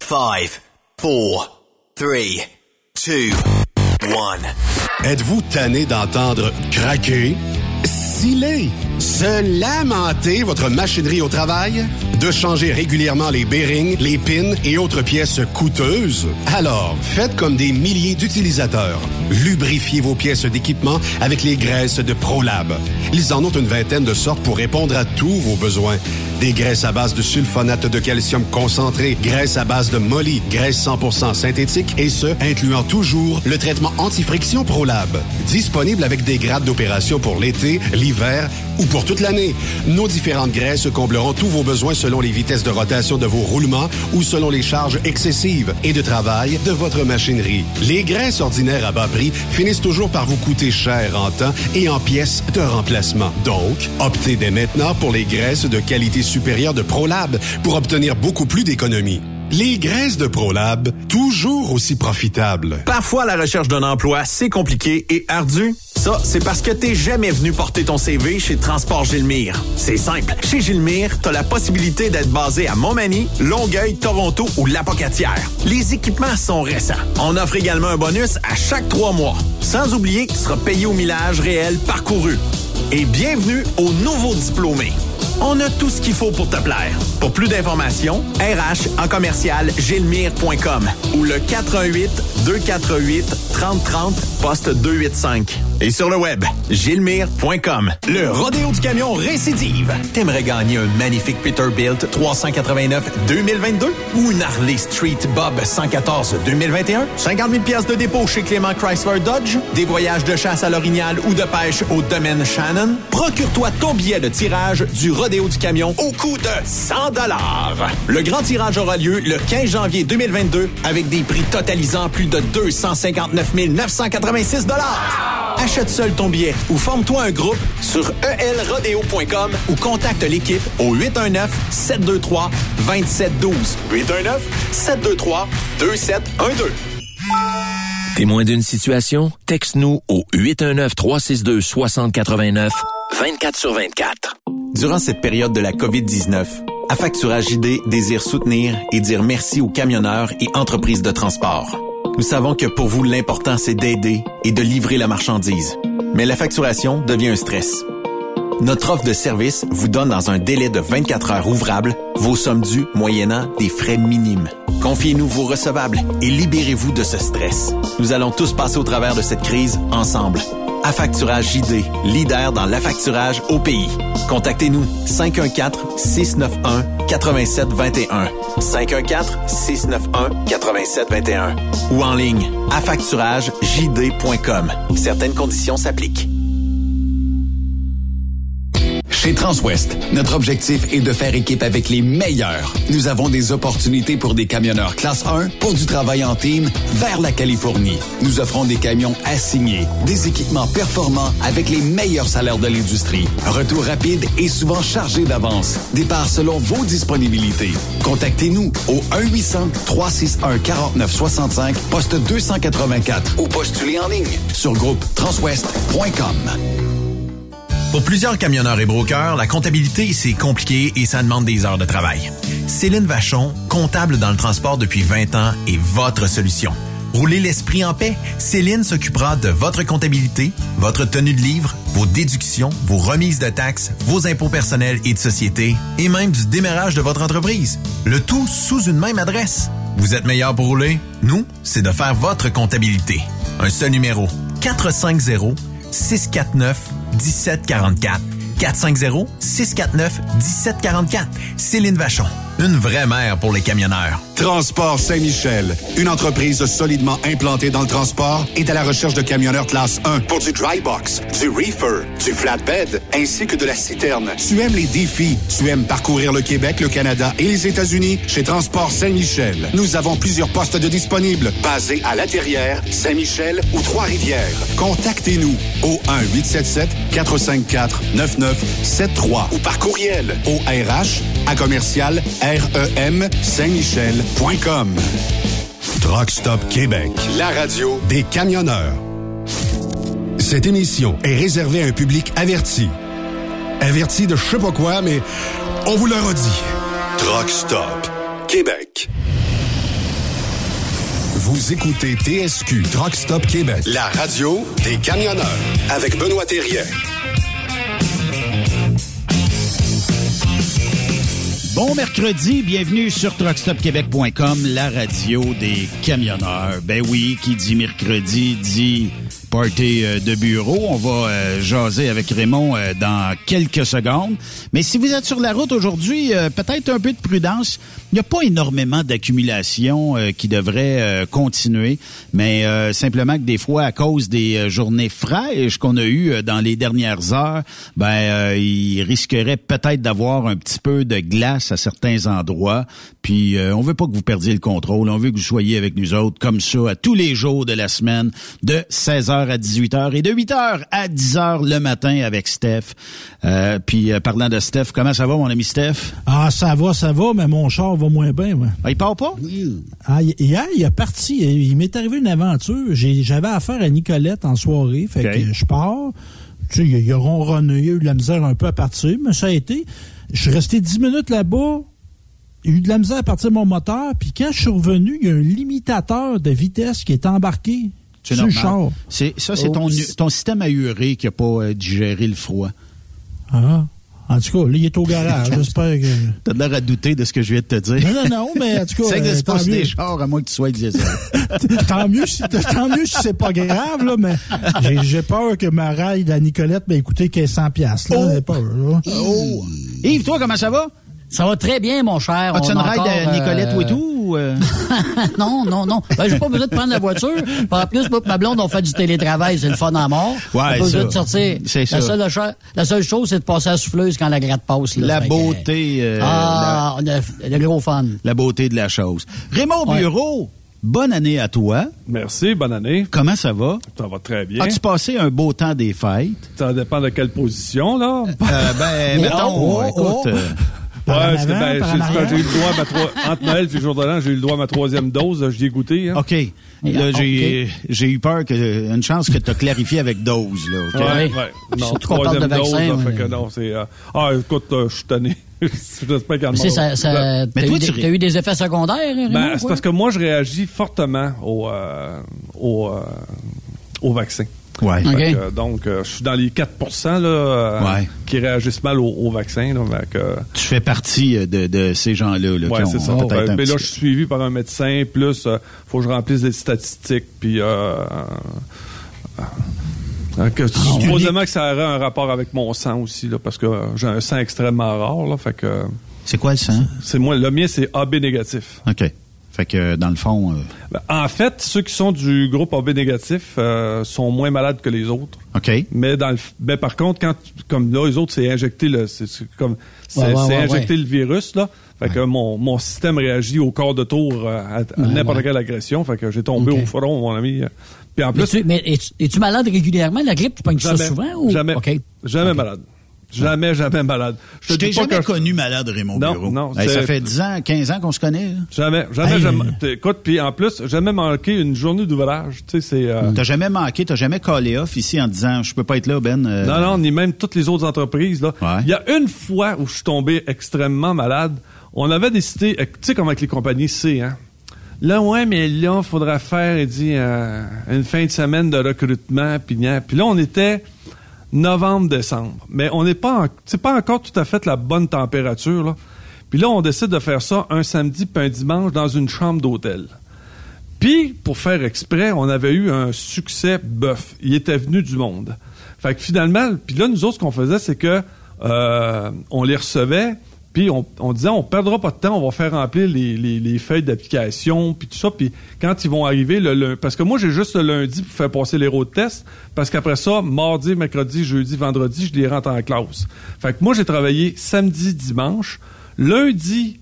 5, 4, 3, 2, 1. Êtes-vous tanné d'entendre craquer, sciller, se lamenter votre machinerie au travail? De changer régulièrement les bearings, les pins et autres pièces coûteuses? Alors, faites comme des milliers d'utilisateurs. Lubrifiez vos pièces d'équipement avec les graisses de ProLab. Ils en ont une vingtaine de sortes pour répondre à tous vos besoins. Des graisses à base de sulfonate de calcium concentré, graisses à base de molly, graisse 100% synthétique et ce, incluant toujours le traitement anti-friction ProLab. Disponible avec des grades d'opération pour l'été, l'hiver ou pour toute l'année. Nos différentes graisses combleront tous vos besoins selon les vitesses de rotation de vos roulements ou selon les charges excessives et de travail de votre machinerie. Les graisses ordinaires à bas prix finissent toujours par vous coûter cher en temps et en pièces de remplacement. Donc, optez dès maintenant pour les graisses de qualité supérieure de ProLab pour obtenir beaucoup plus d'économies. Les graisses de ProLab, toujours aussi profitables. Parfois, la recherche d'un emploi, c'est compliqué et ardu. Ça, c'est parce que t'es jamais venu porter ton CV chez Transport Gilmire. C'est simple. Chez Gilmire, t'as la possibilité d'être basé à Montmagny, Longueuil, Toronto ou Lapocatière. Les équipements sont récents. On offre également un bonus à chaque 3 mois. Sans oublier que tu seras payé au millage réel parcouru. Et bienvenue aux nouveaux diplômés. On a tout ce qu'il faut pour te plaire. Pour plus d'informations, RH en commercial gilmire.com ou le 418-248-3030 poste 285. Et sur le web, gilmire.com. Le rodéo du camion récidive. T'aimerais gagner un magnifique Peterbilt 389 2022 ou une Harley Street Bob 114 2021? 50 000 piastres de dépôt chez Clément Chrysler Dodge? Des voyages de chasse à l'Orignal ou de pêche au domaine Shannon? Procure-toi ton billet de tirage du rodéo du camion au coût de 100 $. Le grand tirage aura lieu le 15 janvier 2022 avec des prix totalisant plus de 259 986 $. Achète seul ton billet ou forme-toi un groupe sur elrodeo.com ou contacte l'équipe au 819-723-2712. 819-723-2712. Témoin d'une situation? Texte-nous au 819-362-6089, 24/24. Durant cette période de la COVID-19, Affacturage JD désire soutenir et dire merci aux camionneurs et entreprises de transport. Nous savons que pour vous, l'important, c'est d'aider et de livrer la marchandise. Mais la facturation devient un stress. Notre offre de service vous donne dans un délai de 24 heures ouvrables vos sommes dues moyennant des frais minimes. Confiez-nous vos recevables et libérez-vous de ce stress. Nous allons tous passer au travers de cette crise ensemble. Affacturage JD, leader dans l'affacturage au pays. Contactez-nous 514-691-8721. 514-691-8721. Ou en ligne, affacturagejd.com. Certaines conditions s'appliquent. Chez Transwest, notre objectif est de faire équipe avec les meilleurs. Nous avons des opportunités pour des camionneurs classe 1 pour du travail en team vers la Californie. Nous offrons des camions assignés, des équipements performants avec les meilleurs salaires de l'industrie. Retour rapide et souvent chargé d'avance. Départ selon vos disponibilités. Contactez-nous au 1-800-361-4965, poste 284 ou postulez en ligne sur groupetranswest.com. Pour plusieurs camionneurs et brokers, la comptabilité, c'est compliqué et ça demande des heures de travail. Céline Vachon, comptable dans le transport depuis 20 ans, est votre solution. Roulez l'esprit en paix. Céline s'occupera de votre comptabilité, votre tenue de livre, vos déductions, vos remises de taxes, vos impôts personnels et de société, et même du démarrage de votre entreprise. Le tout sous une même adresse. Vous êtes meilleur pour rouler? Nous, c'est de faire votre comptabilité. Un seul numéro. 450-649-1744. 450-649-1744. Céline Vachon. Une vraie mère pour les camionneurs. Transport Saint-Michel, une entreprise solidement implantée dans le transport, est à la recherche de camionneurs classe 1 pour du dry box, du reefer, du flatbed, ainsi que de la citerne. Tu aimes les défis, tu aimes parcourir le Québec, le Canada et les États-Unis? Chez Transport Saint-Michel, nous avons plusieurs postes de disponibles, basés à La Terrière, Saint-Michel ou Trois-Rivières. Contactez-nous au 1-877-454-9973 ou par courriel au RH@commercial REM-Saint-Michel.com. Truck Stop Québec, la radio des camionneurs. Cette émission est réservée à un public averti. Averti de je sais pas quoi, mais on vous le redit. Truck Stop Québec. 96.9 Québec. Vous écoutez TSQ Truck Stop Québec, la radio des camionneurs avec Benoît Thérien. Bon mercredi, bienvenue sur truckstopquebec.com, la radio des camionneurs. Ben oui, qui dit mercredi dit party de bureau. On va jaser avec Raymond dans quelques secondes. Mais si vous êtes sur la route aujourd'hui, peut-être un peu de prudence. Il n'y a pas énormément d'accumulation qui devrait continuer, mais simplement que des fois, à cause des journées fraîches qu'on a eues dans les dernières heures, il risquerait peut-être d'avoir un petit peu de glace à certains endroits. Puis on veut pas que vous perdiez le contrôle. On veut que vous soyez avec nous autres comme ça à tous les jours de la semaine, de 16h à 18h et de 8h à 10h le matin avec Steph. Puis parlant de Steph, comment ça va, mon ami Steph? Ah, ça va, mais mon char va moins bien. Ouais. Ah, il part pas? Ah, hier, il est parti. Il m'est arrivé une aventure. J'avais affaire à Nicolette en soirée. Fait que je pars. Tu sais, il a ronronné, il a eu de la misère un peu à partir, mais ça a été. Je suis resté 10 minutes là-bas. Il y a eu de la misère à partir de mon moteur. Puis quand je suis revenu, il y a un limitateur de vitesse qui est embarqué sur le char. C'est ton système ahuré qui n'a pas digéré le froid. Ah. En tout cas, là, il est au garage. J'espère que... T'as de l'air à douter de ce que je viens de te dire. Non, mais en tout cas... Ça n'existe pas sur des chars, à moins que tu sois diesel. tant mieux si c'est pas grave, là, mais j'ai peur que ma ride à Nicolette, écoutez, qu'elle est 100$, là. J'ai peur, là. Oh. Yves, toi, comment ça va? Ça va très bien, mon cher. As-tu une ride à Nicolette ou et tout? Non. J'ai pas besoin de prendre la voiture. En plus, moi, ma blonde, on fait du télétravail. C'est le fun à mort. Ouais, on a pas besoin de sortir. C'est ça. La seule chose, c'est de passer à la souffleuse quand la gratte passe. Là. La beauté. on a le gros fun. La beauté de la chose. Raymond Bureau, bonne année à toi. Merci, bonne année. Comment ça va? Ça va très bien. As-tu passé un beau temps des fêtes? Ça dépend de quelle position, là. Mettons, écoute... Ouais, j'ai eu le droit entre Noël et le jour de l'an, j'ai eu le droit à ma 3e dose, j'y ai goûté. Hein. OK. Là, j'ai eu peur une chance que tu as clarifié avec dose, là. Okay? Ouais. Non, surtout qu'on parle de vaccin. Dose, fait que non, c'est écoute, je suis tanné. J'espère qu'elle t'as eu des effets secondaires, Raymond, c'est parce que moi, je réagis fortement au vaccin. Ouais. Okay. Donc, je suis dans les 4% là, qui réagissent mal au vaccin. Là, tu fais partie de ces gens-là. Là, c'est ça. Mais là, je suis suivi par un médecin, plus faut que je remplisse des statistiques, puis supposément que ça aurait un rapport avec mon sang aussi, là, parce que j'ai un sang extrêmement rare. Là, fait que, c'est quoi le sang? Le mien, c'est AB négatif. OK. Fait que, dans le fond... En fait, ceux qui sont du groupe AB négatif sont moins malades que les autres. OK. Mais par contre, comme là, les autres, c'est injecter injecter le virus, là. Fait que mon système réagit au quart de tour à n'importe quelle agression. Fait que j'ai tombé au front, mon ami. Puis en plus... Mais es-tu malade régulièrement? La grippe, tu pognes ça souvent? Ou? Jamais. Okay. Jamais malade. Jamais malade. Je t'ai jamais connu malade, Raymond Bureau. Non. Ça fait 10 ans, 15 ans qu'on se connaît. Là. Jamais. Écoute, puis en plus, jamais manqué une journée d'ouvrage. Tu sais, T'as jamais manqué, t'as jamais callé off ici en disant, je peux pas être là, Ben. Non, ni même toutes les autres entreprises, là. Ouais. Il y a une fois où je suis tombé extrêmement malade. On avait décidé, tu sais, comme avec les compagnies C, hein. Là, mais là, il faudra faire, il dit, une fin de semaine de recrutement, puis là, on était... novembre-décembre. Mais on n'est pas... c'est pas encore tout à fait la bonne température, là. Puis là, on décide de faire ça un samedi puis un dimanche dans une chambre d'hôtel. Puis, pour faire exprès, on avait eu un succès bœuf. Il était venu du monde. Fait que finalement... Puis là, nous autres, ce qu'on faisait, c'est que on les recevait, puis on disait, on perdra pas de temps, on va faire remplir les feuilles d'application, puis tout ça. Puis quand ils vont arriver, parce que moi, j'ai juste le lundi pour faire passer les road tests, parce qu'après ça, mardi, mercredi, jeudi, vendredi, je les rentre en classe. Fait que moi, j'ai travaillé samedi, dimanche. Lundi,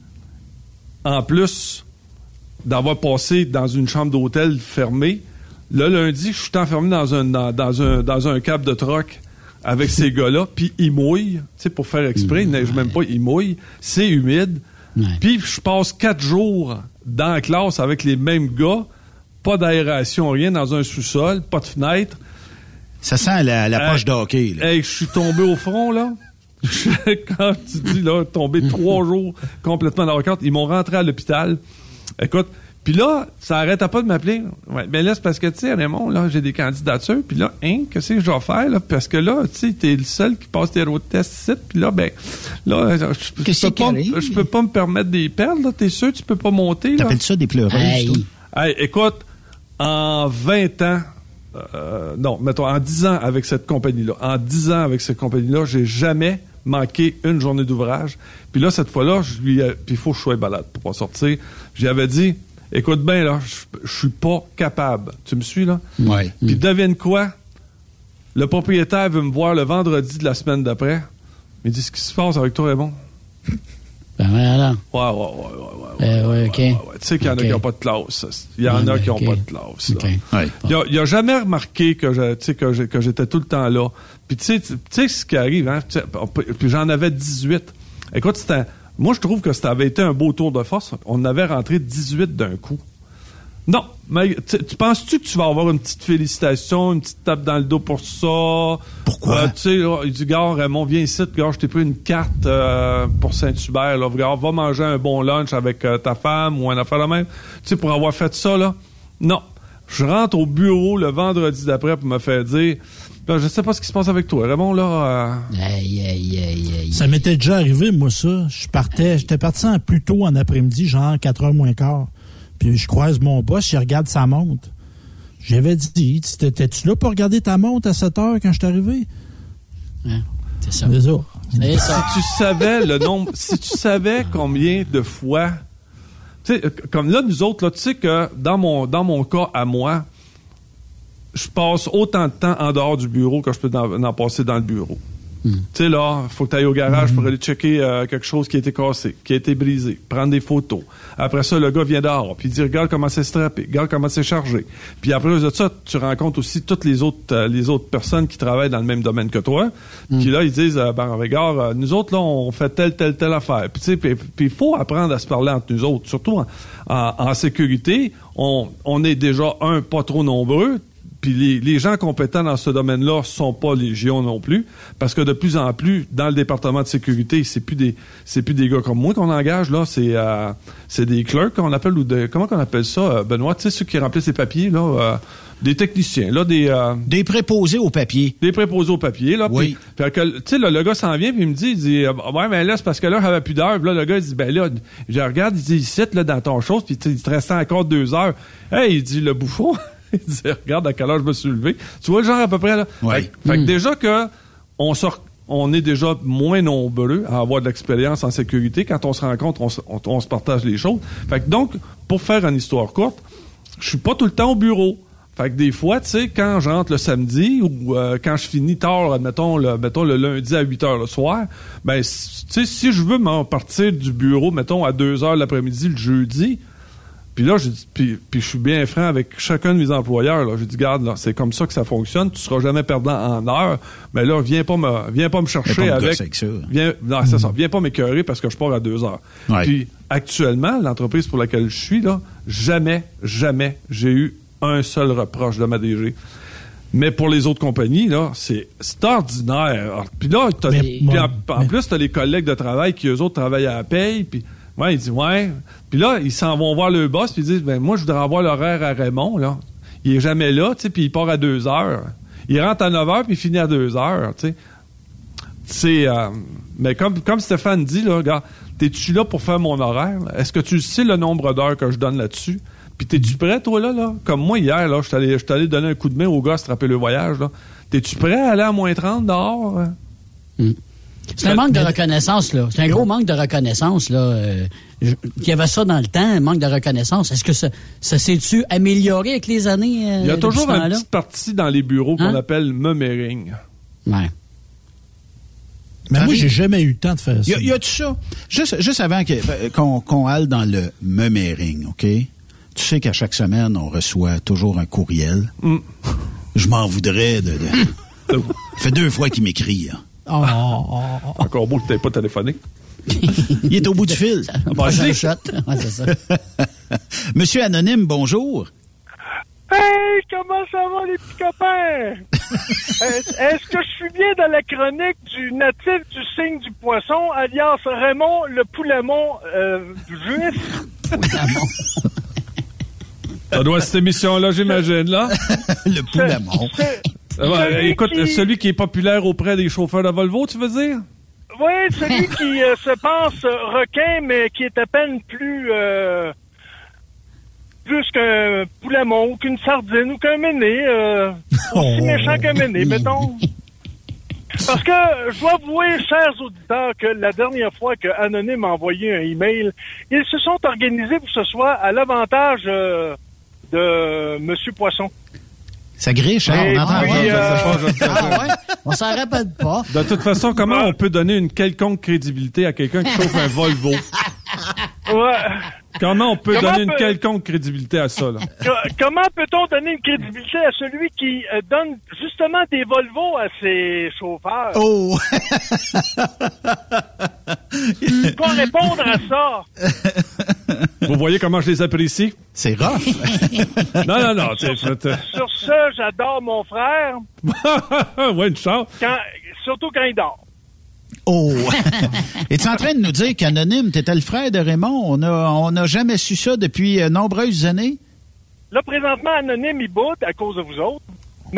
en plus d'avoir passé dans une chambre d'hôtel fermée, le lundi, je suis enfermé dans un cab de truck avec ces gars-là, puis ils mouillent, tu sais, pour faire exprès, ils neigent même pas, ils mouillent, c'est humide. Puis je passe 4 jours dans la classe avec les mêmes gars, pas d'aération, rien, dans un sous-sol, pas de fenêtre. Ça sent la poche d'hockey, là. Hey, je suis tombé au front, là. Quand tu dis, là, tombé 3 jours complètement dans le cadre, ils m'ont rentré à l'hôpital. Écoute, Puis là, ça arrêtait pas de m'appeler. Ouais, ben là, c'est parce que, tu sais, Raymond, là, j'ai des candidatures. Puis là, qu'est-ce que je dois faire, là? Parce que là, tu sais, t'es le seul qui passe tes road tests ici. Puis là, ben, là, je peux pas me permettre des perles, là. T'es sûr que tu peux pas monter, là? T'appelles ça des pleureuses, toi? Hey, écoute, en 20 ans, non, mettons, en 10 ans avec cette compagnie-là, j'ai jamais manqué une journée d'ouvrage. Puis là, cette fois-là, puis il faut que je sois balade pour pas sortir. J'y avais dit, écoute bien, là, je suis pas capable. Tu me suis, là? Oui. Puis devine quoi? Le propriétaire veut me voir le vendredi de la semaine d'après. Il dit, ce qui se passe avec toi, Raymond? Ben voilà. Ouais, OK. Tu sais qu'il y en a qui n'ont pas de classe. Il y en a qui n'ont pas de classe. Okay. Il a jamais remarqué que j'étais tout le temps là. Puis tu sais ce qui arrive, hein? Puis j'en avais 18. Écoute, moi je trouve que ça avait été un beau tour de force. On avait rentré 18 d'un coup. Non, mais tu penses-tu que tu vas avoir une petite félicitation, une petite tape dans le dos pour ça? Pourquoi? Tu sais, il dit, gars, Raymond, viens ici, gars, je t'ai pris une carte pour Saint-Hubert, là. Gars, va manger un bon lunch avec ta femme ou un affaire de même. Tu sais, pour avoir fait ça, là. Non. Je rentre au bureau le vendredi d'après pour me faire dire, ben, je sais pas ce qui se passe avec toi, Raymond, là. Ça m'était déjà arrivé, moi, ça. J'étais parti plus tôt en après-midi, genre 4h moins quart. Puis je croise mon boss, il regarde sa montre. J'avais dit, t'étais-tu là pour regarder ta montre à 7h quand je suis arrivé? Hein, c'est ça. C'est ça. C'est ça. Si tu savais le nombre, si tu savais combien de fois, tu sais, comme là, nous autres, là, tu sais que dans mon cas à moi, je passe autant de temps en dehors du bureau que je peux en passer dans le bureau. Tu sais, là, il faut que tu ailles au garage pour aller checker quelque chose qui a été cassé, qui a été brisé, prendre des photos. Après ça, le gars vient dehors, puis il dit, regarde comment c'est strappé, regarde comment c'est chargé. Puis après de ça, tu rencontres aussi toutes les autres personnes qui travaillent dans le même domaine que toi. Puis là, ils disent, regarde, nous autres, là, on fait telle affaire. Puis tu sais, puis il faut apprendre à se parler entre nous autres. Surtout en sécurité, on est déjà, pas trop nombreux. Puis les gens compétents dans ce domaine-là sont pas légion non plus, parce que de plus en plus, dans le département de sécurité, c'est plus des gars comme moi qu'on engage, là, c'est des clerks qu'on appelle, ou comment qu'on appelle ça, Benoît, tu sais, ceux qui remplissent les papiers, là, des techniciens, là, des préposés au papier. Des préposés au papier, là. Oui. Puis tu sais, le gars s'en vient, puis il me dit, ouais, mais là, c'est parce que là, j'avais plus d'heures. Puis là, le gars, il dit, ben là, je regarde, il dit, ici, là, dans ton chose, puis il te restait encore 2 heures. Hey, il dit, le bouffon. Il disait, regarde à quelle heure je me suis levé. Tu vois le genre à peu près, là? Oui. Fait que déjà que on est déjà moins nombreux à avoir de l'expérience en sécurité. Quand on se rencontre, on se partage les choses. Fait que donc, pour faire une histoire courte, je suis pas tout le temps au bureau. Fait que des fois, tu sais, quand je rentre le samedi ou quand je finis tard, admettons le lundi à 8h le soir, ben, tu sais, si je veux m'en partir du bureau, mettons, à 2h l'après-midi le jeudi, puis là, puis je suis bien franc avec chacun de mes employeurs. Là, j'ai dit, garde, là, c'est comme ça que ça fonctionne. Tu seras jamais perdant en heure. Mais là, viens pas me chercher avec ça. C'est ça. Viens pas m'écœurer parce que je pars à 2h. Ouais. Puis actuellement, l'entreprise pour laquelle je suis là, jamais j'ai eu un seul reproche de ma DG. Mais pour les autres compagnies, là, c'est ordinaire. Puis là, en plus, t'as les collègues de travail qui, eux autres, travaillent à la paye. Puis ouais, il dit, ouais. Puis là, ils s'en vont voir le boss, puis ils disent, ben, moi, je voudrais avoir l'horaire à Raymond, là. Il est jamais là, tu sais, puis il part à 2h. Il rentre à 9h, puis il finit à 2h, tu sais. C'est, mais comme Stéphane dit, là, regarde, t'es-tu là pour faire mon horaire? Là? Est-ce que tu sais le nombre d'heures que je donne là-dessus? Puis t'es-tu prêt, toi, là? Comme moi, hier, là, je suis allé donner un coup de main au gars, strapper le voyage, là. T'es-tu prêt à aller à moins 30 dehors? C'est un manque de reconnaissance, là. C'est un gros manque de reconnaissance, là. Il y avait ça dans le temps, un manque de reconnaissance. Est-ce que ça s'est-tu amélioré avec les années? Il y a toujours une petite partie dans les bureaux qu'on appelle mummering. Ouais. Mais moi, j'ai jamais eu le temps de faire ça. Y a-tu ça? Juste avant qu'on aille dans le mummering, OK? Tu sais qu'à chaque semaine, on reçoit toujours un courriel. Je m'en voudrais de... Ça fait 2 fois qu'il m'écrit, là. Encore beau que tu n'aies pas téléphoné. Il est au bout du fil. C'est ça. Monsieur Anonyme, bonjour. Hey, comment ça va, les petits copains? Est-ce que je suis bien dans la chronique du natif du signe du poisson, alias Raymond le Poulamont juif? Ça doit être cette émission-là, j'imagine, là. Le Poulamont. Écoute, celui qui est populaire auprès des chauffeurs de Volvo, tu veux dire? Oui, celui qui se pense requin, mais qui est à peine plus qu'un poulamon, ou qu'une sardine, ou qu'un méné. Aussi méchant qu'un méné, mettons. Parce que je dois avouer, chers auditeurs, que la dernière fois que Anonyme a envoyé un email, ils se sont organisés pour que ce soit à l'avantage de Monsieur Poisson. Ça griche, hein? On entend ouais? On s'en rappelle pas. De toute façon, comment on peut donner une quelconque crédibilité à quelqu'un qui chauffe un Volvo? Ouais. Comment on peut donner une quelconque crédibilité à ça, là? Comment peut-on donner une crédibilité à celui qui donne justement des Volvo à ses chauffeurs? Oh! Quoi répondre à ça? Vous voyez comment je les apprécie? C'est rough. Non. Sur ce, j'adore mon frère. Ouais, une chance. Surtout quand il dort. Oh! Es-tu en train de nous dire qu'Anonyme, t'étais le frère de Raymond? On n'a jamais su ça depuis nombreuses années? Là, présentement, Anonyme, il boude à cause de vous autres. Mais...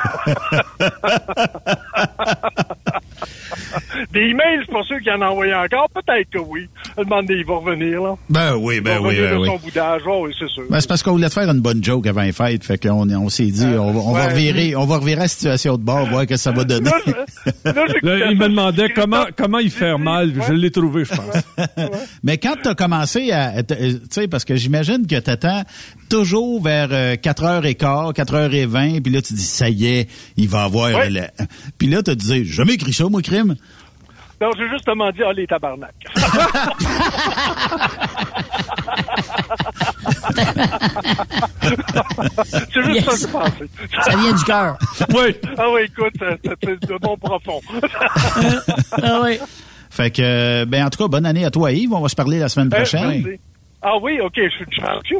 Des emails, je suis pas sûr qu'il en a envoyé encore. Peut-être que oui. Demandez, il va revenir, là. Ben oui. De son boudage, oui, c'est sûr. Ben, c'est parce qu'on voulait te faire une bonne joke avant les fêtes. Fait qu'on s'est dit, on va revirer la situation de bord, voir ce que ça va donner. Là, il me demandait comment y faire mal. Je l'ai trouvé, je pense. Mais quand t'as commencé tu sais, parce que j'imagine que t'attends toujours vers 4h15, 4h20, puis là, tu dis, ça y est, il va avoir... Puis là, t'as dit, j'ai jamais écrit ça, moi, crime. Non, j'ai justement dit, les tabarnak. C'est juste ça que je pensais. Ça vient du cœur. Oui. Ah oui, écoute, c'est de bon profond. Ah oui. Fait que, en tout cas, bonne année à toi, Yves. On va se parler la semaine prochaine. Ah oui, OK, je suis chanceux.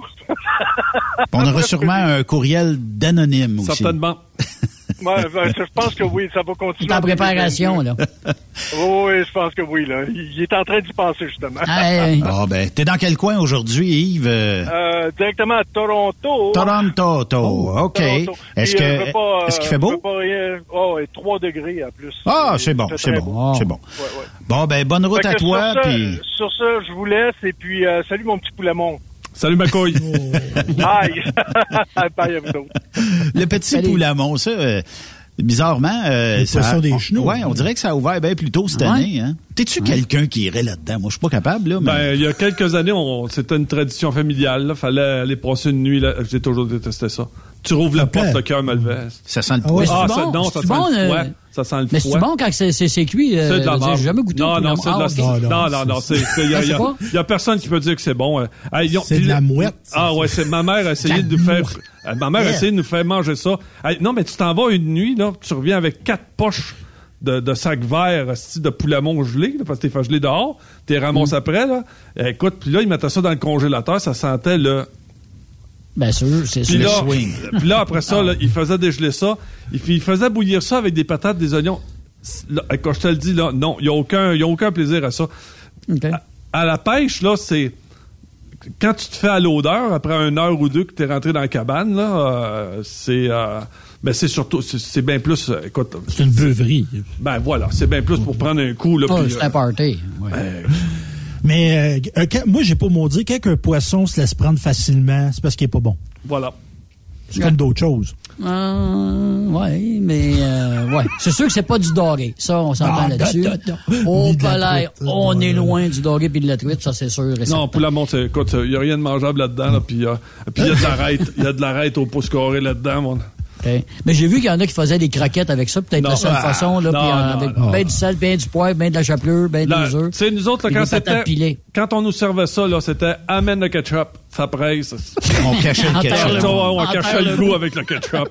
On aura sûrement un courriel d'Anonyme aussi. Certainement. Ouais, je pense que oui, ça va continuer. C'est en préparation, là. Oui, je pense que oui, là. Il est en train d'y penser, justement. T'es dans quel coin aujourd'hui, Yves? Directement à Toronto. OK. Est-ce qu'il fait beau? 3 degrés en plus. Ah, c'est bon. C'est bon. Ouais. Bon, bonne route à toi. Sur ça, je vous laisse et puis salut mon petit poulamon. Salut ma couille. Bye. Bye à vous autres. Le petit poulamon, ça, bizarrement... ça des chenaux. Ouais, on dirait que ça a ouvert bien plus tôt cette année. Hein? T'es-tu quelqu'un qui irait là-dedans? Moi, je suis pas capable. Là, mais... il y a quelques années, c'était une tradition familiale. Il fallait aller passer une nuit. Là. J'ai toujours détesté ça. Tu rouvres la porte, le cœur me levait. Ça sent le poids. Ça sent le foie. Ça sent le foie. Mais c'est bon quand c'est cuit. C'est de la merde. J'ai jamais goûté. Non, c'est de la... Non. Il y a personne qui peut dire que c'est bon. C'est de la mouette. Ah ouais, ma mère a essayé de nous faire... Ma mère a essayé de nous faire manger ça. Non, mais tu t'en vas une nuit, là, tu reviens avec 4 poches de sacs verts de poulamon gelé, là, parce que t'es fait geler dehors. T'es ramassé après, là. Écoute, puis là, ils mettaient ça dans le congélateur. Ça sentait le... Bien sûr, c'est sûr. Puis là, après ça, là, il faisait dégeler ça. Il faisait bouillir ça avec des patates, des oignons. Là, quand je te le dis, là, non, il n'y a aucun plaisir à ça. Okay. À la pêche, là, c'est... Quand tu te fais à l'odeur, après 1 heure ou 2 que tu es rentré dans la cabane, là, c'est surtout... C'est bien plus... écoute... C'est une beuverie. Ben voilà, c'est bien plus pour prendre un coup. Là, c'est un party. Ouais. Mais moi, j'ai pas maudit. Quand un poisson se laisse prendre facilement, c'est parce qu'il est pas bon. Voilà. C'est comme d'autres choses. Oui, mais c'est sûr que c'est pas du doré. Ça, on s'entend là-dessus. Au palais, on est loin du doré puis de la truite, ça c'est sûr. Non, poulamon, écoute, il n'y a rien de mangeable là-dedans, là, puis il y a de l'arête. Il y a de l'arête au pouce carré là-dedans, mon. Okay. Mais j'ai vu qu'il y en a qui faisaient des croquettes avec ça, peut-être de la seule façon, là, puis avec bien du sel, bien du poivre, bien de la chapelure, bien des œufs. Tu sais, nous autres, là, quand on nous servait ça, là, c'était amène le ketchup, ça presse. On cachait le ketchup. On cachait le goût avec le ketchup.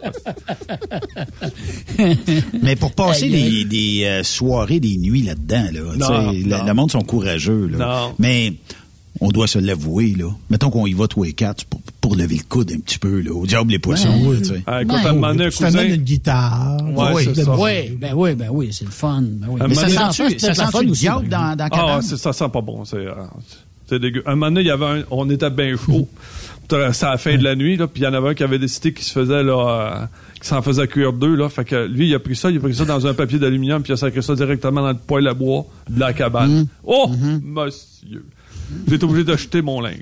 Mais pour passer des soirées, des nuits là-dedans, là, le monde sont courageux, là. Non. Mais on doit se l'avouer, là. Mettons qu'on y va tous les 4 pour lever le coude un petit peu, là. Au diable les poissons, tu sais. Écoute, à un moment donné, un cousin... une guitare. Oui, c'est le fun. Mais ça sent du diable dans la cabane? Ça sent pas bon. C'est dégueu. Un moment donné, on était bien chaud. c'est à la fin de la nuit, là, puis il y en avait un qui avait décidé qu'il se faisait, là, qui s'en faisait cuire 2, là. Fait que lui, il a pris ça dans un papier d'aluminium, puis il a sacré ça directement dans le poêle à bois de la cabane. Oh, monsieur! J'ai été obligé d'acheter mon linge.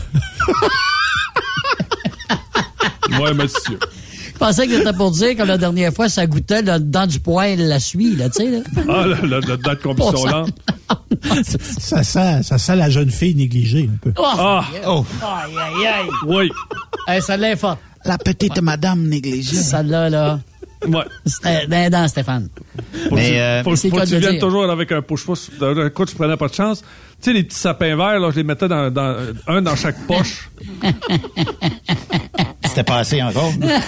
Ouais, monsieur. Je pensais que c'était pour dire que la dernière fois, ça goûtait dans du poêle la suie, là, tu sais, là. Ah, la date de combustion là. Ça sent la jeune fille négligée, un peu. Aïe, aïe, aïe. Oui. Hey, ça l'est fort. La petite madame négligée. Celle-là, là. Ouais. C'était d'un dent, Stéphane. Faut que tu viennes toujours avec un push-push. D'un coup, tu prenais pas de chance. Tu sais, les petits sapins verts, là, je les mettais un dans chaque poche. C'était passé encore.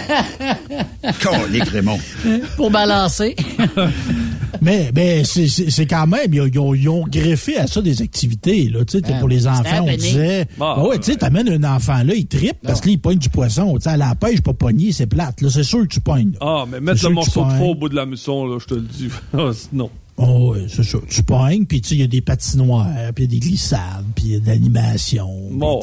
Colique, Raymond. Pour balancer. Mais c'est quand même, ils ont greffé à ça des activités, là, tu sais, pour les enfants, on disait, ouais, tu sais, t'amènes un enfant là, il trippe parce qu'il pogne du poisson, tu sais, à la pêche, pas pogner, c'est plate, là, c'est sûr que tu pognes. Ah, mais mettre le morceau de faux au bout de la muçon, là, je te le dis, non. Oh, oui, c'est ça. Tu pognes, puis tu sais, il y a des patinoires, puis il y a des glissades, puis il y a de l'animation. Bon.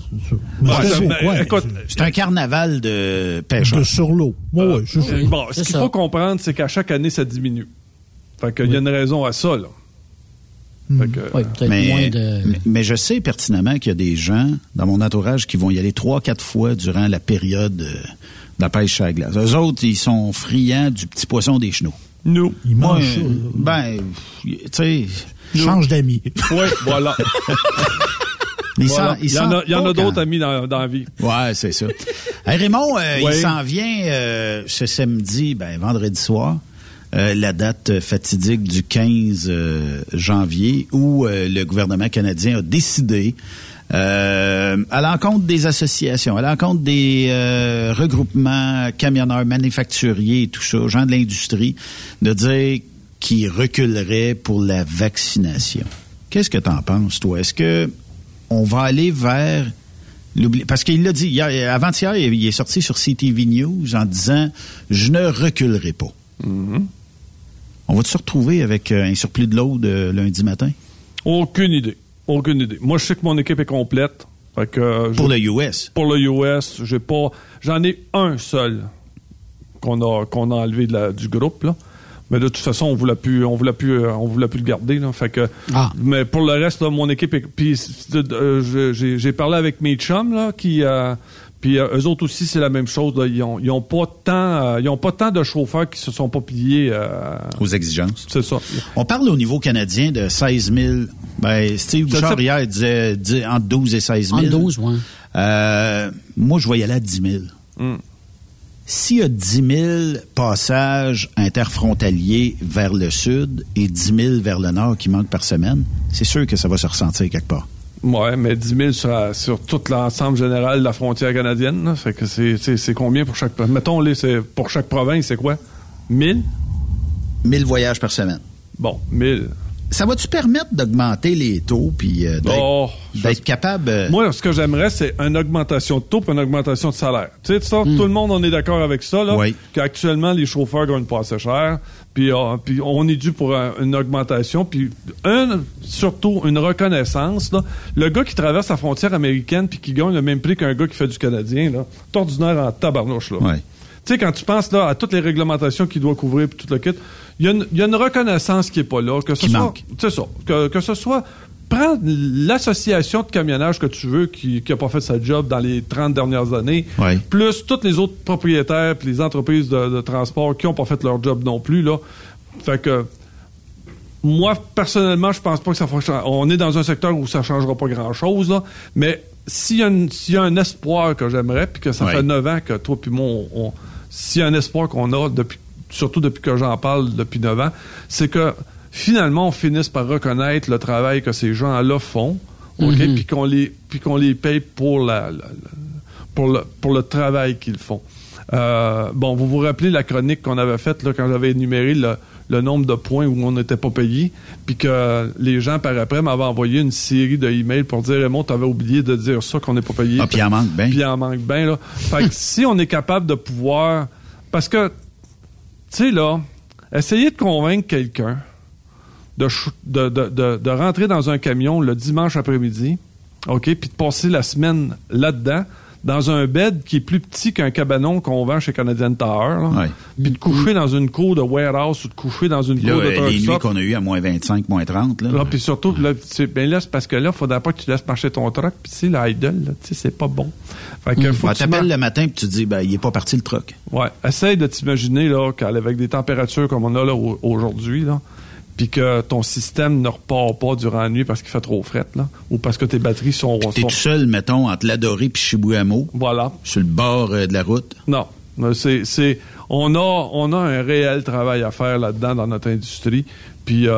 Écoute, c'est un carnaval de pêche. De sur l'eau. Ouais, c'est ça. Bon, ce qu'il faut comprendre, c'est qu'à chaque année, ça diminue. Fait qu'il y a une raison à ça, là. Fait que, oui, peut-être moins de... mais je sais pertinemment qu'il y a des gens dans mon entourage qui vont y aller 3-4 fois durant la période de la pêche à la glace. Eux autres, ils sont friands du petit poisson des chenaux. Nous. Ils mangent ça. Ben, tu sais... Change d'amis. Oui, voilà. Il y en a d'autres amis dans la vie. Ouais, c'est ça. Hey, Raymond, il s'en vient ce samedi, vendredi soir, la date fatidique du 15 janvier, où le gouvernement canadien a décidé, à l'encontre des associations, à l'encontre des regroupements camionneurs, manufacturiers et tout ça, gens de l'industrie, de dire qu'ils reculeraient pour la vaccination. Qu'est-ce que t'en penses, toi? Est-ce que on va aller vers l'oubli? Parce qu'il l'a dit, avant-hier, il est sorti sur CTV News en disant « Je ne reculerai pas ». On va se retrouver avec un surplus de l'eau de lundi matin? Aucune idée. Moi, je sais que mon équipe est complète. Fait que pour le US? Pour le US, j'en ai un seul qu'on a enlevé du groupe, là. Mais de toute façon, on voulait plus le garder, là. Fait que, mais pour le reste, là, mon équipe puis j'ai parlé avec mes chums, là, qui, puis eux autres aussi, c'est la même chose, là. Ils ont pas tant de chauffeurs qui se sont pas pliés aux exigences. C'est ça. On parle au niveau canadien de 16 000. Steve Bouchard hier disait entre 12 et 16 000. Entre 12, oui. Moi, je vais y aller à 10 000. S'il y a 10 000 passages interfrontaliers vers le sud et 10 000 vers le nord qui manquent par semaine, c'est sûr que ça va se ressentir quelque part. Oui, mais 10 000 sur tout l'ensemble général de la frontière canadienne. Là. Fait que c'est combien pour chaque... Mettons, pour chaque province, c'est quoi? 1000? 1000 voyages par semaine. Bon, 1000. Ça va-tu permettre d'augmenter les taux puis d'être capable... Moi, ce que j'aimerais, c'est une augmentation de taux puis une augmentation de salaire. Tu sais, tout le monde, on est d'accord avec ça, là, qu'actuellement, les chauffeurs gagnent pas assez cher, puis on est dû pour une augmentation, puis surtout une reconnaissance. Là. Le gars qui traverse la frontière américaine puis qui gagne le même prix qu'un gars qui fait du Canadien, là, c'est ordinaire en tabarnouche. Là. Ouais. Tu sais, quand tu penses là, à toutes les réglementations qu'il doit couvrir puis tout le kit, il y a une reconnaissance qui est pas là. C'est ça. Que ce soit... Prends l'association de camionnage que tu veux qui a pas fait sa job dans les 30 dernières années, plus tous les autres propriétaires puis les entreprises de transport qui ont pas fait leur job non plus, là. Fait que... Moi, personnellement, je pense pas que ça fonctionne. On est dans un secteur où ça changera pas grand-chose, là, mais s'il y a un espoir que j'aimerais, puis que ça fait 9 ans que toi puis moi, s'il y a un espoir qu'on a, surtout depuis que j'en parle depuis 9 ans, c'est que finalement, on finisse par reconnaître le travail que ces gens-là font, puis qu'on les paye pour le travail qu'ils font. Vous vous rappelez la chronique qu'on avait faite là, quand j'avais énuméré le nombre de points où on n'était pas payé, puis que les gens, par après, m'avaient envoyé une série de emails pour dire « Raymond, t'avais oublié de dire ça, qu'on n'est pas payé. » puis il en manque bien. Puis il en manque bien, là. Fait que si on est capable de pouvoir... Parce que, tu sais, là, essayer de convaincre quelqu'un de rentrer dans un camion le dimanche après-midi, OK, puis de passer la semaine là-dedans, dans un bed qui est plus petit qu'un cabanon qu'on vend chez Canadian Tower, là. Ouais. Puis de coucher dans une cour de warehouse ou de coucher dans une cour de truck les nuits stop. qu'on a eues à moins 25, moins 30, là. Là, puis surtout, là, c'est parce que là, faudrait pas que tu laisses marcher ton truck, puis tu sais, l'idle, là, tu sais, c'est pas bon. Fait que faut que tu t'appelles le matin, puis tu te dis, il est pas parti le truck. Ouais. Essaye de t'imaginer, là, qu'avec des températures comme on a là aujourd'hui, là, puis que ton système ne repart pas durant la nuit parce qu'il fait trop fret, là, ou parce que tes batteries sont... T'es tout seul, mettons, entre Ladoré puis Chibougamau. Voilà. Sur le bord de la route. Non. On a un réel travail à faire là-dedans dans notre industrie. Puis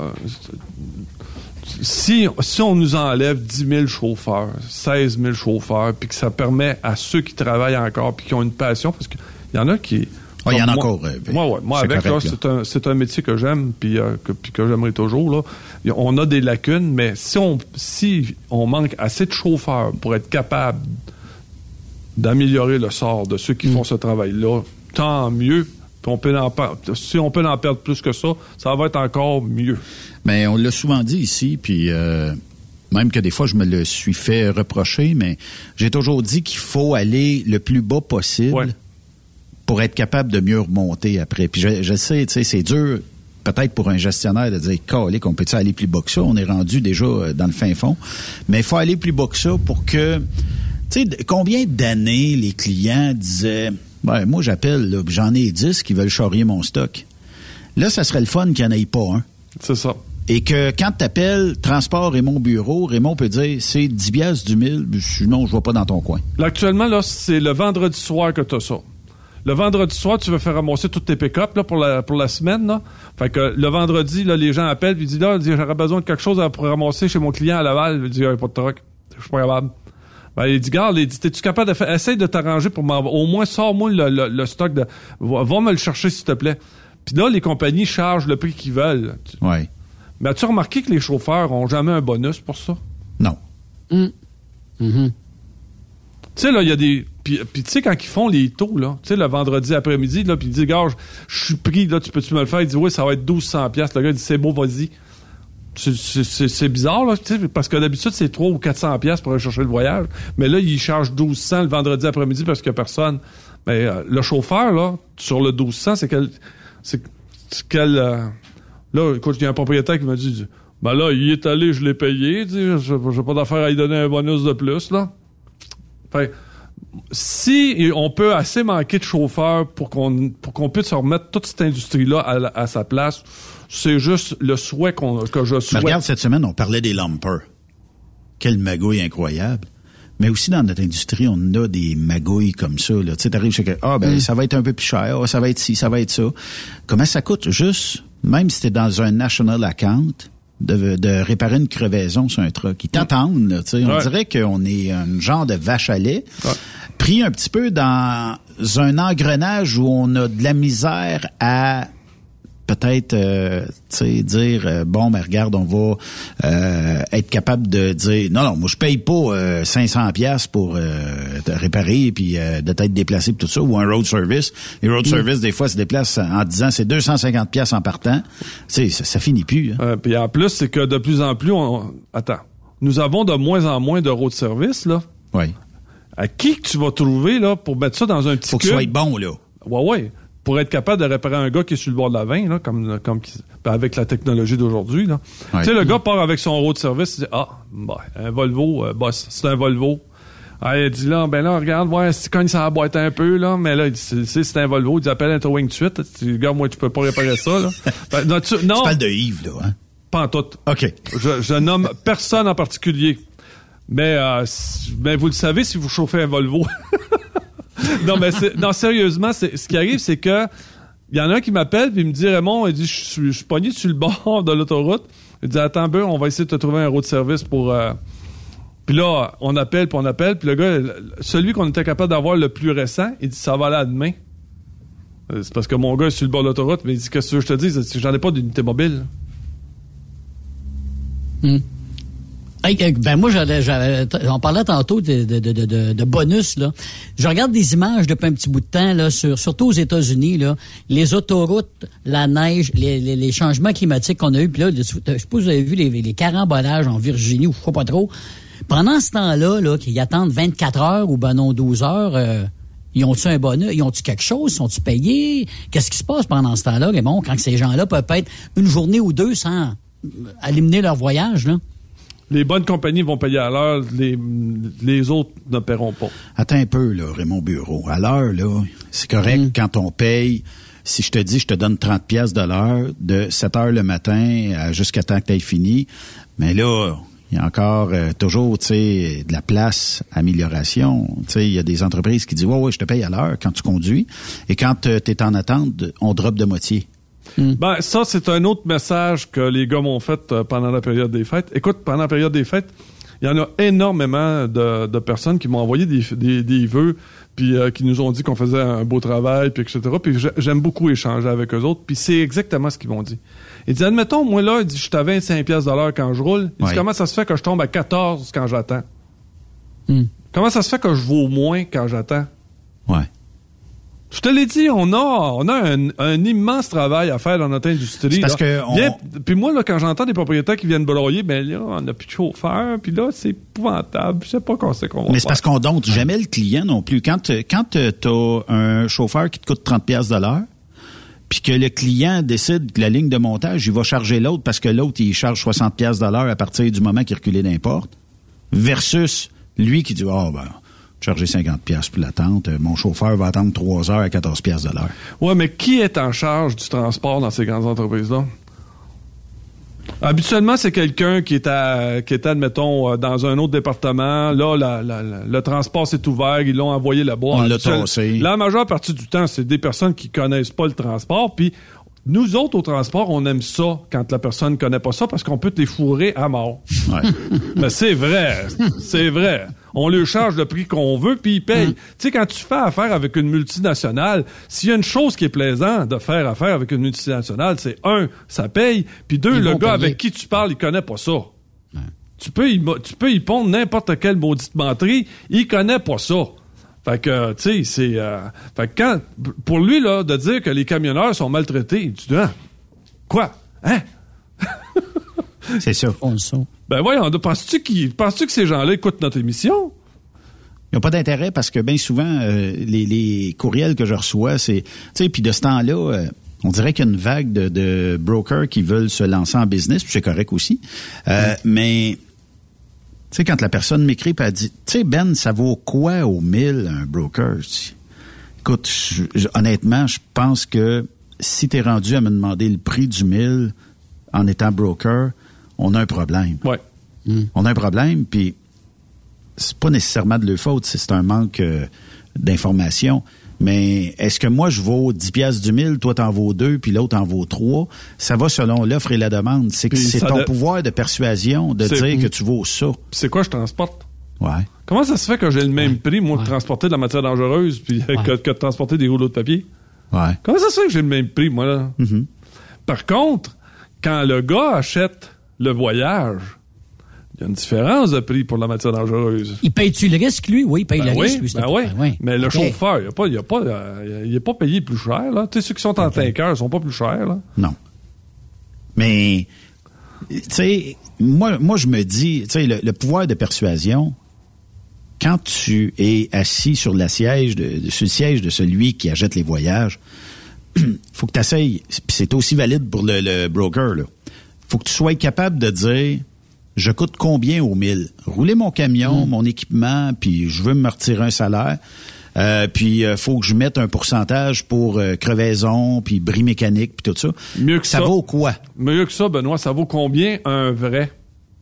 si on nous enlève 10 000 chauffeurs, 16 000 chauffeurs, puis que ça permet à ceux qui travaillent encore puis qui ont une passion, parce qu'il y en a qui... il y en a encore. Moi, avec, correct, là, c'est un métier que j'aime puis que j'aimerais toujours. Là. On a des lacunes, mais si on manque assez de chauffeurs pour être capable d'améliorer le sort de ceux qui font ce travail-là, tant mieux. Puis si on peut en perdre plus que ça, ça va être encore mieux. Mais on l'a souvent dit ici, puis même que des fois je me le suis fait reprocher, mais j'ai toujours dit qu'il faut aller le plus bas possible pour être capable de mieux remonter après. Puis je sais, tu sais, c'est dur peut-être pour un gestionnaire de dire « Calique, on peut-tu aller plus bas que ça? » On est rendu déjà dans le fin fond. Mais il faut aller plus bas que ça pour que... Tu sais, combien d'années les clients disaient « moi j'appelle, là, j'en ai 10 qui veulent charrier mon stock. » Là, ça serait le fun qu'il n'y en ait pas un. C'est ça. Et que quand tu appelles Transport Raymond Bureau, Raymond peut dire « C'est 10 piastres du 1000, sinon je ne vais pas dans ton coin. » Là, actuellement, là, c'est le vendredi soir que tu as ça. Le vendredi soir, tu veux faire ramasser toutes tes pick-up là, pour la semaine. Là. Fait que le vendredi, là, les gens appellent et disent « J'aurais besoin de quelque chose pour ramasser chez mon client à Laval. » Il dit « Il n'y a pas de truck. Je suis pas capable. » Il dit « Garde, t'es-tu capable de faire... Essaye de t'arranger pour au moins sors-moi le stock de... Va me le chercher, s'il te plaît. » Puis là, les compagnies chargent le prix qu'ils veulent. Oui. Mais as-tu remarqué que les chauffeurs ont jamais un bonus pour ça? Non. Tu sais, là, il y a des... Puis tu sais, quand ils font les taux, là, tu sais, le vendredi après-midi, là, puis ils disent, gars, je suis pris, là, peux-tu me le faire? Il dit, oui, ça va être 1200$. Le gars, il dit, c'est beau, vas-y. C'est bizarre, là, tu sais, parce que d'habitude, c'est 300 ou 400$ pour aller chercher le voyage. Mais là, ils chargent 1200$ le vendredi après-midi parce qu'il n'y a personne. Mais le chauffeur, là, sur le 1200$, c'est quel... Là, écoute, il y a un propriétaire qui m'a dit, ben là, il est allé, je l'ai payé, j'ai pas d'affaire à lui donner un bonus de plus, là. Fait si on peut assez manquer de chauffeurs pour qu'on puisse remettre toute cette industrie-là à sa place, c'est juste le souhait que je souhaite. Mais regarde, cette semaine, on parlait des lumpers. Quelle magouille incroyable. Mais aussi dans notre industrie, on a des magouilles comme ça. Tu sais, t'arrives chez quelqu'un, ça va être un peu plus cher, ça va être ci, ça va être ça. Comment ça coûte? Juste, même si t'es dans un national account, de réparer une crevaison sur un truck. Ils t'attendent, là, tu sais. On dirait qu'on est un genre de vache à lait, pris un petit peu dans un engrenage où on a de la misère à peut-être, tu sais, dire, bon, mais regarde, on va être capable de dire, non, moi, je paye pas 500$ pour te réparer puis de t'être déplacé pour tout ça, ou un road service. Les road service, des fois, se déplacent en disant, c'est 250$ en partant. Tu sais, ça finit plus. Puis en plus, c'est que de plus en plus, nous avons de moins en moins de road service, là. Oui. À qui tu vas trouver, là, pour mettre ça dans un petit Faut qu'il soit bon, là. Ouais. Pour être capable de réparer un gars qui est sur le bord de la 20, là, comme avec la technologie d'aujourd'hui, là. Ouais. Tu sais, le gars part avec son road service, il dit, un Volvo, boss, c'est un Volvo. Il dit là, regarde, si quand il s'en boîte un peu, là, mais là, il dit, c'est un Volvo, il dit, appelle un towing de suite. Il dit, gars, moi, tu peux pas réparer ça, là. Non, tu parles de Yves, là, hein? Pas en tout. OK. Je nomme personne en particulier. Mais vous le savez si vous chauffez un Volvo. Non, sérieusement, ce qui arrive, c'est que il y en a un qui m'appelle puis il me dit, Raymond, il dit, je suis pogné sur le bord de l'autoroute. Il dit, attends un peu, on va essayer de te trouver un road service pour... Puis là, on appelle, puis le gars, celui qu'on était capable d'avoir le plus récent, il dit, ça va aller à demain. C'est parce que mon gars est sur le bord de l'autoroute, mais il dit, qu'est-ce que je te dis? J'en ai pas d'unité mobile. Moi, on parlait tantôt de bonus, là. Je regarde des images depuis un petit bout de temps, là, surtout aux États-Unis, là. Les autoroutes, la neige, les changements climatiques qu'on a eu, puis là, je sais pas si vous avez vu les carambolages en Virginie, ou je crois pas trop. Pendant ce temps-là, là, qu'ils attendent 24 heures ou ben non 12 heures, ils ont-tu un bonus? Ils ont-tu quelque chose? Sont-ils payés? Qu'est-ce qui se passe pendant ce temps-là? Et bon, quand ces gens-là peuvent être une journée ou deux sans éliminer leur voyage, là. Les bonnes compagnies vont payer à l'heure, les autres ne paieront pas. Attends un peu, là, Raymond Bureau. À l'heure, là, c'est correct quand on paye. Si je te dis, je te donne 30 pièces de l'heure, de 7 heures le matin jusqu'à temps que tu aies fini. Mais là, il y a encore toujours, tu sais, de la place à amélioration. Tu sais, il y a des entreprises qui disent, ouais, je te paye à l'heure quand tu conduis. Et quand tu es en attente, on drop de moitié. Ben, ça, c'est un autre message que les gars m'ont fait pendant la période des fêtes. Écoute, pendant la période des fêtes, il y en a énormément de personnes qui m'ont envoyé des vœux, puis qui nous ont dit qu'on faisait un beau travail, puis etc. Puis j'aime beaucoup échanger avec eux autres, puis c'est exactement ce qu'ils m'ont dit. Ils disent, admettons, moi là, je suis à 25 pièces de l'heure quand je roule. Ils disent, comment ça se fait que je tombe à 14 quand j'attends? Comment ça se fait que je vaux moins quand j'attends? Ouais. Je te l'ai dit, on a un immense travail à faire dans notre industrie. C'est parce que puis moi, là, quand j'entends des propriétaires qui viennent broyer, ben là, on n'a plus de chauffeur, puis là, c'est épouvantable. Je sais pas qu'on sait qu'on va Mais c'est parce qu'on dompte jamais le client non plus. Quand t'as un chauffeur qui te coûte 30 pièces de l'heure, puis que le client décide que la ligne de montage, il va charger l'autre parce que l'autre, il charge 60 pièces de l'heure à partir du moment qu'il reculait d'importe, versus lui qui dit, charger 50 pièces pour l'attente. Mon chauffeur va attendre 3 heures à 14 pièces de l'heure. Ouais, mais qui est en charge du transport dans ces grandes entreprises-là? Habituellement, c'est quelqu'un qui est admettons, dans un autre département. Là, le transport s'est ouvert, ils l'ont envoyé là-bas. On l'a tassé. La majeure partie du temps, c'est des personnes qui connaissent pas le transport, puis nous autres, au transport, on aime ça quand la personne ne connaît pas ça parce qu'on peut te les fourrer à mort. Ouais. Mais c'est vrai. On leur charge le prix qu'on veut, puis ils payent. Tu sais, quand tu fais affaire avec une multinationale, s'il y a une chose qui est plaisante de faire affaire avec une multinationale, c'est ça paye, puis deux, le gars avec qui tu parles, il connaît pas ça. Ouais. Tu peux y pondre n'importe quelle maudite menterie, il connaît pas ça. Fait que, tu sais, c'est... fait que pour lui, là, de dire que les camionneurs sont maltraités, tu dis, quoi? Hein? C'est ça. On le sait. Ben voyons, penses-tu que ces gens-là écoutent notre émission? Ils n'ont pas d'intérêt parce que bien souvent, les courriels que je reçois, c'est... Tu sais, puis de ce temps-là, on dirait qu'il y a une vague de brokers qui veulent se lancer en business, puis c'est correct aussi. Mais... Tu sais, quand la personne m'écrit et elle dit, tu sais, Ben, ça vaut quoi au 1000 un broker? Écoute, honnêtement, je pense que si t'es rendu à me demander le prix du 1000 en étant broker, on a un problème. Ouais. On a un problème, puis c'est pas nécessairement de leur faute, c'est un manque d'information. Mais est-ce que moi, je vaux 10 piastres du 1000, toi, t'en vaux 2, puis l'autre en vaut 3? Ça va selon l'offre et la demande. C'est ton pouvoir de persuasion de dire que tu vaux ça. C'est quoi je transporte? Ouais. Comment ça se fait que j'ai le même prix, moi, de transporter de la matière dangereuse puis que de transporter des rouleaux de papier? Ouais. Comment ça se fait que j'ai le même prix, moi, là? Mm-hmm. Par contre, quand le gars achète le voyage, il y a une différence de prix pour la matière dangereuse. Il paye-tu le risque, lui? Oui, il paye le risque, lui. Oui. Mais le chauffeur, il n'est pas payé plus cher, là. Tu sais, ceux qui sont en tanker, ils sont pas plus chers, là. Non. Mais, tu sais, moi, je me dis, tu sais, le pouvoir de persuasion, quand tu es assis sur le siège de celui qui achète les voyages, faut que tu essayes, puis c'est aussi valide pour le broker, là. Faut que tu sois capable de dire, je coûte combien au 1000? Rouler mon camion, mon équipement, puis je veux me retirer un salaire. Puis faut que je mette un pourcentage pour crevaison, puis bris mécanique, puis tout ça. Mieux que ça vaut quoi? Mieux que ça, Benoît, ça vaut combien un vrai?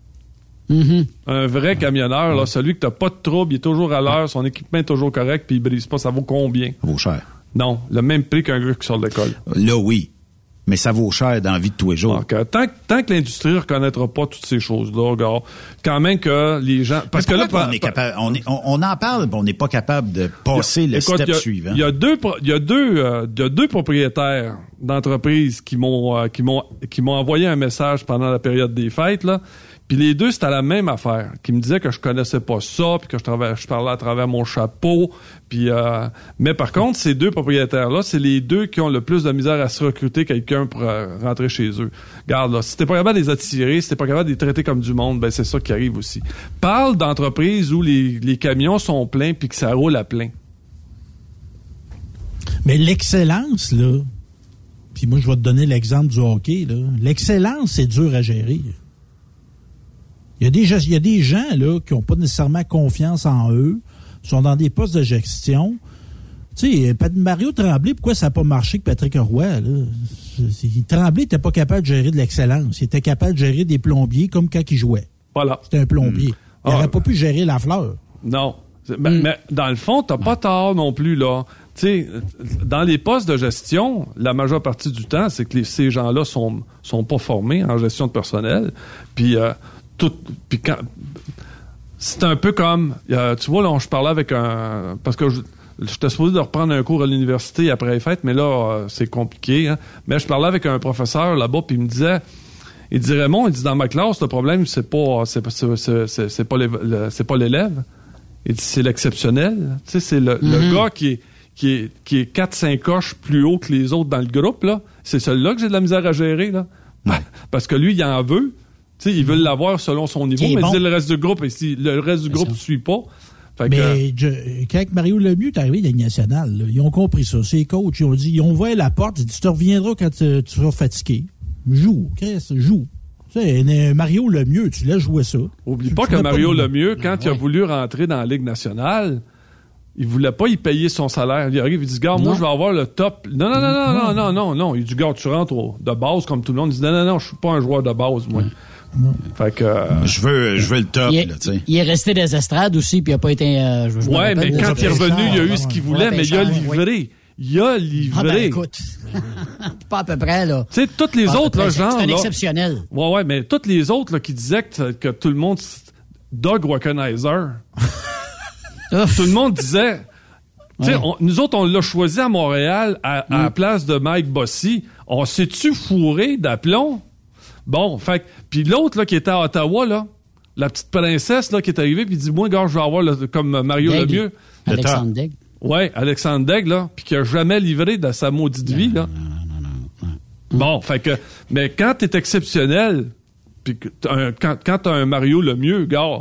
Un vrai camionneur, là, celui que t'as pas de trouble, il est toujours à l'heure, son équipement est toujours correct, puis il brise pas, ça vaut combien? Ça vaut cher. Non, le même prix qu'un gars qui sort de l'école. Là, oui. Mais ça vaut cher dans la vie de tous les jours. Donc, tant que l'industrie ne reconnaîtra pas toutes ces choses-là, gars, quand même que les gens... Parce que là, on en parle, mais on n'est pas capable de passer le step suivant. Il y a deux propriétaires d'entreprises qui m'ont envoyé un message pendant la période des fêtes, là, Puis les deux, c'était la même affaire. Qui me disaient que je connaissais pas ça, puis que je parlais à travers mon chapeau. Puis, mais par contre, ces deux propriétaires-là, c'est les deux qui ont le plus de misère à se recruter quelqu'un pour rentrer chez eux. Regarde, là, si t'es pas capable de les attirer, si t'es pas capable de les traiter comme du monde, ben c'est ça qui arrive aussi. Parle d'entreprises où les camions sont pleins puis que ça roule à plein. Mais l'excellence, là, puis moi, je vais te donner l'exemple du hockey, là. L'excellence, c'est dur à gérer. Il y a des gens, là, qui n'ont pas nécessairement confiance en eux, sont dans des postes de gestion. Tu sais, Mario Tremblay, pourquoi ça n'a pas marché que Patrick Roy, là? Tremblay n'était pas capable de gérer de l'excellence. Il était capable de gérer des plombiers comme quand il jouait. Voilà. C'était un plombier. Il n'aurait pas pu gérer la fleur. Non. Mais dans le fond, t'as pas tort non plus, là. Tu sais, dans les postes de gestion, la majeure partie du temps, c'est que ces gens-là sont pas formés en gestion de personnel. Puis quand c'est un peu comme, tu vois, là, je parlais avec parce que j'étais supposé de reprendre un cours à l'université après les fêtes, mais là, c'est compliqué. Hein. Mais je parlais avec un professeur là-bas, puis il me disait, Raymond, il dit, dans ma classe, le problème, c'est pas l'élève. Il dit, c'est l'exceptionnel. Tu sais, c'est le gars qui est 4-5 coches plus haut que les autres dans le groupe, là. C'est celui-là que j'ai de la misère à gérer, là. Ouais. Parce que lui, il en veut. Tu sais, il veut l'avoir selon son niveau, mais bon. Il dit le reste du groupe, et si le reste du groupe ne suit pas. Mais quand Mario Lemieux est arrivé à la Ligue nationale, là, ils ont compris ça. Ses coachs, ils ont dit, ils ont ouvert la porte, ils ont dit, tu reviendras quand tu seras fatigué. Joue, Chris, joue. Tu sais, Mario Lemieux, tu laisses jouer ça. Oublie pas que Mario Lemieux, quand il a voulu rentrer dans la Ligue nationale, il voulait pas y payer son salaire. Il arrive, il dit, gars, moi, je vais avoir le top. Non. Il dit, gars, tu rentres de base comme tout le monde. Il dit, non, je suis pas un joueur de base, moi. Fait que je veux le top, là, tu sais. Il est resté des estrades aussi, puis il a pas été. Mais quand il est revenu, il a eu ce qu'il voulait, mais il a livré. Il a livré. Ah ben écoute, pas à peu près, là. Tu sais, toutes les autres, là, genre. C'est un exceptionnel. Ouais, mais toutes les autres, là, qui disaient que tout le monde. Dog Womanizer. Tout le monde disait. Tu sais, nous autres, on l'a choisi à Montréal, à la place de Mike Bossy. On s'est-tu fourré d'aplomb? Bon, fait puis l'autre, là, qui était à Ottawa, là, la petite princesse, là, qui est arrivée, puis dit, moi, gars, je vais avoir, comme Mario Lemieux. Alexandre Daigle. Ouais, Alexandre Daigle, là, puis qui a jamais livré de sa maudite vie, là. Non. Bon, fait que, mais quand t'es exceptionnel, puis quand t'as un Mario Lemieux, gars,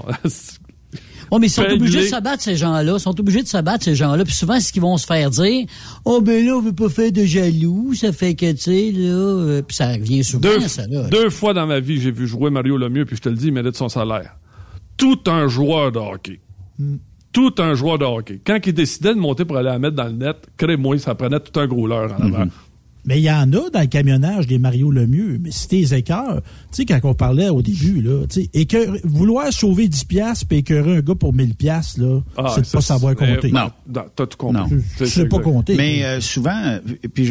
oh, mais ils sont obligés de se battre, ces gens-là. Puis souvent, ce qu'ils vont se faire dire, oh, ben là, on veut pas faire de jaloux. Ça fait que, tu sais, là. Puis ça revient souvent, ça, là. 2 fois dans ma vie, j'ai vu jouer Mario Lemieux, puis je te le dis, il mérite son salaire. Tout un joueur de hockey. Tout un joueur de hockey. Quand il décidait de monter pour aller la mettre dans le net, crée-moi, ça prenait tout un gros leurre en avant. Mais il y en a dans le camionnage des Mario Lemieux. Mais si t'es écœurs, tu sais, quand on parlait au début, là, tu sais, vouloir sauver 10$ puis écœurer un gars pour 1000$, là, c'est de pas savoir compter. Non. T'as tout compris. Non. Tu sais pas compter. Mais souvent, puis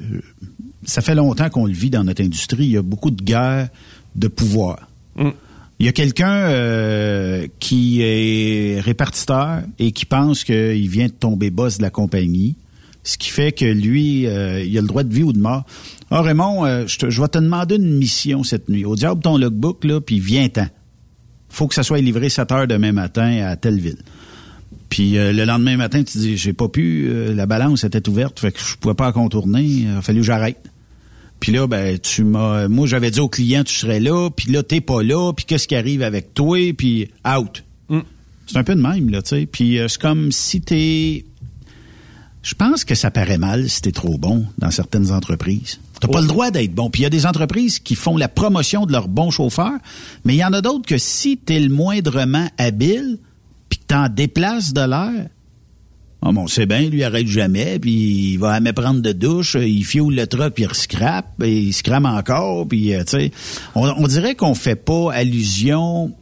ça fait longtemps qu'on le vit dans notre industrie, il y a beaucoup de guerres de pouvoir. Il y a quelqu'un qui est répartiteur et qui pense qu'il vient de tomber boss de la compagnie. Ce qui fait que lui, il a le droit de vie ou de mort. Ah, Raymond, je vais te demander une mission cette nuit. Au diable ton logbook, là, puis viens-t'en. Faut que ça soit livré 7 heures demain matin à telle ville. Puis le lendemain matin, tu dis, j'ai pas pu, la balance était ouverte, fait que je pouvais pas la contourner, il a fallu que j'arrête. Puis là, ben, moi, j'avais dit au client, tu serais là, puis là, t'es pas là, puis qu'est-ce qui arrive avec toi, puis out. C'est un peu de même, là, tu sais. Puis c'est comme si t'es... Je pense que ça paraît mal si t'es trop bon dans certaines entreprises. T'as pas le droit d'être bon. Puis il y a des entreprises qui font la promotion de leurs bons chauffeurs, mais il y en a d'autres que si t'es le moindrement habile, puis que t'en déplaces de l'air, oh bon, c'est bien, lui, il arrête jamais, puis il va jamais prendre de douche, il fioule le truck, puis il scrape, et il se crame encore, puis tu sais, on dirait qu'on fait pas allusion,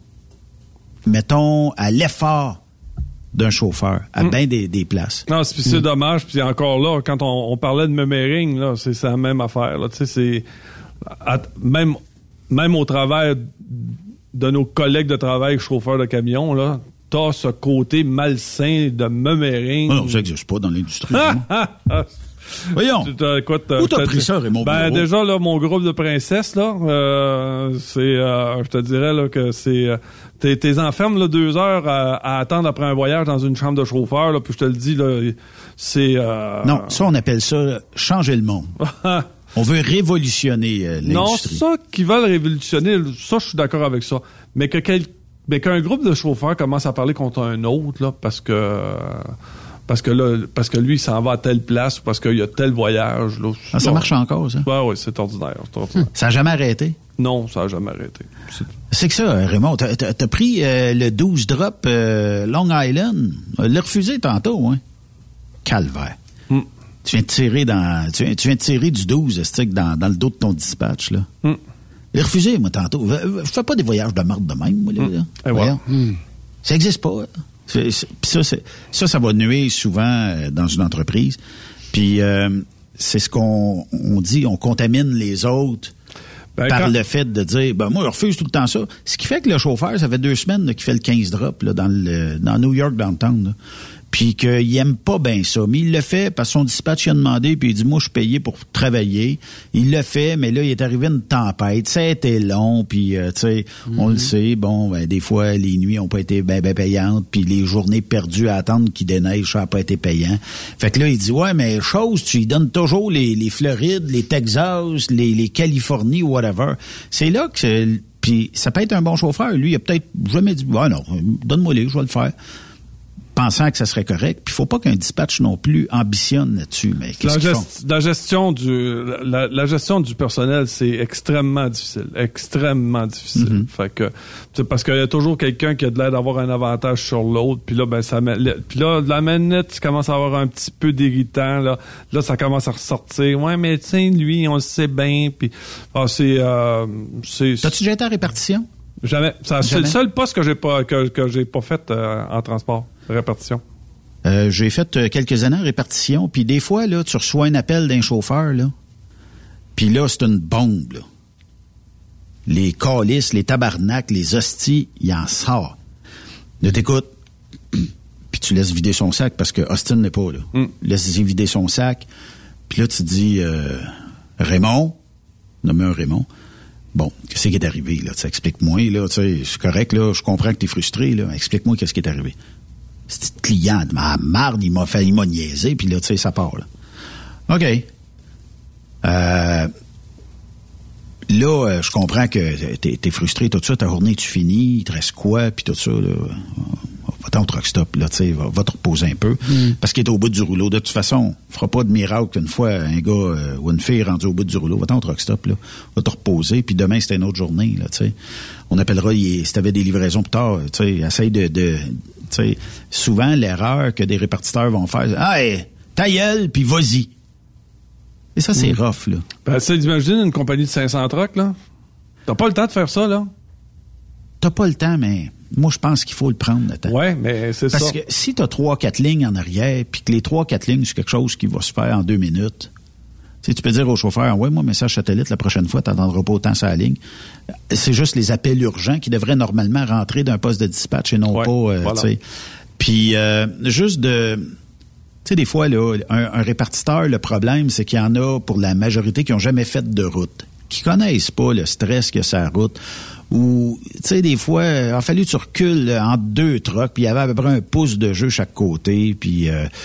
mettons, à l'effort d'un chauffeur, à bien des places. Non, c'est dommage, puis encore là, quand on parlait de Memering, là, c'est la même affaire, là, tu sais, c'est... même au travers de nos collègues de travail chauffeurs de camion, là, t'as ce côté malsain de meumering. Non, ça n'existe pas dans l'industrie. Voyons. Où t'as pris ça, Raymond? Ben, déjà, là, mon groupe de princesses, là, je te dirais, là, que c'est, t'es enfermes, là, 2 heures à attendre après un voyage dans une chambre de chauffeur, là, puis je te le dis, là, c'est, Non, ça, on appelle ça changer le monde. On veut révolutionner l'industrie. Non, ça, qu'ils veulent révolutionner, ça, je suis d'accord avec ça. Mais qu'un groupe de chauffeurs commence à parler contre un autre, là, parce que lui, il s'en va à telle place, parce qu'il y a tel voyage. Là, ça marche encore, ça? Oui, c'est ordinaire. Ça n'a jamais arrêté? Non, ça n'a jamais arrêté. C'est que ça, Raymond. T'as pris le 12 drop Long Island. L'a refusé tantôt, hein? Calvaire. Tu viens de tirer du 12, dans le dos de ton dispatch, là. L'a refusé, moi, tantôt. Je fais pas des voyages de marde de même, moi, là. Et voilà. Ça n'existe pas, là. Ça va nuire souvent dans une entreprise. Puis c'est ce qu'on dit, on contamine les autres le fait de dire, moi, je refuse tout le temps ça. Ce qui fait que le chauffeur, ça fait 2 semaines qu'il fait le 15 drop là, dans New York Downtown. Là. Puis qu'il aime pas bien ça. Mais il le fait parce que son dispatch il a demandé, puis il dit, moi, je suis payé pour travailler. Il le fait, mais là, il est arrivé une tempête. Ça a été long, puis, tu sais, on le sait, des fois, les nuits ont pas été ben payantes, puis les journées perdues à attendre qu'il déneige, ça a pas été payant. Fait que là, il dit, ouais, mais tu lui donnes toujours les Florides, les Texas, les Californies, whatever. C'est là que puis ça peut être un bon chauffeur. Lui, il a peut-être jamais dit, non, donne-moi-les, je vais le faire. Pensant que ça serait correct. Puis il faut pas qu'un dispatch non plus ambitionne là-dessus. Mais qu'est-ce qu'ils font? La gestion du personnel, c'est extrêmement difficile. Extrêmement difficile. Fait que, parce qu'il y a toujours quelqu'un qui a de l'air d'avoir un avantage sur l'autre. Puis là, puis là, de la minute, tu commences à avoir un petit peu d'irritant. Là, ça commence à ressortir. Ouais, mais tiens, lui, on le sait bien. Puis, c'est. T'as-tu déjà été en répartition? Jamais. C'est le seul poste que j'ai pas fait en transport. Répartition. J'ai fait quelques années en répartition, puis des fois, là, tu reçois un appel d'un chauffeur, là, puis là, c'est une bombe, là. Les calices, les tabarnaks, les hosties, il en sort. Là, t'écoutes, puis tu laisses vider son sac, parce que Austin n'est pas, là. Laisse-y vider son sac, puis là, tu te dis, Raymond, nommé un Raymond, bon, qu'est-ce qui est arrivé, là? Explique-moi, là, tu sais, c'est correct, là, je comprends que t'es frustré, là, explique-moi qu'est-ce qui est arrivé. Cette client de ma marde, il m'a niaiser, puis là, tu sais, ça part, là. OK. Là, je comprends que t'es frustré, tout ça, ta journée, tu finis, il te reste quoi, puis tout ça, là. Va-t'en au truck stop, là, tu sais, va te reposer un peu, parce qu'il est au bout du rouleau. De toute façon, on fera pas de miracle une fois un gars ou une fille rendu au bout du rouleau. Va-t'en au truck stop, là. Va te reposer, puis demain, c'était une autre journée, là, tu sais. On appellera, si t'avais des livraisons plus tard, tu sais, essaye t'sais, souvent, l'erreur que des répartiteurs vont faire, hey, ta gueule, puis vas-y. Et ça, c'est rough, là. Ben, c'est d'imaginer une compagnie de 500 trucks, là. T'as pas le temps de faire ça, là? T'as pas le temps, mais moi, je pense qu'il faut le prendre, le temps. Ouais, mais c'est ça. Parce que si t'as 3-4 lignes en arrière, puis que les 3-4 lignes, c'est quelque chose qui va se faire en 2 minutes, tu peux dire au chauffeur, ouais, moi, message satellite, la prochaine fois, t'attendras pas autant sur la ligne. C'est juste les appels urgents qui devraient normalement rentrer d'un poste de dispatch et non pas, voilà. Tu sais. Puis, juste de... Tu sais, des fois, là, un répartiteur, le problème, c'est qu'il y en a pour la majorité qui ont jamais fait de route, qui connaissent pas le stress qu'il y a sur la route. Ou, tu sais, des fois, il a fallu que tu recules entre 2 trucks, puis il y avait à peu près 1 pouce de jeu chaque côté, puis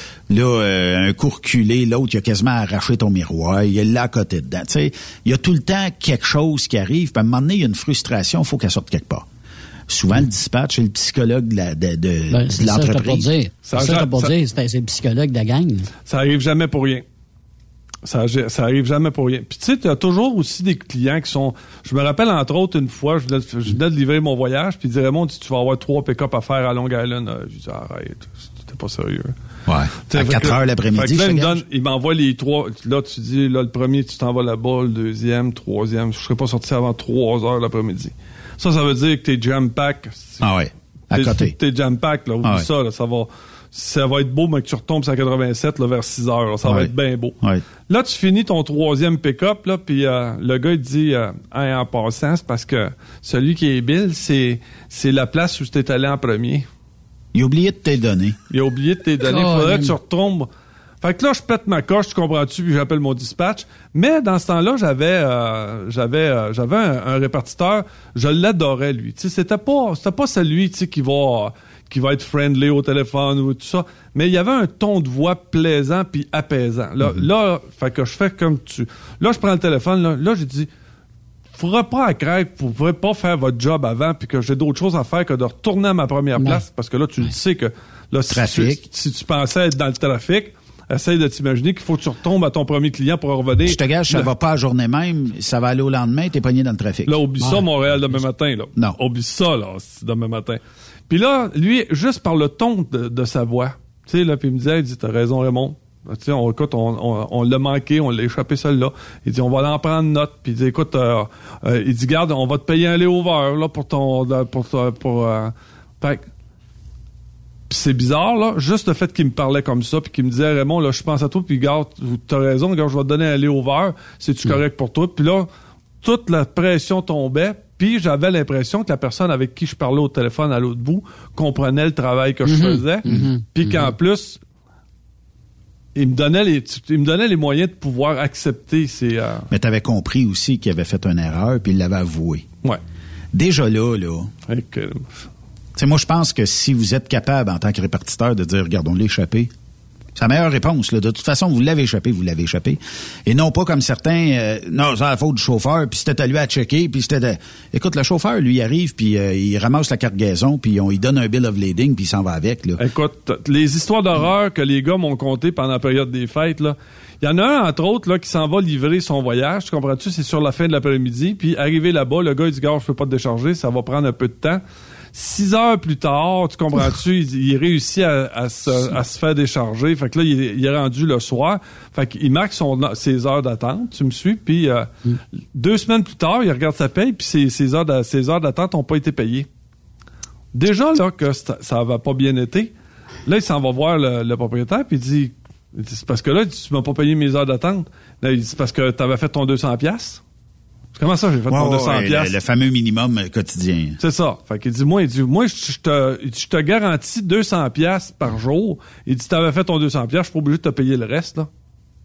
un coup reculé, l'autre, il a quasiment arraché ton miroir, il est là à côté dedans. Tu sais, il y a tout le temps quelque chose qui arrive, puis à un moment donné, il y a une frustration, il faut qu'elle sorte quelque part. Souvent, le dispatch, c'est le psychologue de l'entreprise. C'est le psychologue de la gang. Ça arrive jamais pour rien. Ça arrive jamais pour rien. Puis tu sais, tu as toujours aussi des clients qui sont... Je me rappelle, entre autres, une fois, je venais de livrer mon voyage, puis il dit, Raymond, tu vas avoir 3 pick-up à faire à Long Island. Je dis, arrête, t'es pas sérieux. Ouais. À 4 heures l'après-midi. Il m'envoie les 3. Là, tu dis, là, le premier, tu t'en vas là-bas, le deuxième, troisième. Je serais pas sorti avant 3 heures l'après-midi. Ça veut dire que t'es jam-pack. Ah ouais. À côté. T'es jam-pack, là. Oublie ça, là. Ça va être beau, mais que tu retombes sur 87 là, vers 6 heures. Là, ça va être bien beau. Ouais. Là, tu finis ton 3e pick-up, là, puis le gars, il dit, en passant, c'est parce que celui qui est Bill, c'est la place où tu es allé en premier. Il a oublié de tes données. Il a oublié de tes données. Il faudrait que tu retombes. Fait que là, je pète ma coche, tu comprends-tu, puis j'appelle mon dispatch. Mais dans ce temps-là, j'avais un répartiteur, je l'adorais, lui. Tu sais, c'était pas celui, tu sais, qui va être friendly au téléphone ou tout ça. Mais il y avait un ton de voix plaisant puis apaisant. Là, fait que je fais comme tu... Là, je prends le téléphone, là j'ai dit... Faudrait pas à craindre, vous pouvez pas faire votre job avant puis que j'ai d'autres choses à faire que de retourner à ma première place parce que là, tu le sais que là, si tu pensais être dans le trafic, essaye de t'imaginer qu'il faut que tu retombes à ton premier client pour revenir. Je te gage, ça va pas la journée même, ça va aller au lendemain, t'es pogné dans le trafic. Là, oublie ça, Montréal, demain matin, là. Non. Oublie ça, là, demain matin. Puis là, lui, juste par le ton de sa voix, tu sais, là, puis il me disait, il dit, t'as raison, Raymond. Tu sais, on l'a manqué, on l'a échappé celle-là. Il dit, on va en prendre note. Puis il dit, écoute, il dit, garde, on va te payer un layover, là, fait que, pis c'est bizarre, là, juste le fait qu'il me parlait comme ça, puis qu'il me disait, Raymond, là, je pense à toi, puis garde, t'as raison, regarde, je vais te donner un layover, c'est-tu correct pour toi? Puis là, toute la pression tombait, puis j'avais l'impression que la personne avec qui je parlais au téléphone à l'autre bout comprenait le travail que je faisais, puis qu'en plus, il me donnait les moyens de pouvoir accepter ces... Mais t'avais compris aussi qu'il avait fait une erreur, puis il l'avait avoué. Ouais. Déjà là... T'sais, moi, je pense que si vous êtes capable, en tant que répartiteur, de dire, regarde, on l'a échappé, c'est la meilleure réponse. Là. De toute façon, vous l'avez échappé. Et non pas comme certains, non, c'est la faute du chauffeur, puis c'était à lui à checker, puis c'était... Écoute, le chauffeur, lui, arrive, puis il ramasse la cargaison, puis on lui donne un bill of lading, puis il s'en va avec. Là. Écoute, les histoires d'horreur que les gars m'ont contées pendant la période des fêtes, là, il y en a un, entre autres, là, qui s'en va livrer son voyage, tu comprends-tu? C'est sur la fin de l'après-midi, puis arrivé là-bas, le gars, il dit, gars, je peux pas te décharger, ça va prendre un peu de temps. 6 heures plus tard, tu comprends-tu, il réussit à se faire décharger. Fait que là, il est rendu le soir. Fait qu'il marque ses heures d'attente, tu me suis, puis 2 semaines plus tard, il regarde sa paye, puis ses heures d'attente n'ont pas été payées. Déjà, là, que ça va pas bien été, là, il s'en va voir le propriétaire, puis il dit, c'est parce que là, tu m'as pas payé mes heures d'attente. Là, il dit, c'est parce que t'avais fait ton 200$. Comment ça, j'ai fait ton 200$? Le fameux minimum quotidien. C'est ça. Fait qu'il dit, moi, je te garantis 200$ par jour. Il dit, t'avais fait ton 200$, je suis pas obligé de te payer le reste, là.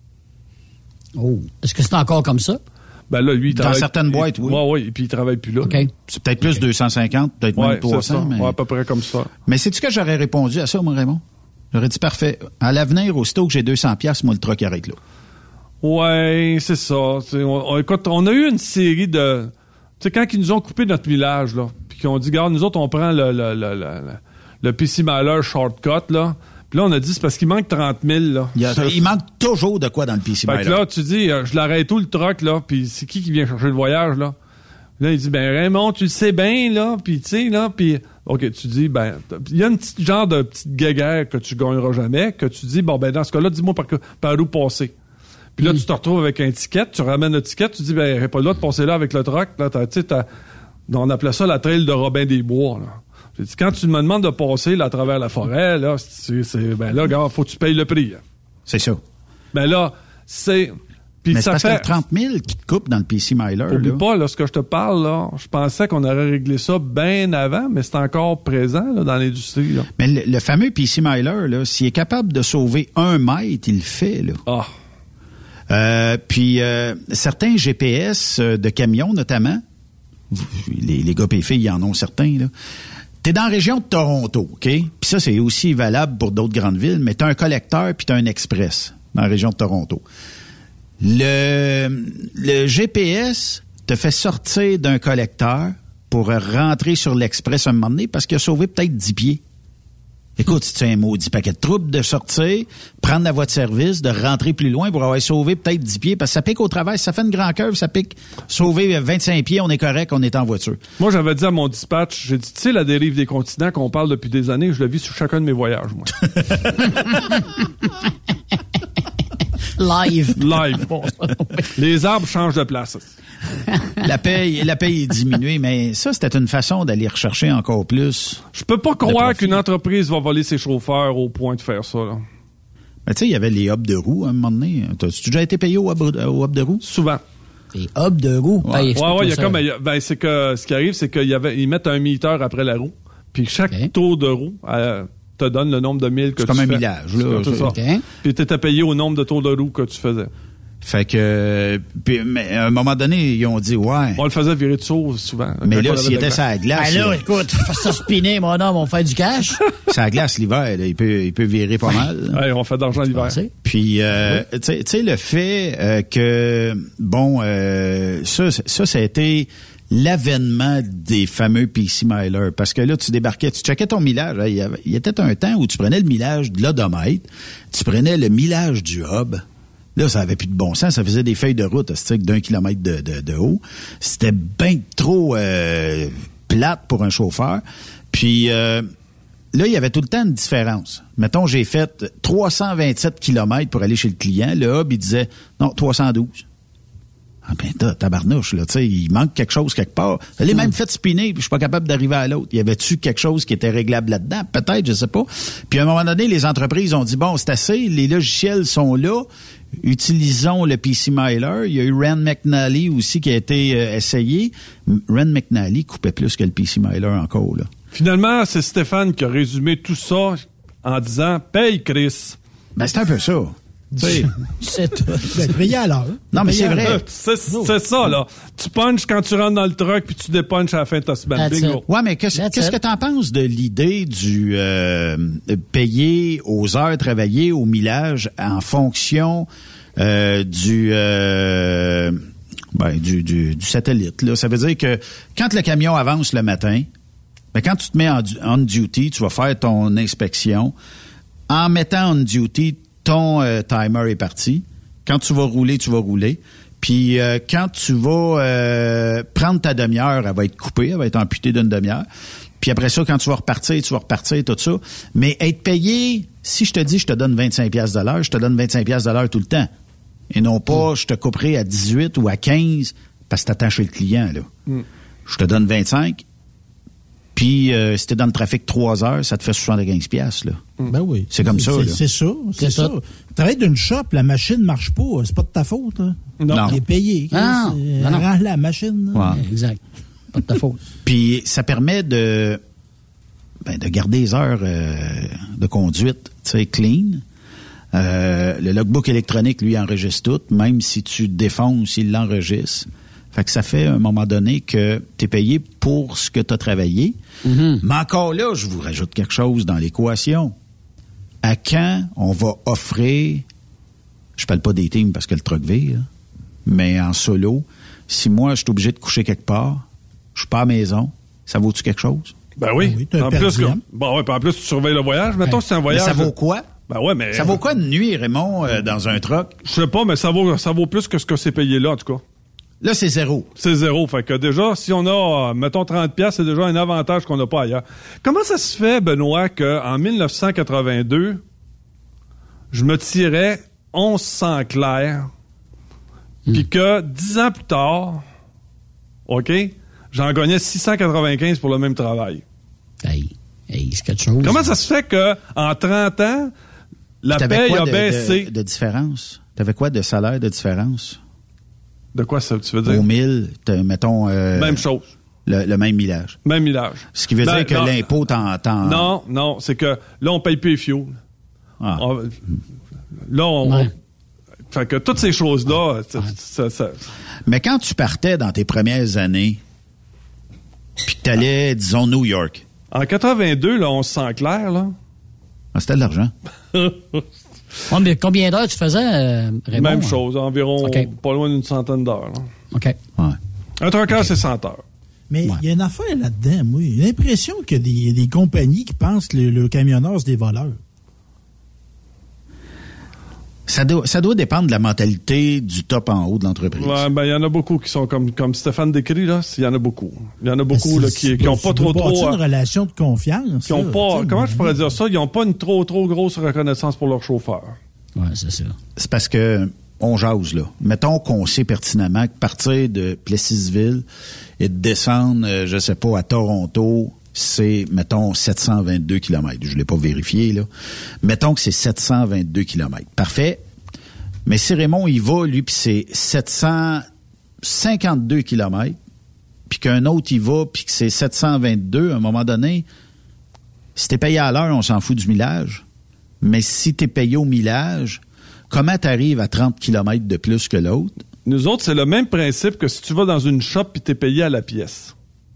Oh. Est-ce que c'est encore comme ça? Ben là, lui, il travaille. Dans certaines boîtes, oui. Oui, et puis il travaille plus là. Okay. C'est peut-être plus 250, peut-être même 300. Mais... Ouais, à peu près comme ça. Mais sais-tu que j'aurais répondu à ça, moi, Raymond? J'aurais dit, parfait. À l'avenir, aussitôt que j'ai 200$, moi, le truck arrête là. Ouais, c'est ça. Écoute, on a eu une série de... Tu sais, quand ils nous ont coupé notre millage, là, puis qu'ils ont dit, regarde, nous autres, on prend le PC Miler shortcut, là. Puis là, on a dit, c'est parce qu'il manque 30 000, là. Il manque toujours de quoi dans le PC Miler. Fait que là, tu dis, je l'arrête tout le truck, là, puis c'est qui vient chercher le voyage, là? Là, il dit, ben Raymond, tu le sais bien, là, puis tu sais, là, puis... OK, tu dis, ben, il y a une petite genre de petite guéguerre que tu gagneras jamais, que tu dis, bon, ben, dans ce cas-là, dis-moi par où passer. Puis là, tu te retrouves avec un ticket, tu ramènes le ticket, tu dis, ben, il n'y a pas le droit de passer là avec le truck. Là, on appelait ça la trail de Robin des Bois, là. J'ai dit, quand tu me demandes de passer là, à travers la forêt, là, ben là, gars, faut que tu payes le prix. C'est ça. Ben là, c'est... Puis mais ça c'est parce que 30 000 qui te coupent dans le PC Miler. Oublie pas, là, ce que je te parle, là, je pensais qu'on aurait réglé ça bien avant, mais c'est encore présent là, dans l'industrie. Là. Mais le fameux PC Miler, là, s'il est capable de sauver 1 mètre, il le fait. Là. Puis certains GPS de camions, notamment, les gars et filles, ils en ont certains, là. T'es dans la région de Toronto, OK? Puis ça, c'est aussi valable pour d'autres grandes villes, mais t'as un collecteur puis t'as un express dans la région de Toronto. Le GPS te fait sortir d'un collecteur pour rentrer sur l'express un moment donné parce qu'il a sauvé peut-être 10 pieds. Écoute, si tu as un maudit paquet de troubles de sortir, prendre la voie de service, de rentrer plus loin pour avoir sauvé peut-être 10 pieds, parce que ça pique au travail, ça fait une grande curve, ça pique. Sauver 25 pieds, on est correct, on est en voiture. Moi, j'avais dit à mon dispatch, j'ai dit, tu sais, la dérive des continents qu'on parle depuis des années, je la vis sur chacun de mes voyages, moi. Live. Les arbres changent de place. La paye est diminuée, mais ça, c'était une façon d'aller rechercher encore plus. Je peux pas croire qu'une entreprise va voler ses chauffeurs au point de faire ça, là. Mais tu sais, il y avait les hubs de roues à un moment donné. T'as-tu déjà été payé au hub de roues? Souvent. Les hubs de roues? Ouais, il y a comme, c'est que, ce qui arrive, c'est qu'ils mettent un meter après la roue. Puis chaque tour de roue, te donne le nombre de milles que tu fais. C'est comme un millage, là. C'est ça. Okay. Puis tu étais payé au nombre de tours de roue que tu faisais. Fait que, mais à un moment donné, ils ont dit, ouais. On le faisait virer de sauce souvent. Mais là, s'il était sur la glace. Ben là, écoute, fais ça spinner, mon homme, on fait du cash. Sur la glace l'hiver, là, il peut virer pas mal. Ouais, on fait de l'argent l'hiver. Puis, tu sais, le fait que, bon, ça a été l'avènement des fameux PC Miler. Parce que là, tu débarquais, tu checkais ton millage. Là, il y était un temps où tu prenais le millage de l'odomètre, tu prenais le millage du hub. Là, ça avait plus de bon sens. Ça faisait des feuilles de route d'1 kilomètre de haut. C'était bien trop plate pour un chauffeur. Puis là, il y avait tout le temps une différence. Mettons, j'ai fait 327 kilomètres pour aller chez le client. Le hub, il disait, non, 312. Ah ben, tabarnouche, là, tu sais, il manque quelque chose quelque part. Je l'ai même fait spinner, puis je suis pas capable d'arriver à l'autre. Y avait-tu quelque chose qui était réglable là-dedans? Peut-être, je sais pas. Puis à un moment donné, les entreprises ont dit, bon, c'est assez, les logiciels sont là, utilisons le PC Miler. Il y a eu Rand McNally aussi qui a été essayé. Rand McNally coupait plus que le PC Miler encore, là. Finalement, c'est Stéphane qui a résumé tout ça en disant « Paye, Chris ». Ben, c'est un peu ça. C'est tout. Ben, payer à l'heure. Non, mais c'est vrai. C'est ça, là. Tu punches quand tu rentres dans le truck, puis tu dépunches à la fin de ta semaine. Bingo. Ouais, mais qu'est-ce que t'en penses de l'idée du payer aux heures travaillées, au millage, en fonction du satellite, là? Ça veut dire que quand le camion avance le matin, ben, quand tu te mets on duty, tu vas faire ton inspection. En mettant on duty, ton timer est parti. Quand tu vas rouler, tu vas rouler. Puis quand tu vas prendre ta demi-heure, elle va être coupée, elle va être amputée d'une demi-heure. Puis après ça, quand tu vas repartir, tout ça. Mais être payé, si je te dis je te donne 25$ de l'heure, je te donne 25$ de l'heure tout le temps. Et non pas je te couperai à 18 ou à 15 parce que t'attends chez le client, là. Je te donne 25. Puis, si t'es dans le trafic 3 heures, ça te fait 75$, là. Ben oui. C'est comme ça, là. C'est ça. Tu travailles d'une shop, la machine marche pas. C'est pas de ta faute, hein? Non. Elle est payée. Non. Rends la machine. Ouais. Exact. Pas de ta faute. Puis, ça permet de garder les heures de conduite, tu sais, clean. Le logbook électronique, lui, enregistre tout. Même si tu défonces, il l'enregistre. Fait que ça fait, à un moment donné, que tu es payé pour ce que tu as travaillé. Mm-hmm. Mais encore là, je vous rajoute quelque chose dans l'équation. À quand on va offrir, je parle pas des teams parce que le truck vire, mais en solo, si moi, je suis obligé de coucher quelque part, je suis pas à la maison, ça vaut-tu quelque chose? Ben oui. En plus, en plus, tu surveilles le voyage. Mettons que c'est un voyage. Mais ça vaut quoi? Ben ouais, mais. Ça vaut quoi de nuit, Raymond, dans un truck? Je sais pas, mais ça vaut plus que ce que c'est payé là, en tout cas. Là, c'est zéro. C'est zéro. Fait que déjà, si on a, mettons, 30$, c'est déjà un avantage qu'on n'a pas ailleurs. Comment ça se fait, Benoît, qu'en 1982, je me tirais 1100 clairs, puis que 10 ans plus tard, OK, j'en gagnais 695 pour le même travail? Hey, c'est quelque chose. Comment ça se fait qu'en 30 ans, la paye a baissé? De différence? T'avais quoi de salaire de différence? De quoi ça, tu veux dire? Au 1000, mettons... même chose. Le même millage. Même millage. Ce qui veut dire que l'impôt t'en... Non, c'est que là, on paye plus les fuel. Ah. Fait que toutes ces choses-là... Ça. Mais quand tu partais dans tes premières années, puis que t'allais, disons, New York... En 82, là, on se sent clair, là. Ah, c'était de l'argent. Mais combien d'heures tu faisais, Raymond? Même chose, environ pas loin d'une centaine d'heures. Là. OK. Ouais. Un trucker, c'est 100 heures. Mais il y a une affaire là-dedans, moi. J'ai l'impression qu'il y a des compagnies qui pensent que le camionneur, c'est des voleurs. Ça doit dépendre de la mentalité du top en haut de l'entreprise. Ouais, ben, il y en a beaucoup qui sont comme Stéphane décrit, là. Il y en a beaucoup. Il y en a beaucoup, là, qui ont pas trop. une relation de confiance. Qui ont pas, comment je pourrais dire ça? Ils ont pas une trop grosse reconnaissance pour leur chauffeur. Ouais, c'est ça. C'est parce que, on jase, là. Mettons qu'on sait pertinemment que partir de Plessisville et de descendre, je sais pas, à Toronto, c'est, mettons, 722 km. Je l'ai pas vérifié, là. Mettons que c'est 722 km. Parfait. Mais si Raymond, il va, lui, puis c'est 752 km, puis qu'un autre, il va, puis que c'est 722, à un moment donné, Si t'es payé à l'heure, on s'en fout du millage. Mais si t'es payé au millage, comment t'arrives à 30 km de plus que l'autre? Nous autres, c'est le même principe que si tu vas dans une shop et t'es payé à la pièce.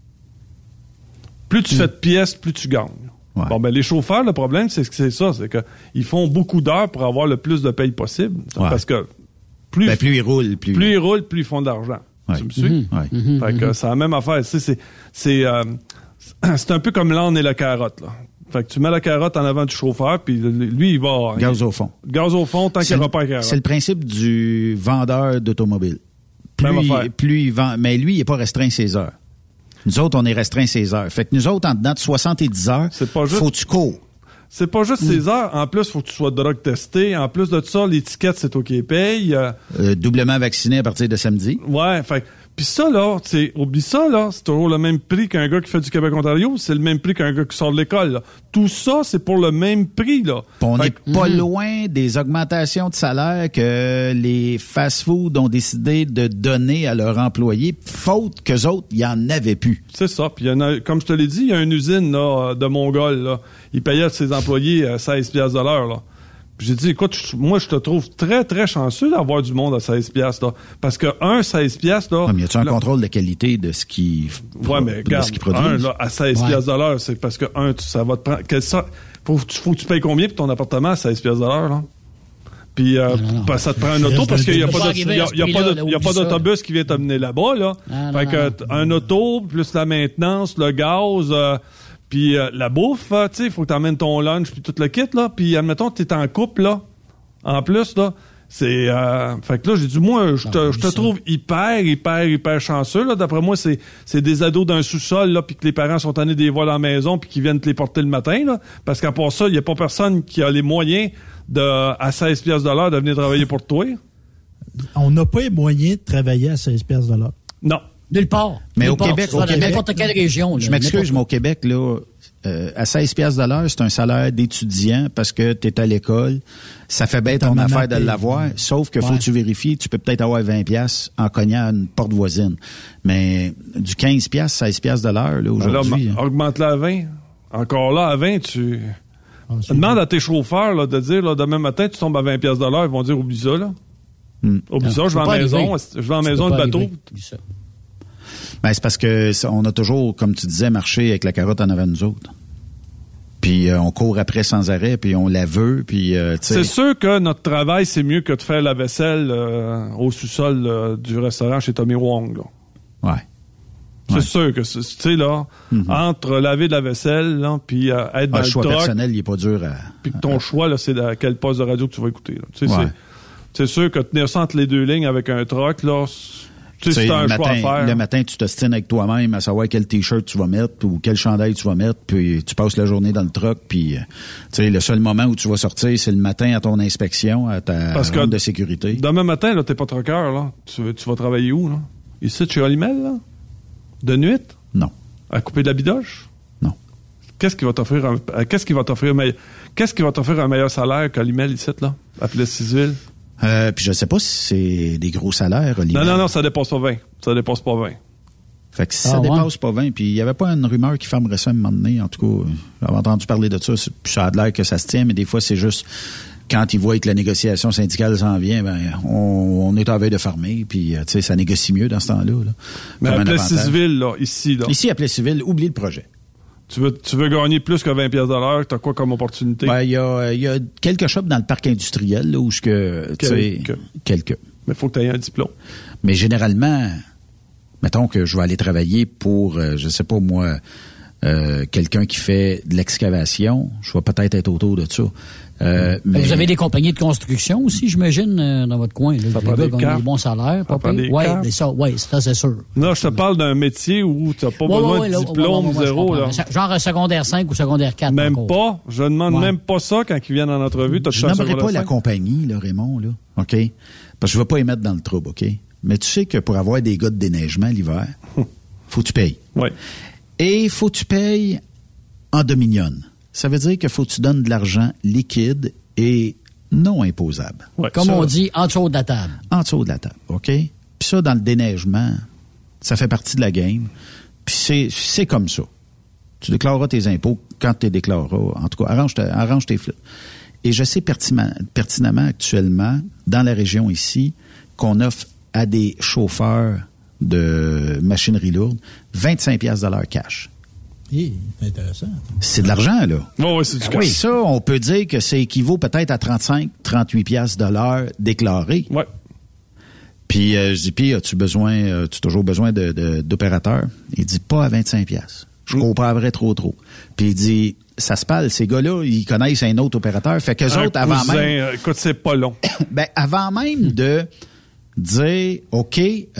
Plus tu fais de pièces, plus tu gagnes. Ouais. Bon, ben les chauffeurs, le problème, c'est qu'ils font beaucoup d'heures pour avoir le plus de paye possible. Ouais. Parce que plus ils roulent, plus ils font de l'argent. Ouais. Tu me suis? Fait que c'est la même affaire. C'est un peu comme l'âne et la carotte, là. Fait que tu mets la carotte en avant du chauffeur, puis lui, il va... Gaz au fond. Gaz au fond, tant qu'il n'y aura pas la carotte. C'est le principe du vendeur d'automobile. Plus il vend... Mais lui, il n'est pas restreint ses heures. Nous autres, on est restreint ses heures. Fait que nous autres, en dedans de 70 heures, faut que tu cours. C'est pas juste ses heures. En plus, faut que tu sois drug testé. En plus de ça, l'étiquette, c'est toi qui les paye. Doublement vacciné à partir de samedi. Ouais, fait puis ça, là, oublie ça, là, c'est toujours le même prix qu'un gars qui fait du Québec-Ontario, c'est le même prix qu'un gars qui sort de l'école, là. Tout ça, c'est pour le même prix, là. On n'est pas loin des augmentations de salaire que les fast-food ont décidé de donner à leurs employés, faute qu'eux autres, il n'y en avait plus. C'est ça. Puis, comme je te l'ai dit, il y a une usine, là, de Mongol, là. Il payait ses employés 16$ de l'heure, là. Puis j'ai dit, écoute, moi, je te trouve très, très chanceux d'avoir du monde à 16$, là. Parce que 16$, là... Mais y a-tu un contrôle de qualité de ce qui produit? Là, à 16$ de l'heure, c'est parce que, ça va te prendre... Faut que tu payes combien pour ton appartement à 16$ de l'heure, là? Puis, ça te prend un auto parce qu'il n'y a pas d'autobus qui vient t'amener là-bas, là. Fait que, un auto, plus la maintenance, le gaz... Puis la bouffe, tu sais, il faut que tu emmènes ton lunch puis tout le kit, là. Puis admettons que tu es en couple, là. En plus, là, c'est... fait que là, j'ai dit, moi, je te trouve hyper chanceux, là. D'après moi, c'est des ados d'un sous-sol, là, puis que les parents sont tannés des vols à la maison puis qu'ils viennent te les porter le matin, là. Parce qu'à part ça, il n'y a pas personne qui a les moyens à 16$ de l'heure de venir travailler pour toi. On n'a pas les moyens de travailler à 16$ de l'heure. Non. Nulle part. Mais au Québec, n'importe quelle région. Je m'excuse, mais au Québec, là, à 16$ de l'heure, c'est un salaire d'étudiant parce que tu es à l'école. Ça fait bien ton affaire de l'avoir. Sauf que faut que tu vérifies, tu peux peut-être avoir 20$ en cognant une porte voisine. Mais du 15$, 16$ de l'heure, là, aujourd'hui. Alors, augmente-la à 20. Encore là, à 20, tu demande à tes chauffeurs, là, de dire, là, demain matin, tu tombes à 20$ de l'heure. Ils vont dire, oublie ça, là. Oublie ça, je vais en maison le bateau. Ben, c'est parce que on a toujours, comme tu disais, marché avec la carotte en avant de nous autres. Puis on court après sans arrêt, puis on la veut, puis c'est sûr que notre travail, c'est mieux que de faire la vaisselle au sous-sol du restaurant chez Tommy Wong, là. Ouais. C'est sûr que, tu sais, là, entre laver de la vaisselle, là, puis être dans le truck... Le choix personnel, il est pas dur à... Puis que ton choix, là, c'est à quel poste de radio que tu vas écouter, là. Tu sais, c'est sûr que tenir ça entre les deux lignes avec un truck, là... C'est un choix à faire. Le matin, tu t'ostines avec toi-même à savoir quel T-shirt tu vas mettre ou quel chandail tu vas mettre, puis tu passes la journée dans le truck, puis le seul moment où tu vas sortir, c'est le matin à ton inspection, à ta ronde de sécurité. Demain matin, là, t'es pas trucker, là. Tu vas travailler où, là? Ici, chez Olimel, là? De nuit? Non. À couper de la bidoche? Non. Qu'est-ce qui va t'offrir un meilleur salaire qu'Olimel, ici, là? À Plessis-Ville? Puis je sais pas si c'est des gros salaires, Olivier. Non, ça dépasse pas 20. Ça dépasse pas 20. Fait que si ça dépasse pas 20, puis il y avait pas une rumeur qui fermerait ça à un moment donné, en tout cas, j'avais entendu parler de ça, puis ça a l'air que ça se tient, mais des fois, c'est juste, quand ils voient que la négociation syndicale s'en vient, ben, on est en veille de fermer, puis, tu sais, ça négocie mieux dans ce temps-là, là. Mais à Plessis-Ville, là, ici, là. Ici, à Plessis-Ville, oublie le projet. Tu veux gagner plus que 20$ de l'heure, t'as quoi comme opportunité? Ben, il y a quelques shops dans le parc industriel, là, où quelques. Mais faut que tu aies un diplôme. Mais généralement, mettons que je vais aller travailler pour, je sais pas moi, quelqu'un qui fait de l'excavation, je vais peut-être être autour de ça. Mais vous avez des compagnies de construction aussi, j'imagine, dans votre coin. Là. Ça prend des bons bons salaires. Oui, ça c'est sûr. Non, je te parle d'un métier où tu n'as pas besoin de diplôme, zéro. Là. Genre secondaire 5 ou secondaire 4. Même encore. Pas. Je demande même pas ça quand ils viennent en entrevue. Je n'aimerais pas la compagnie, là, Raymond, là. OK? Parce que je ne veux pas y mettre dans le trouble, OK? Mais tu sais que pour avoir des gars de déneigement l'hiver, faut que tu payes. Oui. Et faut que tu payes en demi-millionne. Ça veut dire qu'il faut que tu donnes de l'argent liquide et non imposable. Ouais, comme on dit, en dessous de la table. En dessous de la table, OK? Puis ça, dans le déneigement, ça fait partie de la game. Puis c'est comme ça. Tu déclareras tes impôts quand tu les déclareras. En tout cas, arrange tes flûtes. Et je sais pertinemment actuellement, dans la région ici, qu'on offre à des chauffeurs de machinerie lourde 25 $ de l'heure cash. C'est intéressant. C'est de l'argent, là. Oh, oui, c'est du cash. Oui, ça, on peut dire que ça équivaut peut-être à 35, 38 $ de l'heure déclaré. Ouais. Puis je dis, puis as-tu toujours besoin d'opérateurs? Il dit, pas à 25 $. Je comprendrais trop. Puis il dit, ça se parle, ces gars-là, ils connaissent un autre opérateur. Fait qu'eux autres, avant même... Écoute, c'est pas long. Ben, avant même de dire, OK,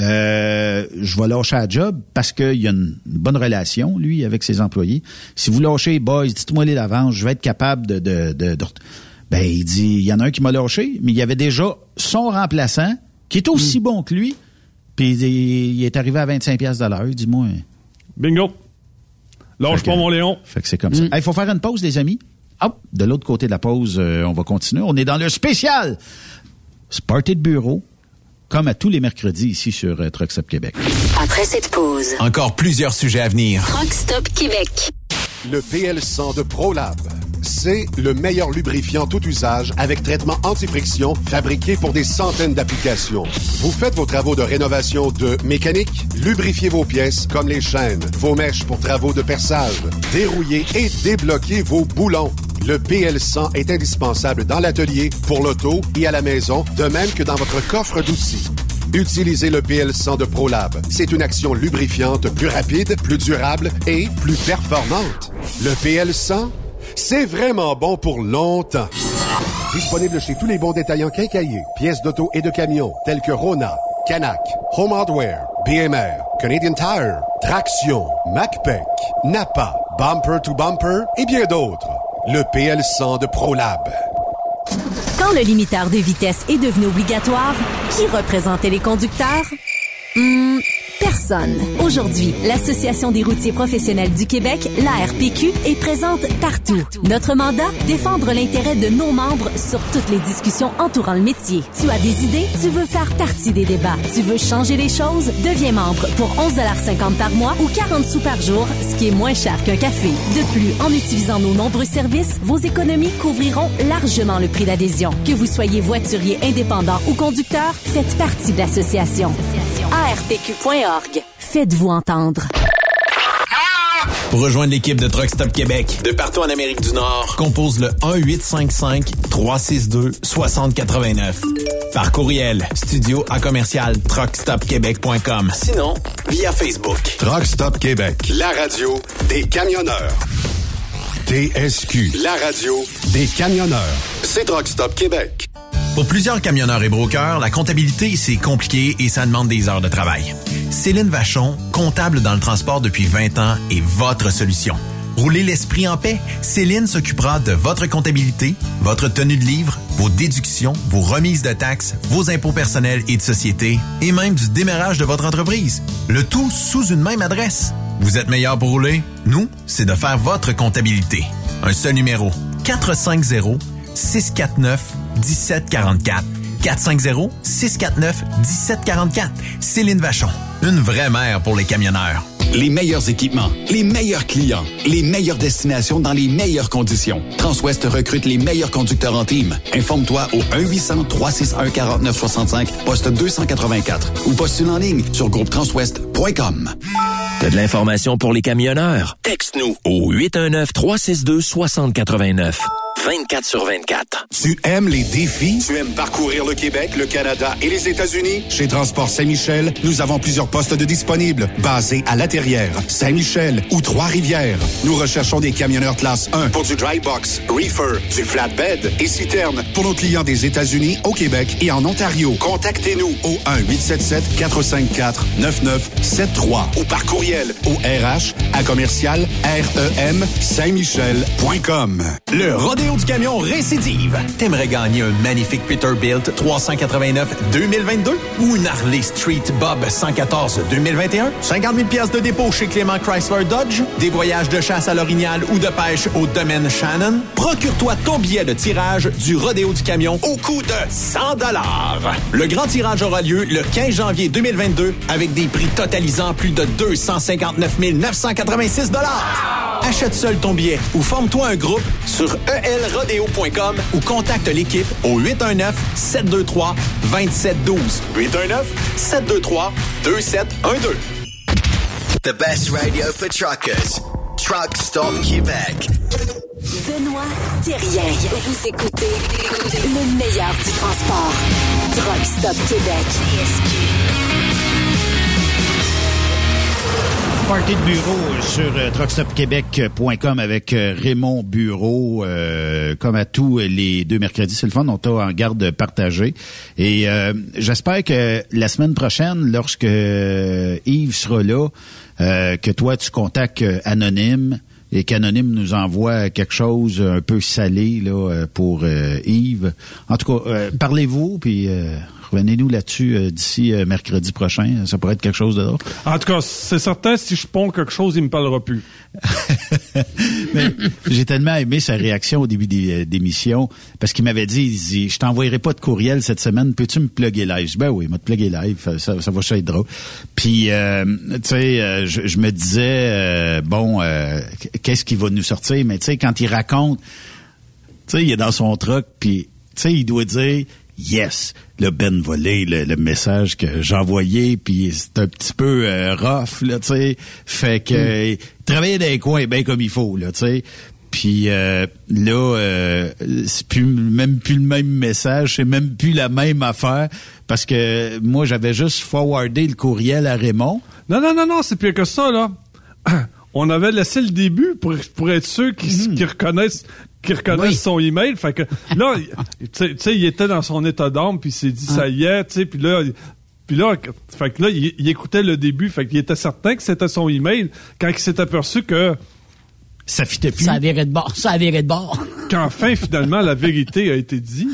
je vais lâcher la job parce qu'il y a une bonne relation, lui, avec ses employés. Si vous lâchez, boys, dites-moi les d'avance, je vais être capable de... Ben, il dit, il y en a un qui m'a lâché, mais il y avait déjà son remplaçant qui est aussi bon que lui, puis il est arrivé à 25 $ de l'heure. Il dit, moi... Bingo! Lâche pas, mon Léon. Fait que c'est comme ça. Il faut faire une pause, les amis. Hop, de l'autre côté de la pause, on va continuer. On est dans le spécial Party de bureau, comme à tous les mercredis ici sur Truck Stop Québec. Après cette pause, encore plusieurs sujets à venir. Truck Stop Québec. Le PL100 de ProLab. C'est le meilleur lubrifiant tout usage avec traitement anti-friction fabriqué pour des centaines d'applications. Vous faites vos travaux de rénovation de mécanique, lubrifiez vos pièces comme les chaînes, vos mèches pour travaux de perçage, dérouillez et débloquez vos boulons. Le PL100 est indispensable dans l'atelier, pour l'auto et à la maison, de même que dans votre coffre d'outils. Utilisez le PL100 de ProLab. C'est une action lubrifiante plus rapide, plus durable et plus performante. Le PL100, c'est vraiment bon pour longtemps. Disponible chez tous les bons détaillants quincailliers, pièces d'auto et de camions, tels que Rona, Canac, Home Hardware, BMR, Canadian Tire, Traction, MacPac, Napa, Bumper to Bumper et bien d'autres. Le PL100 de ProLab. Quand le limiteur de vitesse est devenu obligatoire, qui représentait les conducteurs? Personne. Aujourd'hui, l'Association des routiers professionnels du Québec, l'ARPQ, est présente partout. Notre mandat, défendre l'intérêt de nos membres sur toutes les discussions entourant le métier. Tu as des idées? Tu veux faire partie des débats? Tu veux changer les choses? Deviens membre pour 11,50 $ par mois ou 40 sous par jour, ce qui est moins cher qu'un café. De plus, en utilisant nos nombreux services, vos économies couvriront largement le prix d'adhésion. Que vous soyez voiturier indépendant ou conducteur, faites partie de l'association. ARPQ.org. Faites-vous entendre. Pour rejoindre l'équipe de Truck Stop Québec, de partout en Amérique du Nord, compose le 1-855-362-6089. Par courriel, studio@truckstopquebec.com. Sinon, via Facebook. Truck Stop Québec, la radio des camionneurs. TSQ, la radio des camionneurs. C'est Truck Stop Québec. Pour plusieurs camionneurs et brokers, la comptabilité, c'est compliqué et ça demande des heures de travail. Céline Vachon, comptable dans le transport depuis 20 ans, est votre solution. Roulez l'esprit en paix. Céline s'occupera de votre comptabilité, votre tenue de livre, vos déductions, vos remises de taxes, vos impôts personnels et de société, et même du démarrage de votre entreprise. Le tout sous une même adresse. Vous êtes meilleur pour rouler? Nous, c'est de faire votre comptabilité. Un seul numéro. 450-649-1744. 450-649-1744. Céline Vachon. Une vraie mère pour les camionneurs. Les meilleurs équipements, les meilleurs clients, les meilleures destinations dans les meilleures conditions. Transwest recrute les meilleurs conducteurs en team. Informe-toi au 1-800-361-4965, poste 284 ou postule en ligne sur groupetranswest.com. T'as de l'information pour les camionneurs? Texte-nous au 819-362-6089. 24/24. Tu aimes les défis? Tu aimes parcourir le Québec, le Canada et les États-Unis? Chez Transport Saint-Michel, nous avons plusieurs postes de disponibles, basés à La Terrière, Saint-Michel ou Trois-Rivières. Nous recherchons des camionneurs classe 1 pour du dry box, reefer, du flatbed et citerne pour nos clients des États-Unis, au Québec et en Ontario. Contactez-nous au 1-877-454-9973 ou par courriel au RH@remsaint-michel.com. Le Rodéo du camion récidive. T'aimerais gagner un magnifique Peterbilt 389 2022 ou une Harley Street Bob 114 2021? 50 000 $ de dépôt chez Clément Chrysler Dodge? Des voyages de chasse à l'Orignal ou de pêche au domaine Shannon? Procure-toi ton billet de tirage du Rodéo du camion au coût de 100 $. Le grand tirage aura lieu le 15 janvier 2022 avec des prix totalisant plus de 259 986 $. Achète seul ton billet ou forme-toi un groupe sur elrodeo.com ou contacte l'équipe au 819-723-2712. 819-723-2712. The best radio for truckers. Truck Stop Québec. Benoît Thérien. Vous écoutez le meilleur du transport. Truck Stop Québec. Party de bureau sur truckstopquebec.com avec Raymond Bureau, comme à tous les 2 mercredis. C'est le fun, on t'a en garde partagée. Et j'espère que la semaine prochaine, lorsque Yves sera là, que toi, tu contactes Anonyme et qu'Anonyme nous envoie quelque chose un peu salé là pour Yves. En tout cas, parlez-vous, puis revenez-nous là-dessus d'ici mercredi prochain. Ça pourrait être quelque chose de drôle. En tout cas, c'est certain, si je ponds quelque chose, il me parlera plus. Mais j'ai tellement aimé sa réaction au début d'émission, parce qu'il m'avait dit, je t'envoyerai pas de courriel cette semaine, peux-tu me plugger live? Je dis, ben oui, m'a te plugger live, ça va être drôle. Puis, tu sais, je me disais, qu'est-ce qu'il va nous sortir? Mais tu sais, quand il raconte, tu sais, il est dans son truck, puis tu sais, il doit dire, yes, le Ben volé, le message que j'envoyais, puis c'est un petit peu rough, là, tu sais. Fait que il travaillait dans les coins bien comme il faut, là, tu sais. Puis là, c'est même plus le même message, c'est même plus la même affaire, parce que moi, j'avais juste forwardé le courriel à Raymond. Non, c'est pire que ça, là. On avait laissé le début pour être sûr qu'ils reconnaissent son email. Fait que là, tu sais, il était dans son état d'âme, puis il s'est dit ça y est, tu sais, puis là, fait que là, il écoutait le début, fait qu'il était certain que c'était son email quand il s'est aperçu que ça fitait plus. Ça a viré de bord. Qu'enfin, finalement, la vérité a été dite.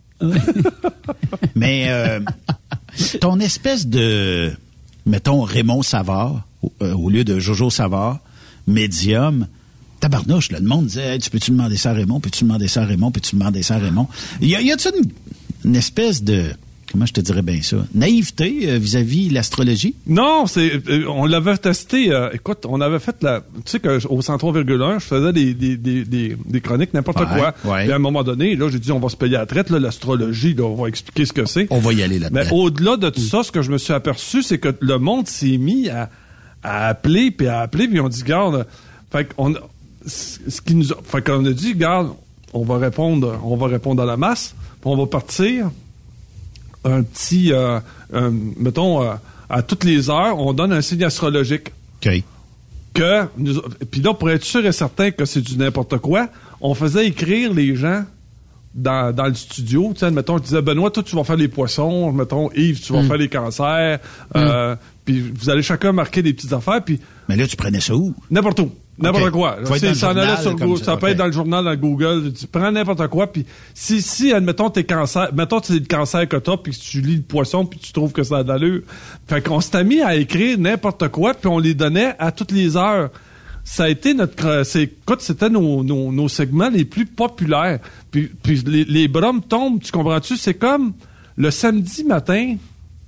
Mais ton espèce de, mettons, Raymond Savard, au lieu de Jojo Savard, médium, tabarnouche, là, le monde disait, hey, peux-tu demander ça à Raymond? Peux-tu demander ça à Raymond? Peux-tu demander ça à Raymond? Y a-t-il une espèce de, comment je te dirais bien ça, naïveté vis-à-vis l'astrologie? Non, on l'avait testé, écoute, on avait fait tu sais qu'au 103,1, je faisais des chroniques, n'importe quoi. Ouais. Puis à un moment donné, là, j'ai dit, on va se payer à la traite, là, l'astrologie, là, on va expliquer ce que c'est. On va y aller là-dedans. Mais au-delà de tout ça, ce que je me suis aperçu, c'est que le monde s'est mis à appeler, puis ils ont dit, garde, fait qu'on a dit, garde, on va répondre à la masse, puis on va partir un petit, mettons, à toutes les heures, on donne un signe astrologique. OK. Puis là, pour être sûr et certain que c'est du n'importe quoi, on faisait écrire les gens dans le studio. Tu sais, mettons, je disais, Benoît, toi, tu vas faire les poissons. Mettons, Yves, tu vas faire les cancers. Puis vous allez chacun marquer des petites affaires. Puis mais là, tu prenais ça où? N'importe où. N'importe quoi. Ça peut être dans le journal, dans Google. Tu prends n'importe quoi. Puis si admettons, t'es cancer, mettons, c'est le cancer que t'as, puis tu lis le poisson, puis tu trouves que ça a d'allure. Fait qu'on s'était mis à écrire n'importe quoi, puis on les donnait à toutes les heures. Ça a été c'était nos segments les plus populaires. Puis les bromes tombent, tu comprends-tu? C'est comme le samedi matin,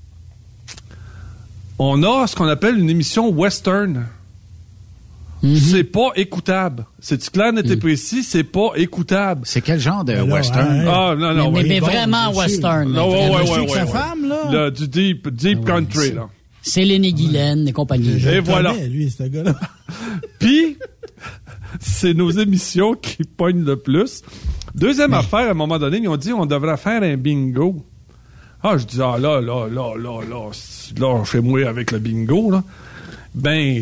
on a ce qu'on appelle une émission western. C'est pas écoutable. C'est clair, net et précis, c'est pas écoutable. C'est quel genre de western? Non. Mais vraiment western. Ouais. Sa femme, là? Du deep country, là. Céline et Guylaine et compagnie. Et voilà. Lui, ce gars-là. Puis, c'est nos émissions qui pognent le plus. Deuxième affaire, à un moment donné, ils ont dit on devrait faire un bingo. Je dis, là, fais-moi avec le bingo, là. Ben,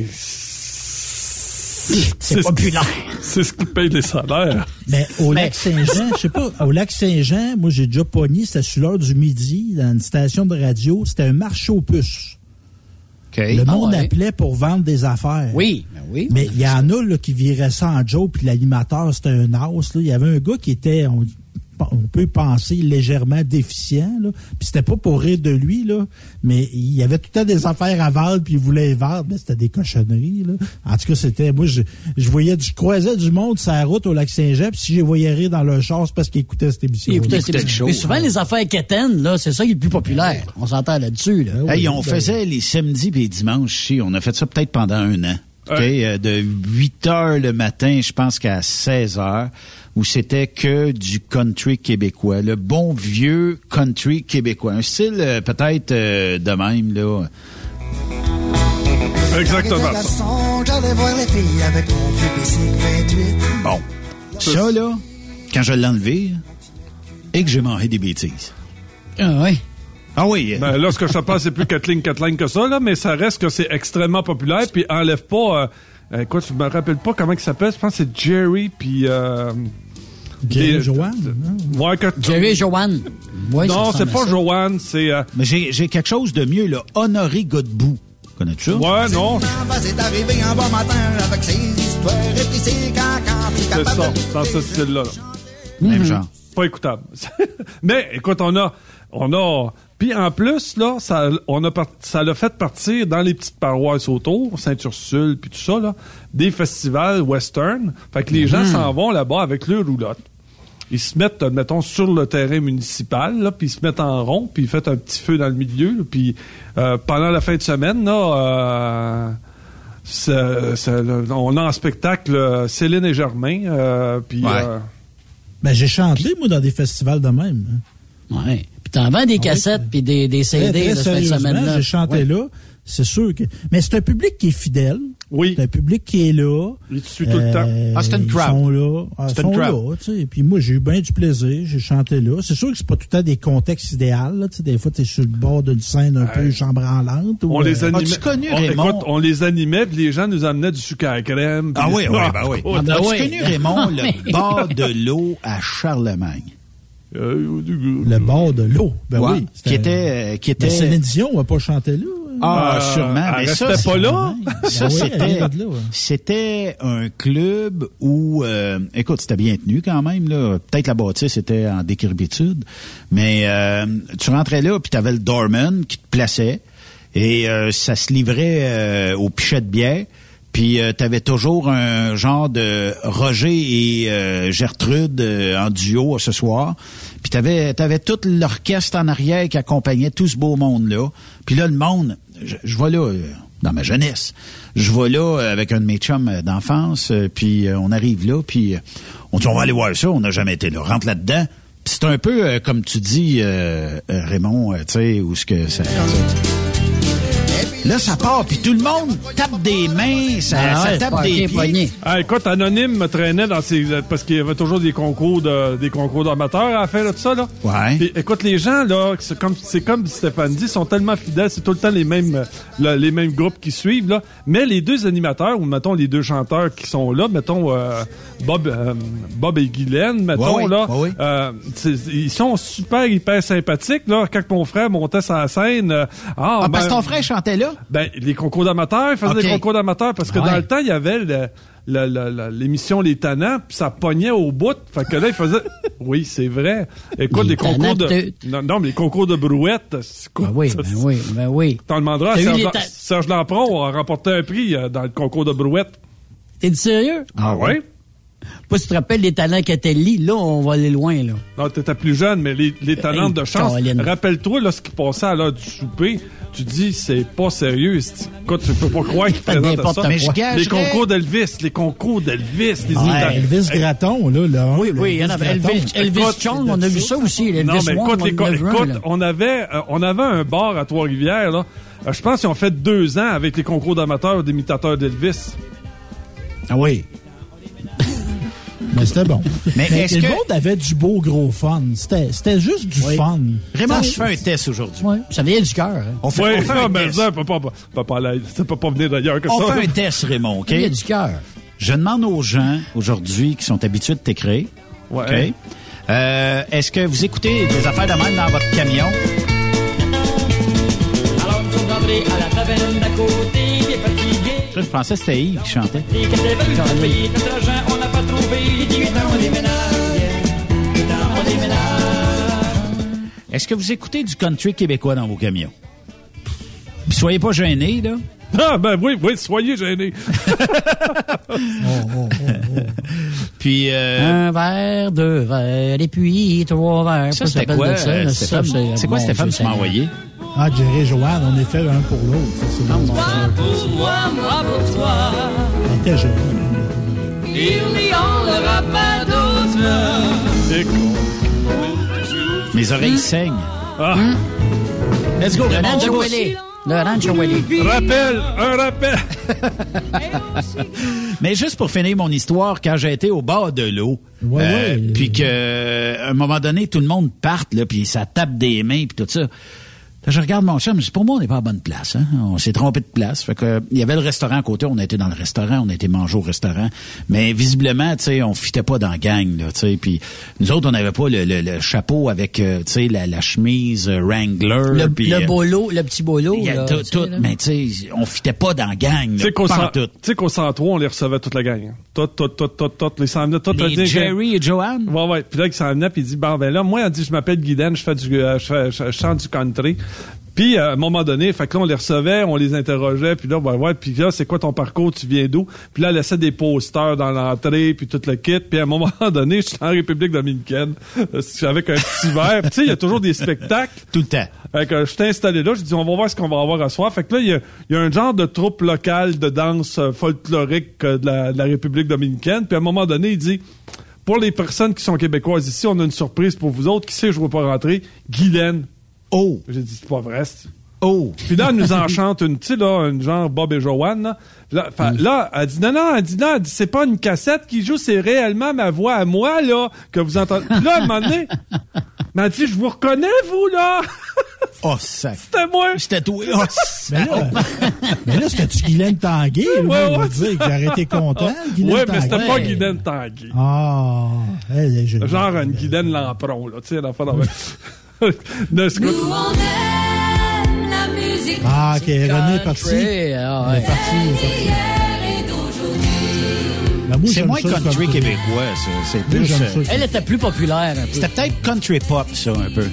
c'est populaire. C'est ce qui paye les salaires. Mais au lac Saint-Jean, je sais pas, au lac Saint-Jean, moi, j'ai déjà pogné, c'était sur l'heure du midi, dans une station de radio, c'était un marché aux puces. Okay. Le monde appelait pour vendre des affaires. Oui. Mais il y en a là, qui viraient ça en joke, puis l'animateur, c'était un as. Il y avait un gars qui était, on peut penser, légèrement déficient. Là. Puis c'était pas pour rire de lui, là, mais il y avait tout le temps des affaires à vendre, puis il voulait les vendre, mais c'était des cochonneries. Là. En tout cas, c'était... Moi, je croisais du monde sur la route au lac Saint-Jean, puis si je les voyais rire dans leur char, c'est parce qu'ils écoutaient cette émission. Mais souvent, les affaires quétaines, là, c'est ça qui est le plus populaire. On s'entend là-dessus. Là. On faisait les samedis et les dimanches ici. On a fait ça peut-être pendant 1 an. de 8 heures le matin, je pense qu'à 16 heures, où c'était que du country québécois. Le bon vieux country québécois. Un style peut-être de même, là. Exactement ça. Bon. Ça, là, quand je l'ai enlevé et que j'ai mangé des bêtises. Ah oui. Ah oui. Ben, là, ce que je te parle, c'est plus Kathleen que ça, là, mais ça reste que c'est extrêmement populaire, puis enlève pas... écoute, je me rappelle pas comment il s'appelle. Je pense que c'est Jerry, puis... Jerry Joanne? Ouais, Jerry et Joanne. Ouais, non, c'est pas Joanne, c'est... Mais j'ai quelque chose de mieux, là. Honoré Godbout. Connais-tu ça? Ouais, non. C'est arrivé en bon matin avec ses histoires et puis ses cancans. C'est ça, dans ce style-là. Même genre. Pas écoutable. Mais, écoute, on a... Puis en plus, là, ça l'a fait partir dans les petites paroisses autour, Sainte-Ursule, puis tout ça, là, des festivals western. Fait que les gens s'en vont là-bas avec leur roulotte. Ils se mettent, mettons, sur le terrain municipal, là, puis ils se mettent en rond, puis ils font un petit feu dans le milieu, là, puis pendant la fin de semaine, là, on a en spectacle Céline et Germain, puis... Ben, j'ai chanté, moi, dans des festivals de même. Ouais. Puis t'en vends des cassettes puis des CD de cette semaine-là. J'ai chanté là. C'est sûr que... Mais c'est un public qui est fidèle. Oui. C'est un public qui est là. Il te suit tout le temps. Ah, c'est une crowd. Ils sont là. C'est une crowd. Tu sais. Puis moi, j'ai eu bien du plaisir. J'ai chanté là. C'est sûr que c'est pas tout le temps des contextes idéaux. Là. Tu sais, des fois, t'es sur le bord d'une scène un peu chambranlante. On les animait. As-tu connu Raymond? Écoute, on les animait, puis les gens nous amenaient du sucre à la crème. Ah oui, oui, ben oui. As-tu connu Raymond, le bord de l'eau à Charlemagne? Le bord de l'eau. Ben ouais, oui. Qui était... Céline Dion n'a pas chanté là. Ah, sûrement. Mais ça, pas là. Ça, c'était un club où, écoute, c'était bien tenu quand même, là. Peut-être la bâtisse était en décrépitude. Mais, tu rentrais là, puis t'avais le doorman qui te plaçait. Et, ça se livrait, au pichet de bière. Puis t'avais toujours un genre de Roger et Gertrude en duo ce soir. Puis t'avais tout l'orchestre en arrière qui accompagnait tout ce beau monde-là. Puis là, le monde, je vais là, dans ma jeunesse, je vais là avec un de mes chums d'enfance, puis on arrive là, puis on dit on va aller voir ça, on n'a jamais été là. Rentre là-dedans. Puis c'est un peu comme tu dis, Raymond, tu sais, où ce que ça... Là, ça part, puis tout le monde tape des mains, ça tape des pieds. Ah, écoute, Anonyme me traînait dans parce qu'il y avait toujours des concours d'amateurs à la fin de tout ça, là. Ouais. Puis, écoute, les gens, là, c'est comme Stéphane dit, sont tellement fidèles, c'est tout le temps les mêmes groupes qui suivent, là. Mais les deux animateurs, ou mettons les deux chanteurs qui sont là, mettons Bob et Guylaine, mettons, là, ils sont super, hyper sympathiques, là. Quand mon frère montait sur la scène... parce que ton frère chantait là? Ben, les concours d'amateurs, ils faisaient des concours d'amateurs parce que dans le temps, il y avait l'émission Les Tannants, puis ça pognait au bout. Fait que là, ils faisaient... Oui, c'est vrai. Écoute, les concours de... Non, mais les concours de brouettes, c'est quoi? Ben oui. T'en demanderas à Serge Lampron a remporté un prix dans le concours de brouettes. T'es sérieux? Ah ouais? Pas si tu te rappelles les talents Catelli, là, on va aller loin, là. Non, t'étais plus jeune, mais les talents de chance. Rappelle-toi, là, ce qui passait à l'heure du souper. Tu dis, c'est pas sérieux. Écoute, tu peux pas croire qu'il présentent ça. Mais les concours d'Elvis, Elvis Gratton, là. Oui, il y en avait. Elvis Chong, on a vu ça aussi. Non, mais écoute, on avait un bar à Trois-Rivières, là. Je pense qu'ils ont fait 2 ans avec les concours d'amateurs d'imitateurs d'Elvis. Ah oui. Mais c'était bon. Mais est-ce le que... monde avait du beau gros fun. C'était juste du fun. Raymond, je fais un test aujourd'hui. Oui, ça vient du cœur. Hein. On fait un test. Ça peut pas venir d'ailleurs que ça. On fait un test, Raymond, OK? Ça vient du cœur. Je demande aux gens, aujourd'hui, qui sont habitués de t'écrire, ouais. OK? Est-ce que vous écoutez des affaires de même dans votre camion? Alors, nous sommes entrés à la taverne d'à côté, bien fatigués. Je pensais que c'était Yves qui chantait. On n'a pas trouvé 18 ans, on déménage. Est-ce que vous écoutez du country québécois dans vos camions? Puis soyez pas gênés, là. Ah, ben oui, soyez gênés. Puis... Un verre, 2 verres, et puis 3 verres. Ça, c'était quoi, Stéphane? C'est quoi, Stéphane, tu m'as envoyé? Ah, Jerry et Joanne, on est fait un pour l'autre. Ça, c'est bon. Toi pour moi, moi pour toi. Il était jeune. Il n'y en aura pas d'autre. C'est con. Mes oreilles saignent. Ah. Let's go, Le Raymond. Rancho Willy. Le Rancho Willy. Rappel, un rappel. Mais juste pour finir mon histoire, quand j'ai été au bord de l'eau, puis que à un moment donné, tout le monde parte, là, puis ça tape des mains, puis tout ça. Là, je regarde mon chum, je dis, pour moi, on n'est pas à bonne place. Hein? On s'est trompé de place. Fait que il y avait le restaurant à côté, on a été dans le restaurant, on a été manger au restaurant. Mais visiblement, tu sais, on fitait pas dans la gang, là, tu sais. Puis nous autres, on n'avait pas le chapeau avec, tu sais, la chemise Wrangler. Le bolo, le petit bolo. Il y a tout, mais tu sais, on fitait pas dans la gang. Tu sais qu'au 103, on les recevait toute la gang. Toutes les s'en venaient, toutes les Jerry et Joanne. Ouais. Puis là, ils s'en venaient, puis il dit, bon, ben là, moi, il dit, je m'appelle Guylaine, je chante du country. Puis, à un moment donné, fait que là, on les recevait, on les interrogeait, puis là, puis là, c'est quoi ton parcours, tu viens d'où? Puis là, elle laissait des posters dans l'entrée, puis tout le kit. Puis à un moment donné, je suis en République dominicaine, avec un petit verre. Tu sais, il y a toujours des spectacles. Tout le temps. Fait que je t'ai installé là, je dis, on va voir ce qu'on va avoir à soir. Fait que là, il y a un genre de troupe locale de danse folklorique de la République dominicaine. Puis à un moment donné, il dit, pour les personnes qui sont québécoises ici, on a une surprise pour vous autres. Qui sait, je ne vais pas rentrer. Guylaine. Oh! J'ai dit, c'est pas vrai. Oh! Puis là, elle nous en chante une, tu sais, là, une genre Bob et Joanne, là. Là, elle dit, non, c'est pas une cassette qui joue, c'est réellement ma voix à moi, là, que vous entendez. Puis là, à un moment donné, elle dit, je vous reconnais, vous, là! Oh, ça. C'était moi! C'était toi! Oh, mais là, c'était-tu Guylaine Tanguay? Ouais. Dire que j'aurais été content, Guylaine ouais, Tanguay. mais c'était pas Guylaine Tanguay. Ah! Genre une Guylaine Lampron, là, tu sais, l'enfant dans Nous, on aime la musique. Ah, OK, René est parti. Elle est parti. C'est moins country québécois, ça. C'est plus. Elle était plus populaire un peu. C'était peut-être country pop, ça, un peu.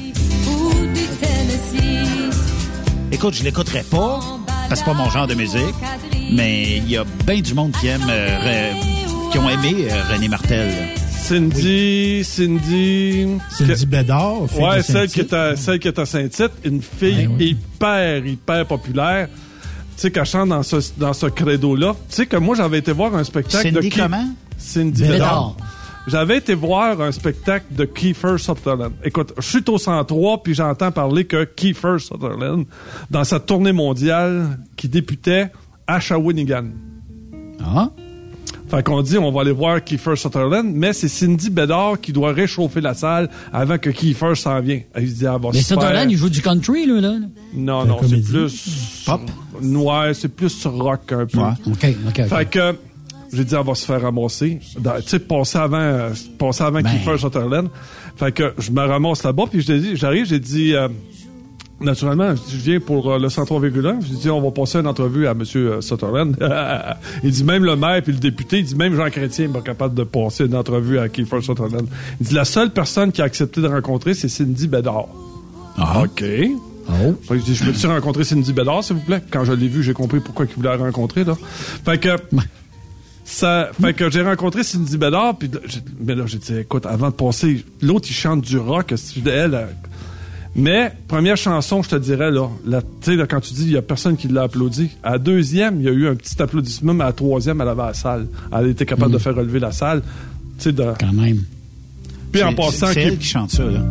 Écoute, je l'écouterais pas, parce que c'est pas mon genre de musique, mais il y a bien du monde qui aime, qui ont aimé René Martel. Cindy Bédard. Ouais, celle qui est à Saint-Tite, une fille hyper populaire. Tu sais, qu'elle chante dans ce credo-là. Tu sais que moi, j'avais été voir un spectacle Cindy comment? Cindy Bédard. J'avais été voir un spectacle de Kiefer Sutherland. Écoute, je suis au 103 puis j'entends parler que Kiefer Sutherland, dans sa tournée mondiale, qui débutait à Shawinigan. Ah? Fait qu'on dit, on va aller voir Kiefer Sutherland, mais c'est Cindy Bédard qui doit réchauffer la salle avant que Kiefer s'en vienne. Il dit, mais Sutherland, il joue du country, là? Non, c'est plus... Pop? Ouais, c'est plus rock un peu. Ouais. OK. Fait que... J'ai dit, on va se faire ramasser. Tu sais, passer avant Kiefer Sutherland. Fait que je me ramasse là-bas, puis j'arrive, j'ai dit, naturellement, je viens pour le 103,1. J'ai dit, on va passer une entrevue à M. Sutherland. Il dit, même le maire puis le député, il dit, même Jean Chrétien n'est pas capable de passer une entrevue à Kiefer Sutherland. Il dit, la seule personne qui a accepté de rencontrer, c'est Cindy Bédard. Ah. OK. Oh. Fait que je dis, je peux-tu rencontrer Cindy Bédard, s'il vous plaît? Quand je l'ai vu, j'ai compris pourquoi il voulait la rencontrer, là. Fait que... Fait que j'ai rencontré Cindy Bédard, mais là, j'ai dit, écoute, avant de passer, l'autre, il chante du rock, mais, première chanson, je te dirais, là, tu sais, quand tu dis, il y a personne qui l'a applaudi. À la deuxième, il y a eu un petit applaudissement, mais à la troisième, elle avait la salle. Elle était capable de faire relever la salle. Tu sais, quand même. Puis en passant... C'est elle qui chante ça, là.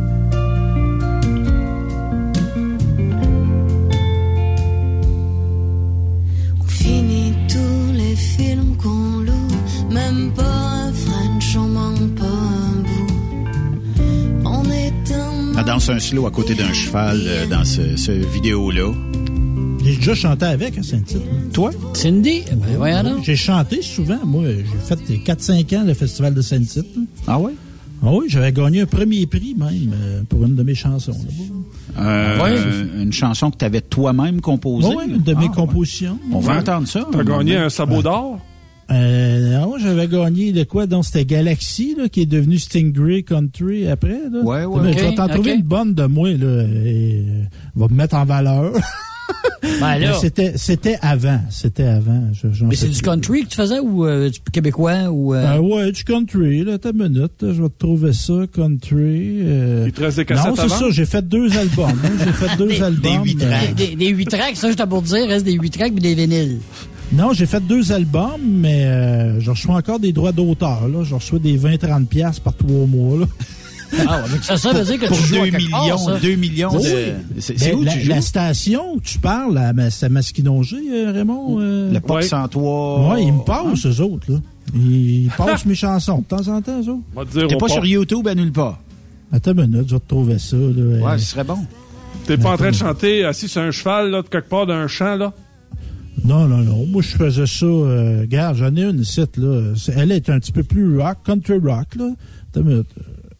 On finit tous les films qu'on loue. Même pas un French, on manque pas un bout. On est Elle danse un slow à côté d'un cheval dans ce vidéo-là. J'ai déjà chanté avec à Saint-Tite. Toi? Cindy? Ben voyons donc. J'ai chanté souvent. Moi, j'ai fait 4-5 ans le festival de Saint-Tite. Ah oui? Ah oui, j'avais gagné un premier prix même pour une de mes chansons. Une chanson que tu avais toi-même composée? Oui, une de mes compositions. On va entendre ça. Tu as gagné un sabot d'or? Non, j'avais gagné de quoi? Donc, c'était Galaxy, là, qui est devenu Stingray Country après. Là. Ouais. Je vais t'en trouver une bonne de moi, là. Et, va me mettre en valeur. Ben là. C'était avant. Mais c'est du country que tu faisais ou du québécois ou ouais, du country. Là, attends une minute, je vais te trouver ça, country. Il te reste des cassettes non, c'est ça, j'ai fait 2 albums. J'ai fait 2 albums. Des 8 tracks, ça, je t'ai pour dire, reste des 8 tracks et des vinyles. Non, j'ai fait 2 albums, mais je reçois encore des droits d'auteur. Là. Je reçois des 20-30$ par 3 mois. Là. Ah, ouais, ça veut dire que pour tu joues 2 millions oui. C'est où tu joues? La station où tu parles, c'est à Masquinongé, Raymond? Le Pop 103. Oui, ils me passent, eux autres. Là. Ils passent mes chansons de temps en temps, eux autres. T'es pas sur YouTube à nulle part? Attends une minute, je vais te trouver ça. Là. Ouais, ce serait bon. T'es pas en train de chanter assis sur un cheval, là, de quelque part d'un champ, là? Non. Moi, je faisais ça. Regarde, j'en ai une site, là. Elle est un petit peu plus rock, country rock, là. Attends une minute.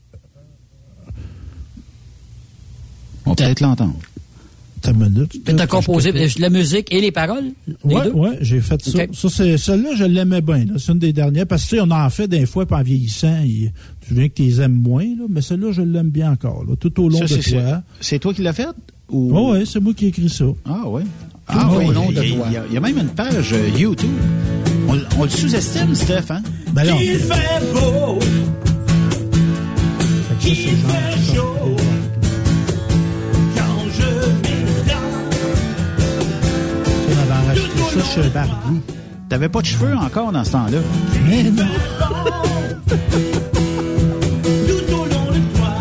On va peut-être l'entendre. Attends une minute. T'as composé la musique et les paroles? Oui, j'ai fait ça. Okay. Celle-là, je l'aimais bien. Là. C'est une des dernières. Parce que tu sais, on en fait des fois, puis en vieillissant, tu viens que tu les aimes moins. Là, mais celle-là, je l'aime bien encore. Là, tout au long de toi. C'est toi qui l'as faite? Ou... Oui, c'est moi qui ai écrit ça. Ah oui. Au long de toi. Il y a même une page YouTube. On le sous-estime, Steph, hein? Ben non. Il fait beau. Il fait chaud. Ça, je suis barbier. T'avais pas de cheveux encore dans ce temps-là? Mais non! Tout au long de toi,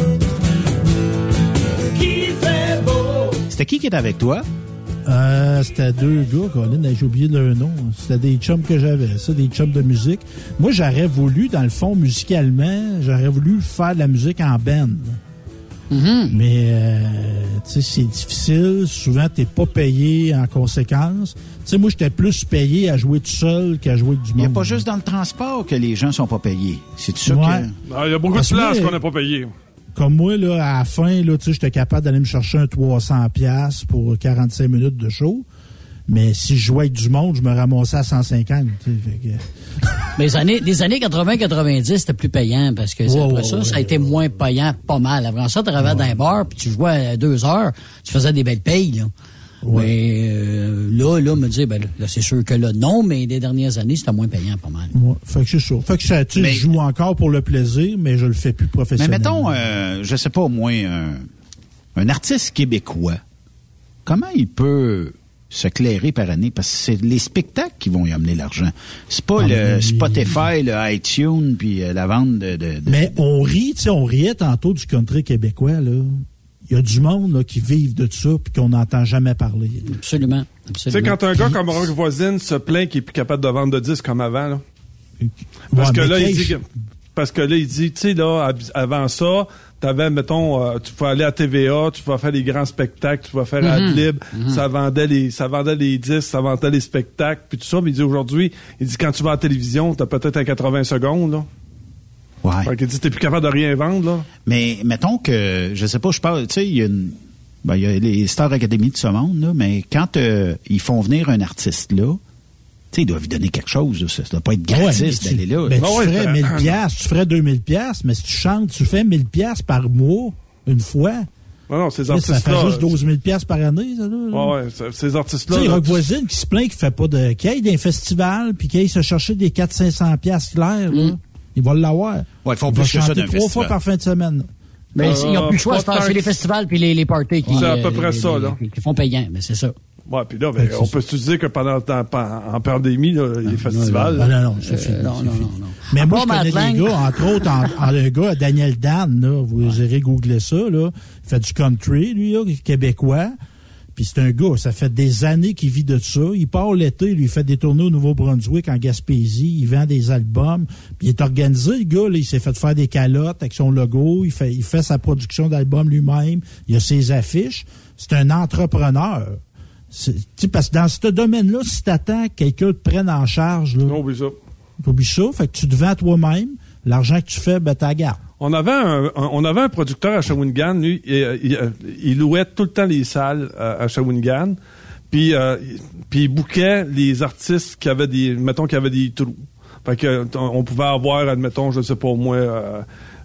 qui fait beau. C'était qui était avec toi? C'était 2 gars, Colin, j'ai oublié leur nom. C'était des chums que j'avais, ça, des chums de musique. Moi, j'aurais voulu, dans le fond, musicalement, j'aurais voulu faire de la musique en band. Mm-hmm. Mais, tu sais, c'est difficile. Souvent, t'es pas payé en conséquence. Tu sais, moi, j'étais plus payé à jouer tout seul qu'à jouer avec du monde. Il n'y a pas juste dans le transport que les gens sont pas payés. C'est tout ça ouais. que... Il y a beaucoup de places qu'on n'a pas payées. Comme moi, là, à la fin, là, tu sais, j'étais capable d'aller me chercher un 300$ pour 45 minutes de show. Mais si je jouais avec du monde, je me ramassais à 150. Mais les années 80-90, c'était plus payant parce que après ça a été moins payant pas mal. Après ça, tu arrivais dans un bar puis tu jouais à 2 heures, tu faisais des belles payes. Là. Ouais. Mais là, me dire, ben là, c'est sûr que là, non, mais les dernières années, c'était moins payant pas mal. Ouais. Fait que c'est sûr. Fait que ça, tu sais, je joue encore pour le plaisir, mais je le fais plus professionnellement. Mais mettons, je sais pas, au moins, un artiste québécois, comment il peut se clairer par année? Parce que c'est les spectacles qui vont y amener l'argent. C'est pas le Spotify, le iTunes, puis la vente de... Mais on riait tantôt du country québécois, là. Il y a du monde là, qui vivent de ça puis qu'on n'entend jamais parler. Absolument. Tu sais, quand un gars comme Rock Voisine se plaint qu'il est plus capable de vendre de disques comme avant, là. Parce que là, il dit, tu sais, là, avant ça, t'avais, mettons, tu pouvais aller à TVA, tu pouvais faire les grands spectacles, tu pouvais faire Adlib, ça vendait les disques, ça vendait les spectacles, puis tout ça. Mais il dit aujourd'hui, quand tu vas à la télévision, t'as peut-être un 80 secondes, là. Ouais. Fait qu'il dit, t'es plus capable de rien vendre, là. Mais, mettons que, je sais pas, je parle, tu sais, il y a les Star Academy de ce monde, là, mais quand ils font venir un artiste là, tu sais, ils doivent lui donner quelque chose, là. Ça doit pas être gratis d'aller là. Ben, tu ferais 1000$, tu ferais 2000$, mais si tu chantes, tu fais 1000$ par mois, une fois. Non, ces artistes-là. Ça fait juste 12 000$ par année, ça, là. Ouais, ces artistes-là. Tu sais, Rock Voisine qui se plaint qu'il fait pas de, qu'il aille d'un festival, puis qu'il aille se chercher des 400-500$ clairs, là. Il va l'avoir. Ouais, ils font plus que ça d'un 3 fois par fin de semaine. Mais ils n'ont plus le choix, c'est les festivals puis les parties qui... C'est à peu près ça, là. Qui font payant, mais c'est ça. Ouais, puis là, on peut se dire que pendant en pandémie, là, les festivals... Non, c'est fini. Non. Mais moi, je connais des gars, entre autres, un gars, Daniel Dan, là, vous irez googler ça, là. Il fait du country, lui, là, québécois. Puis c'est un gars, ça fait des années qu'il vit de ça. Il part l'été, lui, il fait des tournées au Nouveau-Brunswick, en Gaspésie. Il vend des albums. Puis il est organisé, le gars, là. Il s'est fait faire des calottes avec son logo. Il fait sa production d'albums lui-même. Il a ses affiches. C'est un entrepreneur. Parce que dans ce domaine-là, si t'attends que quelqu'un te prenne en charge, là. Oublie ça. Oublie ça. Fait que tu te vends toi-même. L'argent que tu fais, ben, t'as garde. On avait un producteur à Shawinigan, lui, il louait tout le temps les salles à Shawinigan, puis il bookait les artistes qui avaient des trous. Fait que on pouvait avoir, admettons, je sais pas moi,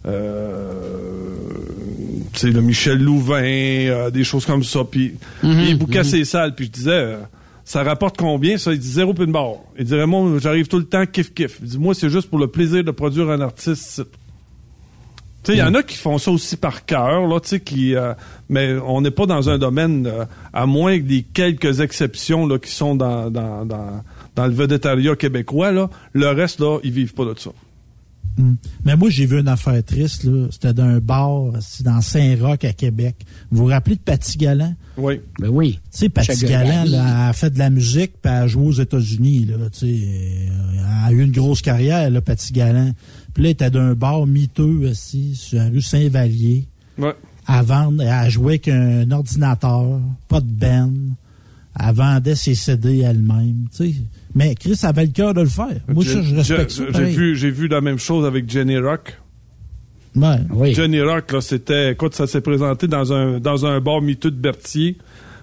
le Michel Louvain, des choses comme ça. Puis il bouquait ses salles. Puis je disais, ça rapporte combien? Ça, il dit 0 pin bar. Il dit, Raymond, j'arrive tout le temps kiff-kiff. Il dit, moi, c'est juste pour le plaisir de produire un artiste. Tu sais, il y en a qui font ça aussi par cœur, là, tu sais, mais on n'est pas dans un domaine, à moins que des quelques exceptions, là, qui sont dans le vedettariat québécois, là. Le reste, là, ils vivent pas de ça. Mais moi, j'ai vu une affaire triste, là. C'était d'un bar, c'est dans Saint-Roch, à Québec. Vous vous rappelez de Patty Galland? Oui. Ben oui. Tu sais, Patty Galland, là, elle a fait de la musique, puis elle a joué aux États-Unis, là, tu sais. Elle a eu une grosse carrière, là, Patty Galland. Puis là, elle était d'un bar miteux, assis, sur la rue Saint-Vallier. Ouais. À vendre, elle jouait avec un ordinateur, pas de band. Elle vendait ses CD elle-même, tu sais. Mais Chris avait le cœur de le faire. Moi, je respecte ça. J'ai vu la même chose avec Jenny Rock. Ouais. Oui. Jenny Rock, là, écoute, ça s'est présenté dans un bar miteux de Berthier.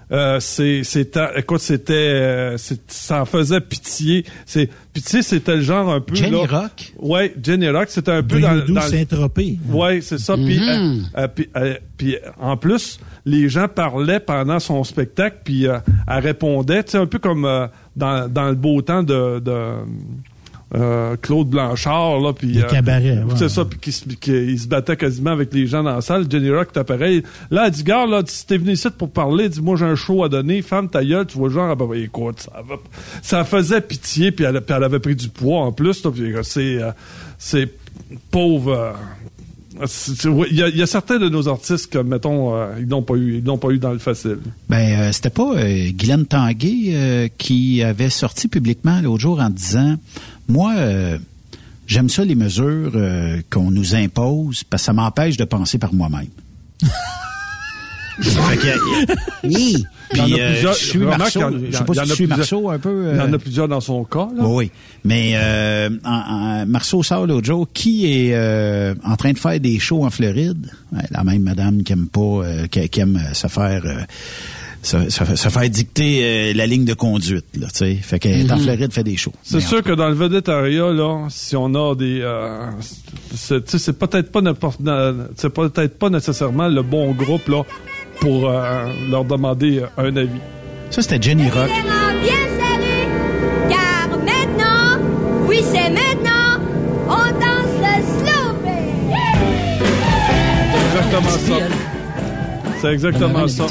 Ça en faisait pitié. Pitié, c'était le genre un peu. Jenny Rock? Ouais, Jenny Rock, c'était un peu dans Saint-Tropez. Ouais, c'est ça. Puis en plus, les gens parlaient pendant son spectacle, puis elle répondait, tu sais, un peu comme dans le beau temps de Claude Blanchard, là, puis le cabaret, c'est ça, puis qu'il se battait quasiment avec les gens dans la salle. Jenny Rock, c'était pareil. Là, elle dit, gars, là, si t'es venu ici pour parler, dis moi j'ai un show à donner, ferme ta gueule, tu vois le genre, écoute, ça faisait pitié, puis elle avait pris du poids en plus, là, puis c'est pauvre. Il y a certains de nos artistes que, mettons, ils n'ont pas eu dans le facile. Ben, c'était pas Guylaine Tanguay qui avait sorti publiquement l'autre jour en disant, moi, j'aime ça les mesures qu'on nous impose parce que ça m'empêche de penser par moi-même. Oui. Puis, je suis Marceau. Je sais pas si tu suis Marceau un peu. Il y en a plusieurs dans son cas, là. Oui. Mais, Marceau sort l'autre jour. Qui est en train de faire des shows en Floride? Ouais, la même madame qui aime pas, qui aime se faire dicter la ligne de conduite, là, tu sais. Fait qu'elle est en Floride, fait des shows. C'est sûr que dans le vedettariat, là, si on a des, c'est peut-être pas nécessairement le bon groupe, là, pour leur demander un avis. Ça, c'était Jenny Rock. Bien serré, car maintenant, oui, c'est maintenant, on danse le slow. C'est exactement ça. C'est exactement ça.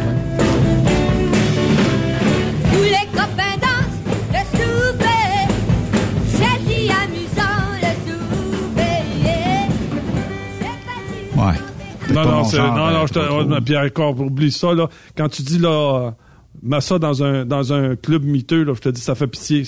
Tous les copains dansent le slow. C'est si amusant, le slow. Ouais. Non, Pierre Corps, oublie ça, là. Quand tu dis, là, mets ça dans un club miteux, là, je te dis, ça fait pitié.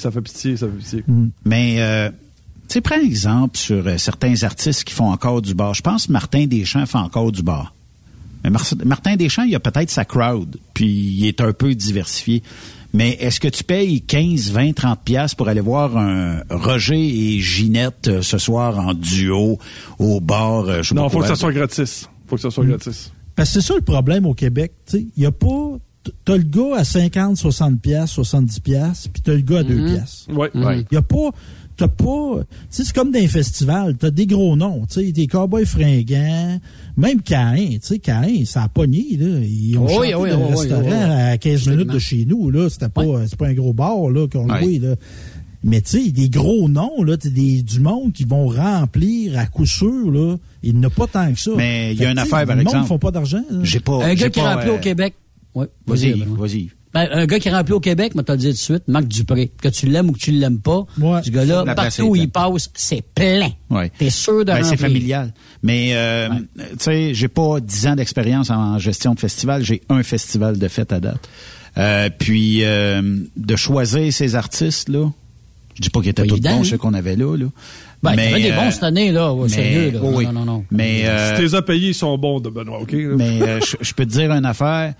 Mais, tu sais, prends un exemple sur certains artistes qui font encore du bar. Je pense que Martin Deschamps fait encore du bar. Mais Martin Deschamps, il a peut-être sa crowd, puis il est un peu diversifié. Mais est-ce que tu payes 15, 20, 30 piastres pour aller voir un Roger et Ginette ce soir en duo au bar? Non, faut que ça soit gratis. Gratis. Parce que c'est ça le problème au Québec. Il n'y a pas... T'as le gars à 50, 60 piastres, 70 piastres, puis t'as le gars à 2 piastres. Oui. Il n'y a pas... T'as pas... Tu sais, c'est comme dans les festivals. T'as des gros noms. Tu sais, des Cowboys fringants. Même Caïn. Tu sais, Caïn, ça a pogné, là. Ils ont chanté dans le restaurant à 15 minutes de chez nous, là. C'était pas... C'est pas un gros bar, là, qu'on louait, là. Mais tu sais, des gros noms, là, du monde qui vont remplir à coup sûr, là. Il n'y en a pas tant que ça. Mais il y a une affaire, par exemple. Le monde ne font pas d'argent. Un gars qui est rempli au Québec. Oui. Vas-y. Ben, un gars qui est rempli au Québec, moi, te le dire tout de suite, Marc Dupré. Que tu l'aimes ou que tu l'aimes pas, ce gars-là, partout où il passe, c'est plein. Ouais. T'es sûr de remplir. C'est familial. Mais, tu sais, j'ai pas 10 ans d'expérience en gestion de festival. J'ai un festival de fête à date. Puis, de choisir ces artistes-là, je dis pas qu'ils étaient tous bons, ceux qu'on avait là. Ben, il y avait des bons cette année, là. Sérieux, là. Oui. Non. Mais, si t'es à payer, ils sont bons, de Benoît, OK? Mais, je peux te dire une affaire.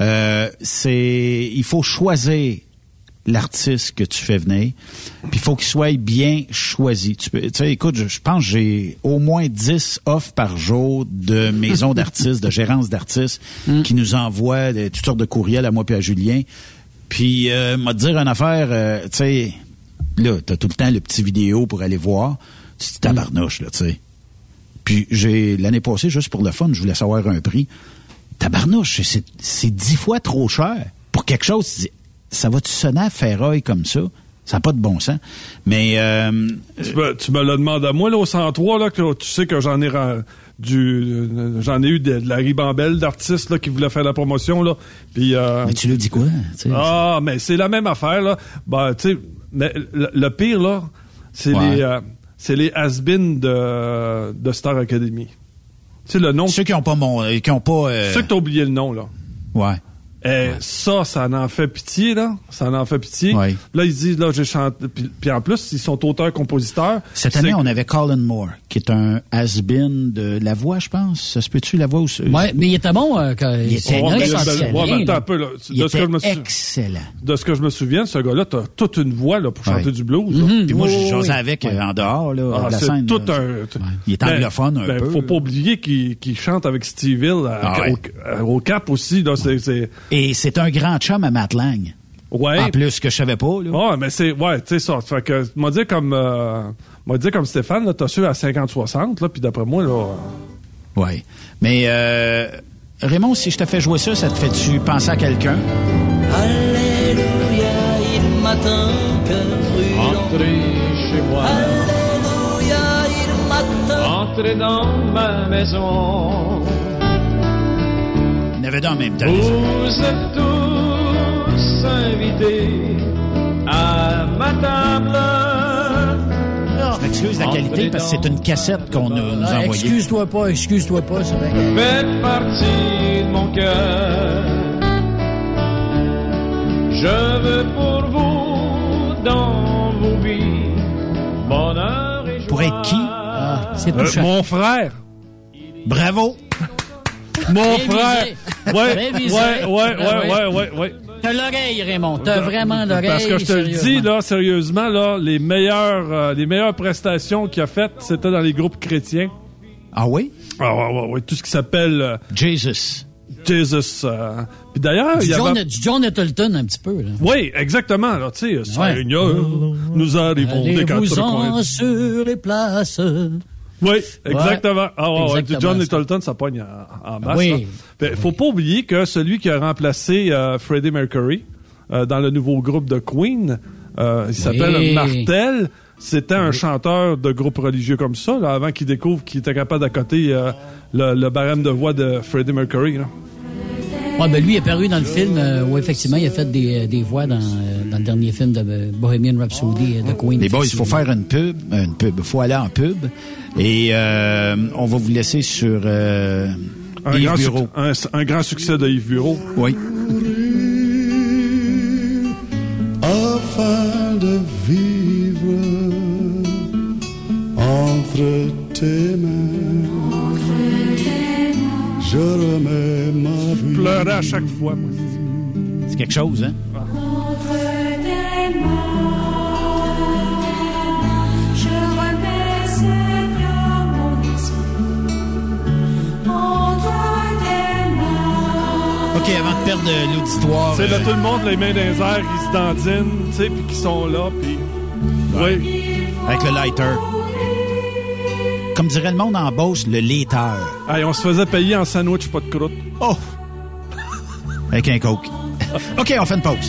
Il faut choisir l'artiste que tu fais venir, puis il faut qu'il soit bien choisi. Tu sais, écoute, je pense que j'ai au moins 10 offres par jour de maisons d'artistes, de gérances d'artistes qui nous envoient toutes sortes de courriels à moi puis à Julien. Puis, m'a dire une affaire, tu sais, là, t'as tout le temps le petit vidéo pour aller voir. Tu te tabarnouches, là, tu sais. Puis l'année passée, juste pour le fun, je voulais savoir un prix. Tabarnouche, c'est 10 fois trop cher. Pour quelque chose, ça va-tu sonner à ferraille comme ça? Ça n'a pas de bon sens. Mais... Tu me l'as demandé à moi, là, au 103, là, que tu sais que j'en ai eu de la ribambelle d'artistes là, qui voulaient faire la promotion. Là. Puis, mais tu lui dis quoi? Mais c'est la même affaire. Là. Ben, mais le pire, là, c'est les has-been de Star Academy. Tu sais, le nom... Ceux qui n'ont pas... Ceux que t'as oublié le nom, là. Ouais. Ça en fait pitié, là. Ça en fait pitié. Ouais. Là, ils disent, là, j'ai chanté. Puis en plus, ils sont auteurs-compositeurs. Cette année, on avait Colin Moore, qui est un has-been de La Voix, je pense. Ça se peut-tu, La Voix? Ou... Ouais, mais il était bon. Il était excellent. De ce que je me souviens, ce gars-là, t'as toute une voix là, pour chanter du blues. Puis moi, j'ai jasé avec en dehors, là, de la scène. Tout il est anglophone un peu. Faut pas oublier qu'il chante avec Steve Hill au Cap aussi. Là, Et c'est un grand chum à Matt Lang. Ouais. En plus, que je savais pas, là. Ouais, mais c'est, tu sais ça. Fait que, m'a dit comme Stéphane, là, t'as su à 50-60, là, puis d'après moi, là. Ouais. Mais, Raymond, si je te fais jouer ça, ça te fait-tu penser à quelqu'un? Alléluia, il m'attend, cœur brûlant. Entrez chez moi. Alléluia, il m'attend. Entrez dans ma maison. Il y en avait deux en même temps. Vous êtes tous invités à ma table. Je m'excuse la qualité parce que c'est une cassette qu'on nous a envoyée. Excuse-toi pas, c'est bien. Faites partie de mon cœur. Je veux pour vous, dans vos vies, bonheur et joie. Pour être qui? C'est touchant. Mon frère. Bravo. Mon frère. Ouais. T'as l'oreille, Raymond. T'as vraiment l'oreille. Parce que je te le dis, là, sérieusement, là, les meilleures prestations qu'il a faites, c'était dans les groupes chrétiens. Ah oui? Oui. Tout ce qui s'appelle... Jesus. Puis d'ailleurs, il y avait... Du John Nettleton, un petit peu, là. Oui, exactement, là, tu sais. Seigneur, nous arrivons des allez-vous-en sur les places... Oui, exactement. Du John Nettleton, ça pogne en masse. Oui. Faut pas oublier que celui qui a remplacé Freddie Mercury dans le nouveau groupe de Queen, il s'appelle Martel. C'était un chanteur de groupe religieux comme ça, là, avant qu'il découvre qu'il était capable d'accoter le barème de voix de Freddie Mercury. Là. Ouais, lui il est apparu dans le film où effectivement il a fait des voix dans le dernier film de Bohemian Rhapsody de Queen. Les boys, il faut faire une pub. Il faut aller en pub. Et on va vous laisser sur Yves Bureau. Un grand succès de Yves Bureau. Oui. Afin de vivre entre tes mains, je remets ma vie. Je pleurais à chaque fois, moi. C'est quelque chose, hein? OK, avant de perdre l'auditoire... C'est là, tout le monde, les mains dans les airs, ils se dandinent, tu sais, puis qui sont là, puis... Ouais. Oui. Avec le lighter. Comme dirait le monde en Beauce, le laiteur. Hey, on se faisait payer en sandwich, pas de croûte. Oh! Avec un coke. OK, on fait une pause.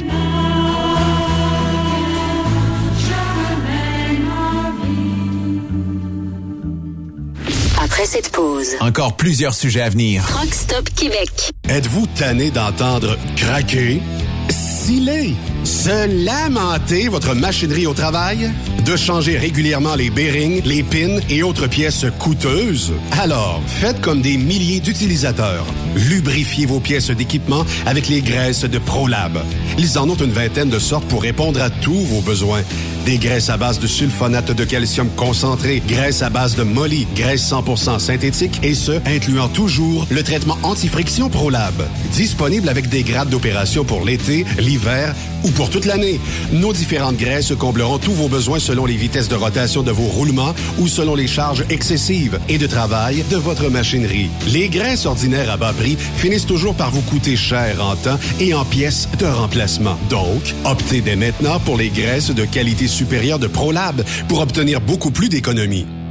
Après cette pause, encore plusieurs sujets à venir. Truck Stop Québec. Êtes-vous tanné d'entendre craquer, sciller, se lamenter votre machinerie au travail? De changer régulièrement les bearings, les pins et autres pièces coûteuses? Alors, faites comme des milliers d'utilisateurs. Lubrifiez vos pièces d'équipement avec les graisses de ProLab. Ils en ont une vingtaine de sortes pour répondre à tous vos besoins. Des graisses à base de sulfonate de calcium concentré, graisses à base de molly, graisse 100% synthétique et ce, incluant toujours le traitement anti-friction ProLab. Disponible avec des grades d'opération pour l'été, l'hiver ou pour toute l'année. Nos différentes graisses combleront tous vos besoins selon les vitesses de rotation de vos roulements ou selon les charges excessives et de travail de votre machinerie. Les graisses ordinaires à bas prix finissent toujours par vous coûter cher en temps et en pièces de remplacement. Donc, optez dès maintenant pour les graisses de qualité supérieure de ProLab pour obtenir beaucoup plus d'économies.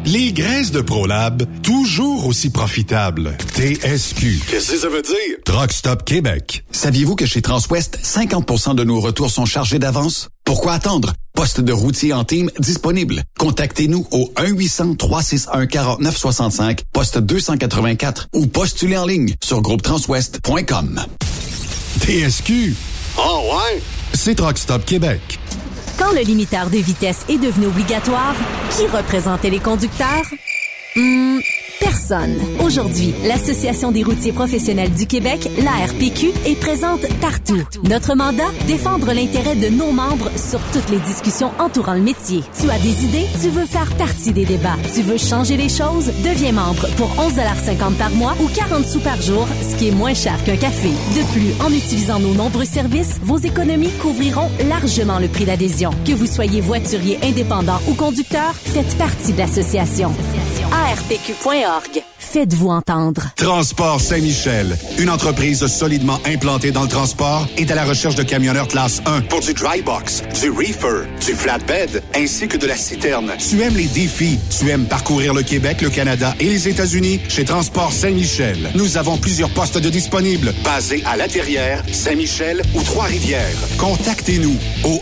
Les graisses de ProLab, toujours aussi profitables. TSQ. Qu'est-ce que ça veut dire? Truck Stop Québec. Saviez-vous que chez Transwest, 50% de nos retours sont chargés d'avance? Pourquoi attendre? Poste de routier en team disponible. Contactez-nous au 1-800-361-4965, poste 284 ou postulez en ligne sur groupetranswest.com. TSQ. Oh ouais? C'est Truck Stop Québec. Quand le limiteur de vitesse est devenu obligatoire, qui représentait les conducteurs? Personne. Aujourd'hui, l'Association des routiers professionnels du Québec, l'ARPQ, est présente partout. Notre mandat, défendre l'intérêt de nos membres sur toutes les discussions entourant le métier. Tu as des idées? Tu veux faire partie des débats? Tu veux changer les choses? Deviens membre pour 11,50 par mois ou 40 sous par jour, ce qui est moins cher qu'un café. De plus, en utilisant nos nombreux services, vos économies couvriront largement le prix d'adhésion. Que vous soyez voiturier indépendant ou conducteur, faites partie de l'association. ARPQ.org. Faites-vous entendre. Transport Saint-Michel, une entreprise solidement implantée dans le transport, est à la recherche de camionneurs classe 1 pour du dry box, du reefer, du flatbed, ainsi que de la citerne. Tu aimes les défis, tu aimes parcourir le Québec, le Canada et les États-Unis? Chez Transport Saint-Michel, nous avons plusieurs postes de disponibles, basés à La Terrière, Saint-Michel ou Trois-Rivières. Contactez-nous au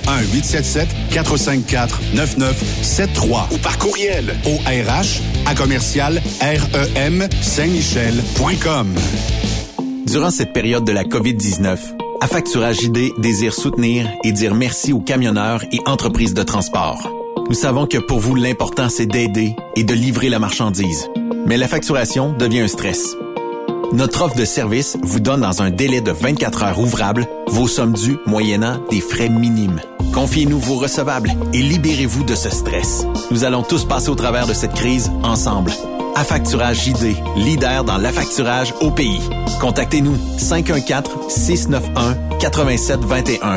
1-877-454-9973 ou par courriel au RH@REM-Saint-Michel.com. Durant cette période de la COVID-19, Affacturage ID désire soutenir et dire merci aux camionneurs et entreprises de transport. Nous savons que pour vous, l'important, c'est d'aider et de livrer la marchandise. Mais la facturation devient un stress. Notre offre de service vous donne dans un délai de 24 heures ouvrables vos sommes dues moyennant des frais minimes. Confiez-nous vos recevables et libérez-vous de ce stress. Nous allons tous passer au travers de cette crise ensemble. Affacturage JD, leader dans l'affacturage au pays. Contactez-nous 514-691-8721.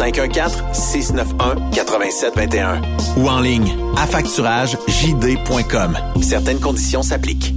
514-691-8721. Ou en ligne, affacturagejd.com. Certaines conditions s'appliquent.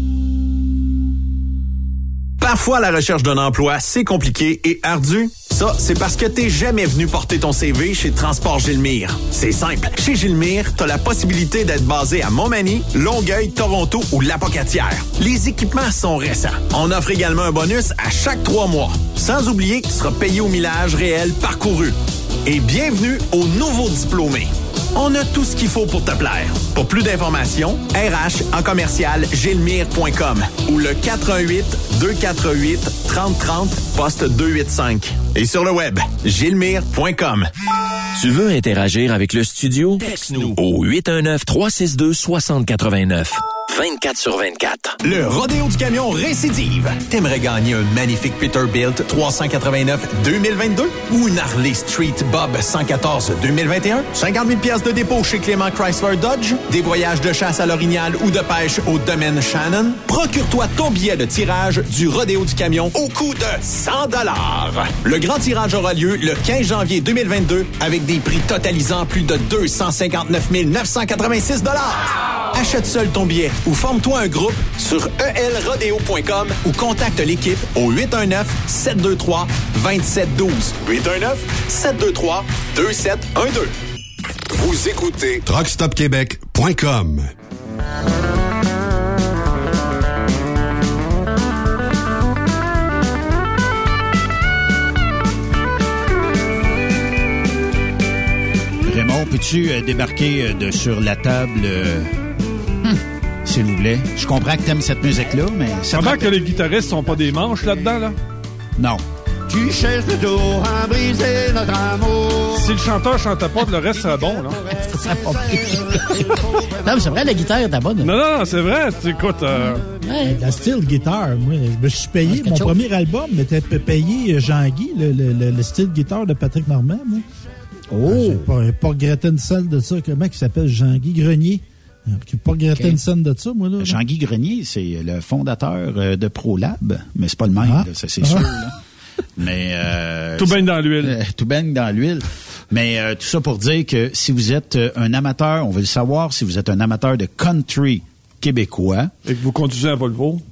Parfois, la recherche d'un emploi, c'est compliqué et ardu. Ça, c'est parce que t'es jamais venu porter ton CV chez Transport Gilmire. C'est simple. Chez Gilmire, t'as la possibilité d'être basé à Montmagny, Longueuil, Toronto ou Lapocatière. Les équipements sont récents. On offre également un bonus à chaque 3 mois. Sans oublier que tu seras payé au millage réel parcouru. Et bienvenue aux nouveaux diplômés. On a tout ce qu'il faut pour te plaire. Pour plus d'informations, RH@gilmire.com ou le 418-248-3030, poste 285. Et sur le web, gilmire.com. Tu veux interagir avec le studio? Texte-nous au 819-362-6089. 24/24. Le Rodéo du Camion récidive. T'aimerais gagner un magnifique Peterbilt 389 2022 ou une Harley Street Bob 114 2021? 50 000 piastres de dépôt chez Clément Chrysler Dodge? Des voyages de chasse à l'Orignal ou de pêche au domaine Shannon? Procure-toi ton billet de tirage du Rodéo du Camion au coût de 100 $. Le grand tirage aura lieu le 15 janvier 2022 avec des prix totalisant plus de 259 986 $. Achète seul ton billet ou forme-toi un groupe sur elrodeo.com ou contacte l'équipe au 819-723-2712. 819-723-2712. Vous écoutez TruckStopQuébec.com. Raymond, peux-tu débarquer sur la table... s'il vous plaît. Je comprends que t'aimes cette musique-là, mais... Comment que les guitaristes sont pas des manches là-dedans, là? Non. Tu cherches toujours à briser notre amour. Si le chanteur chantait pas, le reste serait bon, là. Non, mais c'est vrai, la guitare est bonne. Non, c'est vrai. Écoute... La style guitare, moi, je me suis payé... Mon premier album m'était payé Jean-Guy, le style guitare de Patrick Normand, moi. Oh! J'ai pas regretté une scène de ça. Comment il s'appelle? Jean-Guy Grenier. Qui n'a pas regretté une scène de ça, moi, là. Jean-Guy Grenier, c'est le fondateur de ProLab, mais c'est pas le même, là, c'est sûr, là. Mais, tout baigne dans l'huile. Tout baigne dans l'huile. Mais tout ça pour dire que si vous êtes un amateur, on veut le savoir, si vous êtes un amateur de country québécois. Et que vous conduisez un Volvo.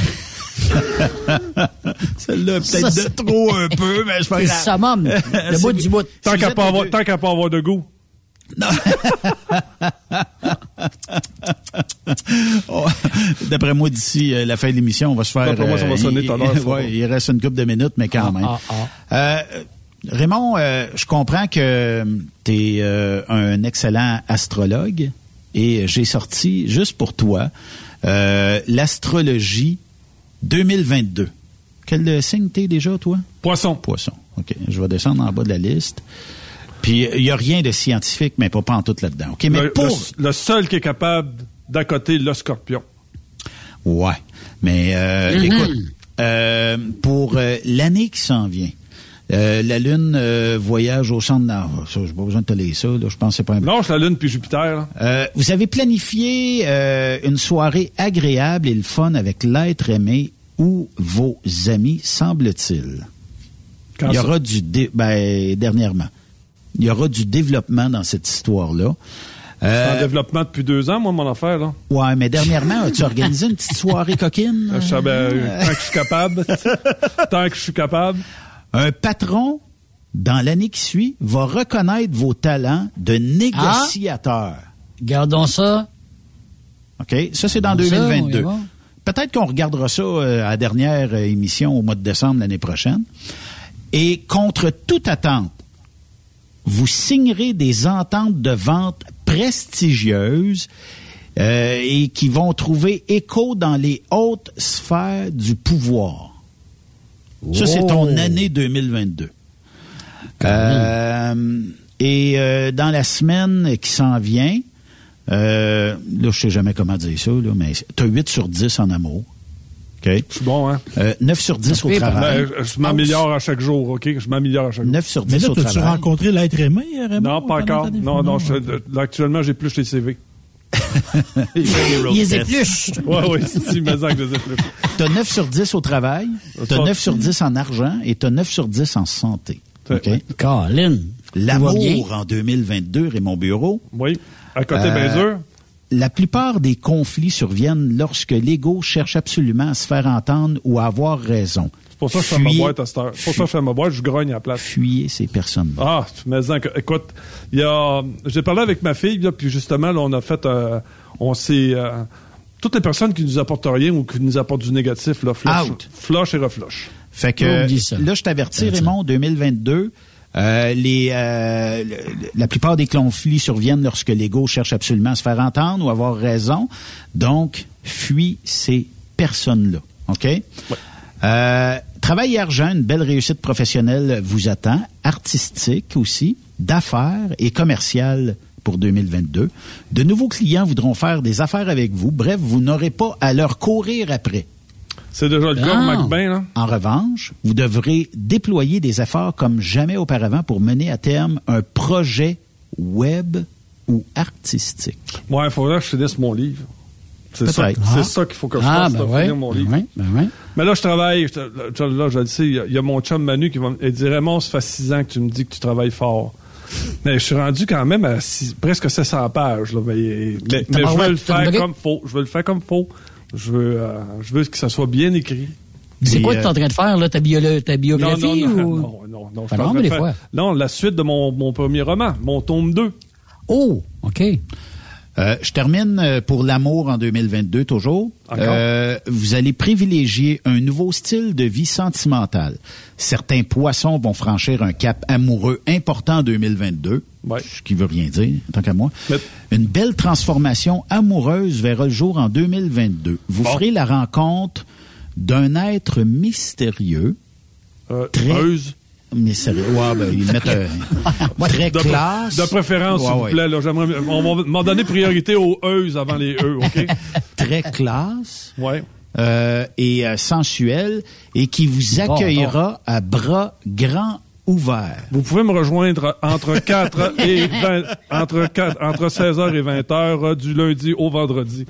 Celle-là, peut-être de trop un peu, mais je pense que c'est le summum. Le bout du bout. Tant qu'à pas avoir de goût. D'après moi, d'ici la fin de l'émission, on va se faire... D'après moi, ça va sonner tout à l'heure. Ouais, il reste une couple de minutes, mais quand même. Raymond, je comprends que tu es un excellent astrologue et j'ai sorti, juste pour toi, l'astrologie 2022. Quel signe t'es déjà, toi? Poisson. Poisson. OK. Je vais descendre en bas de la liste. Puis, il n'y a rien de scientifique, mais pas en tout là-dedans. OK, mais le seul qui est capable d'accoter le scorpion. Ouais. Mais, écoute, pour l'année qui s'en vient, la Lune voyage au centre nord. Ça, j'ai pas besoin de te lire ça. Là, je pense que c'est pas important. Non, c'est la Lune puis Jupiter. Vous avez planifié une soirée agréable et le fun avec l'être aimé ou vos amis, semble-t-il. Il y aura dernièrement. Il y aura du développement dans cette histoire-là. C'est en développement depuis 2 ans, moi, mon affaire, là. Ouais, mais dernièrement, as-tu organisé une petite soirée coquine? Tant que je suis capable. Tant que je suis capable. Un patron, dans l'année qui suit, va reconnaître vos talents de négociateur. Gardons ça. OK? Ça, c'est dans 2022. Peut-être qu'on regardera ça à la dernière émission au mois de décembre l'année prochaine. Et contre toute attente, vous signerez des ententes de vente prestigieuses et qui vont trouver écho dans les hautes sphères du pouvoir. Ça, c'est ton année 2022. Et dans la semaine qui s'en vient, là, je sais jamais comment dire ça, là, mais tu as 8 sur 10 en amour. OK? Je suis bon, hein? 9 sur 10 au travail. Je m'améliore à chaque jour, OK? Je m'améliore à chaque jour. 9 sur 10 au travail. Mais là, t'as-tu rencontré l'être aimé, Raymond? Non, pas encore. Non, là, actuellement, j'ai plus les CV. Il les épluche. Oui, c'est mais que je les épluche. T'as 9 sur 10 au travail, t'as 9 sur 10 en argent et t'as 9 sur 10 en santé. OK? Colin. L'amour en 2022, Raymond Bureau. Oui. À côté, bien sûr. La plupart des conflits surviennent lorsque l'ego cherche absolument à se faire entendre ou à avoir raison. C'est pour ça que je fais ma boîte à cette heure. C'est pour ça que je fais ma boîte, je grogne à la place. Fuyez ces personnes-là. Mais écoute, j'ai parlé avec ma fille, là, puis justement, là, on a fait, toutes les personnes qui nous apportent rien ou qui nous apportent du négatif, là, flush et reflush. Fait que, là, je t'avertis, Raymond, 2022, la plupart des conflits surviennent lorsque l'ego cherche absolument à se faire entendre ou avoir raison. Donc, fuis ces personnes-là. OK? Ouais. Travail et argent, une belle réussite professionnelle vous attend. Artistique aussi, d'affaires et commerciale pour 2022. De nouveaux clients voudront faire des affaires avec vous. Bref, vous n'aurez pas à leur courir après. C'est déjà le cas pour McBain, là. En revanche, vous devrez déployer des efforts comme jamais auparavant pour mener à terme un projet web ou artistique. Ouais, il faudrait que je finisse mon livre. C'est ça qu'il faut que je fasse, finir mon livre. Mais là, je travaille. Là, je le sais, il y a mon chum Manu qui va me dire « Raymond, ça fait 6 ans que tu me dis que tu travailles fort. » Mais je suis rendu quand même à presque 700 pages. Là, mais je veux le faire comme faut. Je veux le faire comme faut. Je veux que ça soit bien écrit. C'est quoi que tu es en train de faire, là, ta biographie? Non, la suite de mon premier roman, mon tome 2. Oh, OK. Je termine pour l'amour en 2022, toujours. Vous allez privilégier un nouveau style de vie sentimentale. Certains poissons vont franchir un cap amoureux important en 2022, ce qui veut rien dire, tant qu'à moi. Une belle transformation amoureuse verra le jour en 2022. Vous ferez la rencontre d'un être mystérieux, mystérieux. Ils mettent très classe. De préférence, s'il vous plaît. Là, on va m'en donner priorité aux eus avant les E, OK? Très classe. Et sensuel, et qui vous accueillera à bras grands ouverts. Vous pouvez me rejoindre entre 16h et 20h du lundi au vendredi.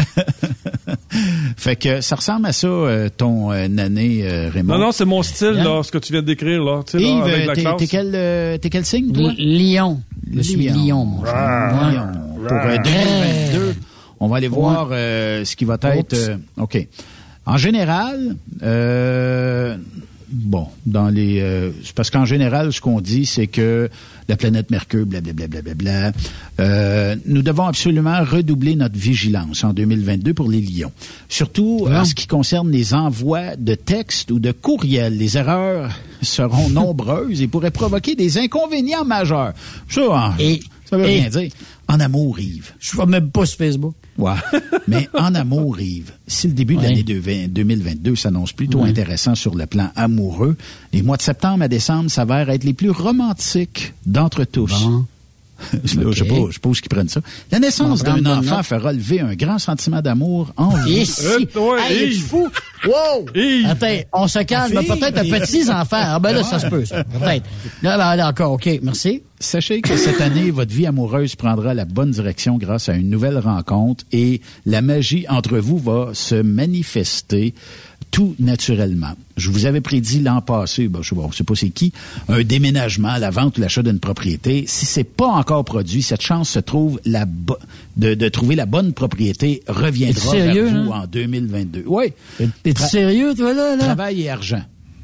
Fait que ça ressemble à ça, ton année, Raymond. Non, c'est mon style, là, ce que tu viens de décrire, là. Tu sais, Yves, là, avec la classe. T'es quel signe, toi? Lion. Je suis Lion, mon Lion. Pour 2022, on va aller voir ce qui va être... OK. En général, bon, c'est parce qu'en général, ce qu'on dit, c'est que la planète Mercure, blablabla, nous devons absolument redoubler notre vigilance en 2022 pour les lions. Surtout en ce qui concerne les envois de textes ou de courriels. Les erreurs seront nombreuses et pourraient provoquer des inconvénients majeurs. Ça veut rien dire. En amour, Yves. Je ne vois même pas sur Facebook. Ouais. Mais en amour, Yves, si le début de l'année 2022 s'annonce plutôt intéressant sur le plan amoureux, les mois de septembre à décembre s'avèrent être les plus romantiques d'entre tous. Bon. Là, je sais pas où ils prennent ça. La naissance d'un enfant fait relever un grand sentiment d'amour en vous. Hey, fou! Wow! Attends, on se calme. Peut-être un petit enfant. Ah ben là, ça se peut, ça. Peut-être. Là, encore, OK. Merci. Sachez que cette année, votre vie amoureuse prendra la bonne direction grâce à une nouvelle rencontre et la magie entre vous va se manifester tout naturellement. Je vous avais prédit l'an passé, je sais pas c'est qui, un déménagement, la vente ou l'achat d'une propriété. Si c'est pas encore produit, cette chance se trouve de trouver la bonne propriété reviendra vers vous en 2022. Oui. T'es sérieux, toi, là? Travail et argent.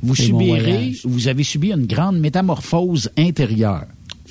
Vous avez subi une grande métamorphose intérieure.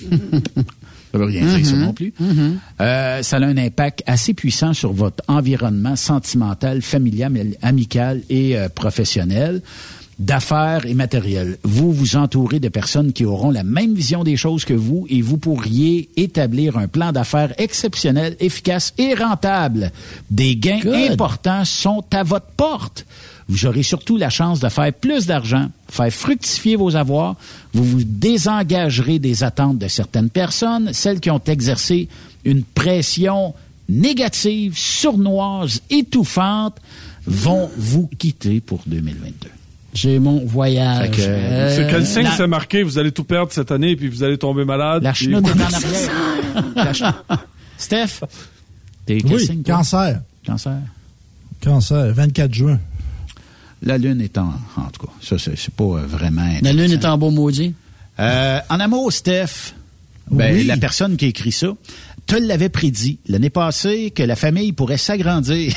Ça veut rien dire, ça non plus. Ça a un impact assez puissant sur votre environnement sentimental, familial, amical et professionnel, d'affaires et matériel. Vous vous entourez de personnes qui auront la même vision des choses que vous et vous pourriez établir un plan d'affaires exceptionnel, efficace et rentable. Des gains importants sont à votre porte. Vous aurez surtout la chance de faire plus d'argent, faire fructifier vos avoirs. Vous vous désengagerez des attentes de certaines personnes, celles qui ont exercé une pression négative, sournoise, étouffante, vont vous quitter pour 2022. J'ai mon voyage. C'est quel signe c'est marqué? Vous allez tout perdre cette année puis vous allez tomber malade. La chenoute est en arrière. Steph, t'es quel signe? Cancer. Cancer, 24 juin. La Lune est en tout cas, ça, c'est pas vraiment... La Lune est en beau maudit. En amour, Steph, la personne qui a écrit ça, te l'avait prédit l'année passée que la famille pourrait s'agrandir.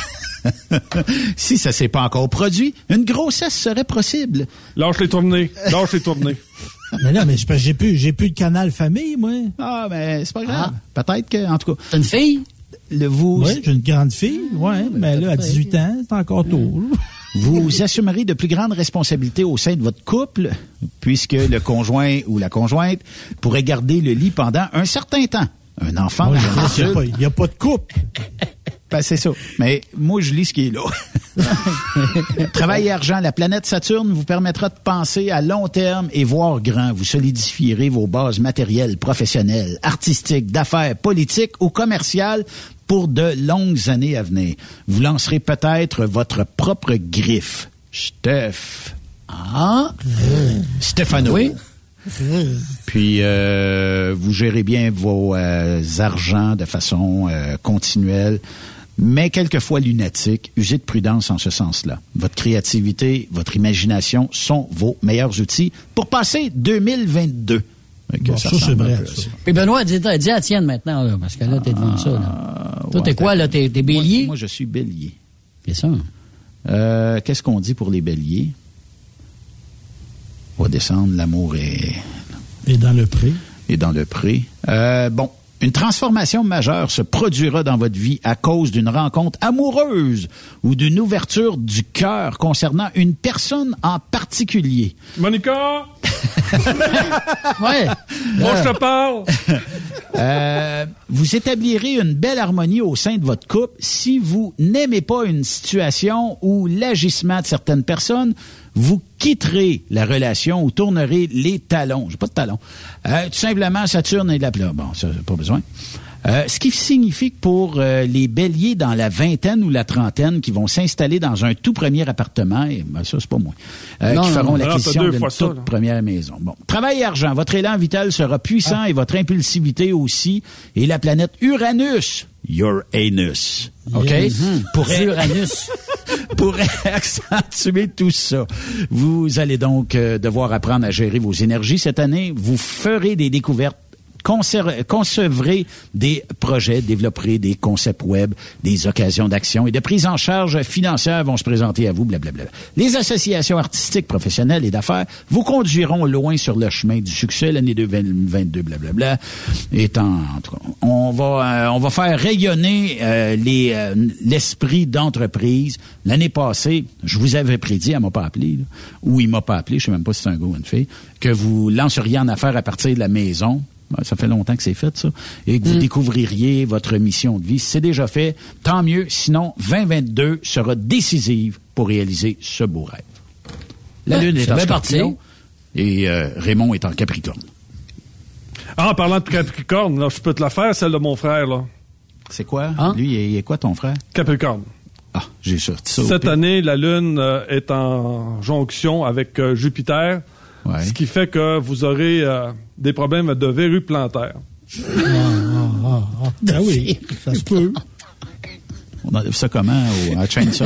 Si ça s'est pas encore produit, une grossesse serait possible. Lâche les tournées. Mais non, mais j'ai plus de canal famille, moi. Ah, mais c'est pas grave. Peut-être que, en tout cas... T'as une fille? Oui, j'ai une grande fille, mais là, à 18 ans, c'est encore tôt. Vous assumerez de plus grandes responsabilités au sein de votre couple, puisque le conjoint ou la conjointe pourrait garder le lit pendant un certain temps. Un enfant, il n'y a pas de couple. C'est ça. Mais moi, je lis ce qui est là. Travail et argent. La planète Saturne vous permettra de penser à long terme et voir grand. Vous solidifierez vos bases matérielles, professionnelles, artistiques, d'affaires, politiques ou commerciales pour de longues années à venir. Vous lancerez peut-être votre propre griffe. Stéphano. Oui. Puis, vous gérez bien vos argents de façon continuelle, mais quelquefois lunatique. Usez de prudence en ce sens-là. Votre créativité, votre imagination sont vos meilleurs outils pour passer 2022. Ça c'est vrai. Et Benoît, dis à la tienne maintenant, là, parce que là, t'es devant ça. Là. Toi, t'es quoi, là? T'es bélier? Moi, je suis bélier. C'est ça. Qu'est-ce qu'on dit pour les béliers? On va descendre, l'amour est... Et dans le pré. Une transformation majeure se produira dans votre vie à cause d'une rencontre amoureuse ou d'une ouverture du cœur concernant une personne en particulier. Monica! Ouais. Moi, je te parle! Vous établirez une belle harmonie au sein de votre couple si vous n'aimez pas une situation ou l'agissement de certaines personnes. Vous quitterez la relation ou tournerez les talons. J'ai pas de talons. Tout simplement, Saturne est de la... Bon, ça, pas besoin. Ce qui signifie que pour les béliers dans la vingtaine ou la trentaine qui vont s'installer dans un tout premier appartement, et ça, c'est pas moi, qui feront l'acquisition d'une toute première maison. Bon. Travail et argent. Votre élan vital sera puissant et votre impulsivité aussi. Et la planète Uranus, your anus, OK? Pourrait accentuer tout ça. Vous allez donc devoir apprendre à gérer vos énergies cette année. Vous ferez des découvertes concevrez des projets, développerez des concepts web, des occasions d'action et de prise en charge financière vont se présenter à vous, blablabla. Les associations artistiques, professionnelles et d'affaires vous conduiront loin sur le chemin du succès l'année 2022, blablabla. En tout cas, on va faire rayonner l'esprit d'entreprise. L'année passée, je vous avais prédit, elle m'a pas appelé, là, ou il m'a pas appelé, je sais même pas si c'est un gars ou une fille, que vous lanceriez en affaires à partir de la maison. Ça fait longtemps que c'est fait, ça. Et que vous découvririez votre mission de vie. Si c'est déjà fait, tant mieux. Sinon, 2022 sera décisive pour réaliser ce beau rêve. La Lune est en Scorpion et Raymond est en Capricorne. Ah, en parlant de Capricorne, là, je peux te la faire, celle de mon frère, là. C'est quoi? Lui, il est quoi, ton frère? Capricorne. Ah, j'ai sorti ça. Cette année, la Lune est en jonction avec Jupiter. Ouais. Ce qui fait que vous aurez des problèmes de verrues plantaires. Ben oui, ça se peut. On enlève ça comment? À Chainsaw?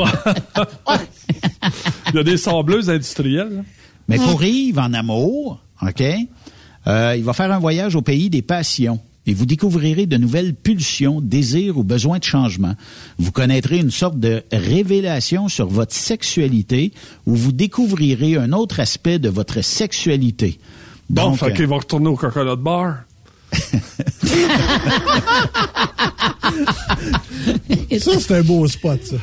Il y a des sableuses industrielles. Là. Mais pour Yves, en amour, OK, il va faire un voyage au pays des passions. Et vous découvrirez de nouvelles pulsions, désirs ou besoins de changement. Vous connaîtrez une sorte de révélation sur votre sexualité où vous découvrirez un autre aspect de votre sexualité. Donc, fait qu'il va retourner au Coconut Bar. Ça, c'est un beau spot, ça.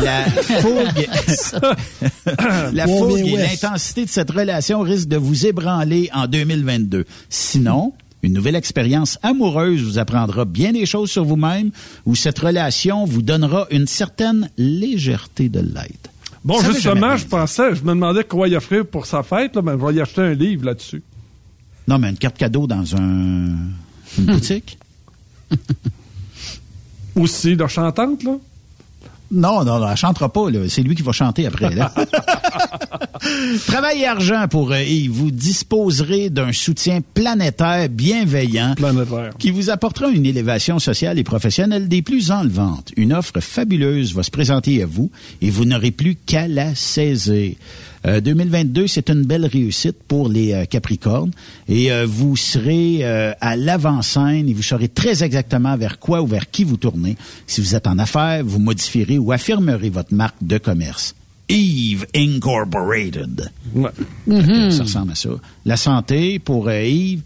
La fougue et l'intensité de cette relation risquent de vous ébranler en 2022. Sinon, une nouvelle expérience amoureuse vous apprendra bien des choses sur vous-même ou cette relation vous donnera une certaine légèreté de l'être. Bon, ça justement, je me demandais quoi il offrait pour sa fête, là, mais je vais y acheter un livre là-dessus. Non, mais une carte cadeau dans une boutique? Aussi, de chantante, là? Non, elle chantera pas, là. C'est lui qui va chanter après, là. Travail et argent pour Yves. Vous disposerez d'un soutien planétaire bienveillant qui vous apportera une élévation sociale et professionnelle des plus enlevantes. Une offre fabuleuse va se présenter à vous et vous n'aurez plus qu'à la saisir. 2022, c'est une belle réussite pour les Capricornes et vous serez à l'avant-scène et vous saurez très exactement vers quoi ou vers qui vous tournez. Si vous êtes en affaires, vous modifierez ou affirmerez votre marque de commerce. Yves Incorporated. Ouais. Ça ressemble à ça. La santé pour Yves.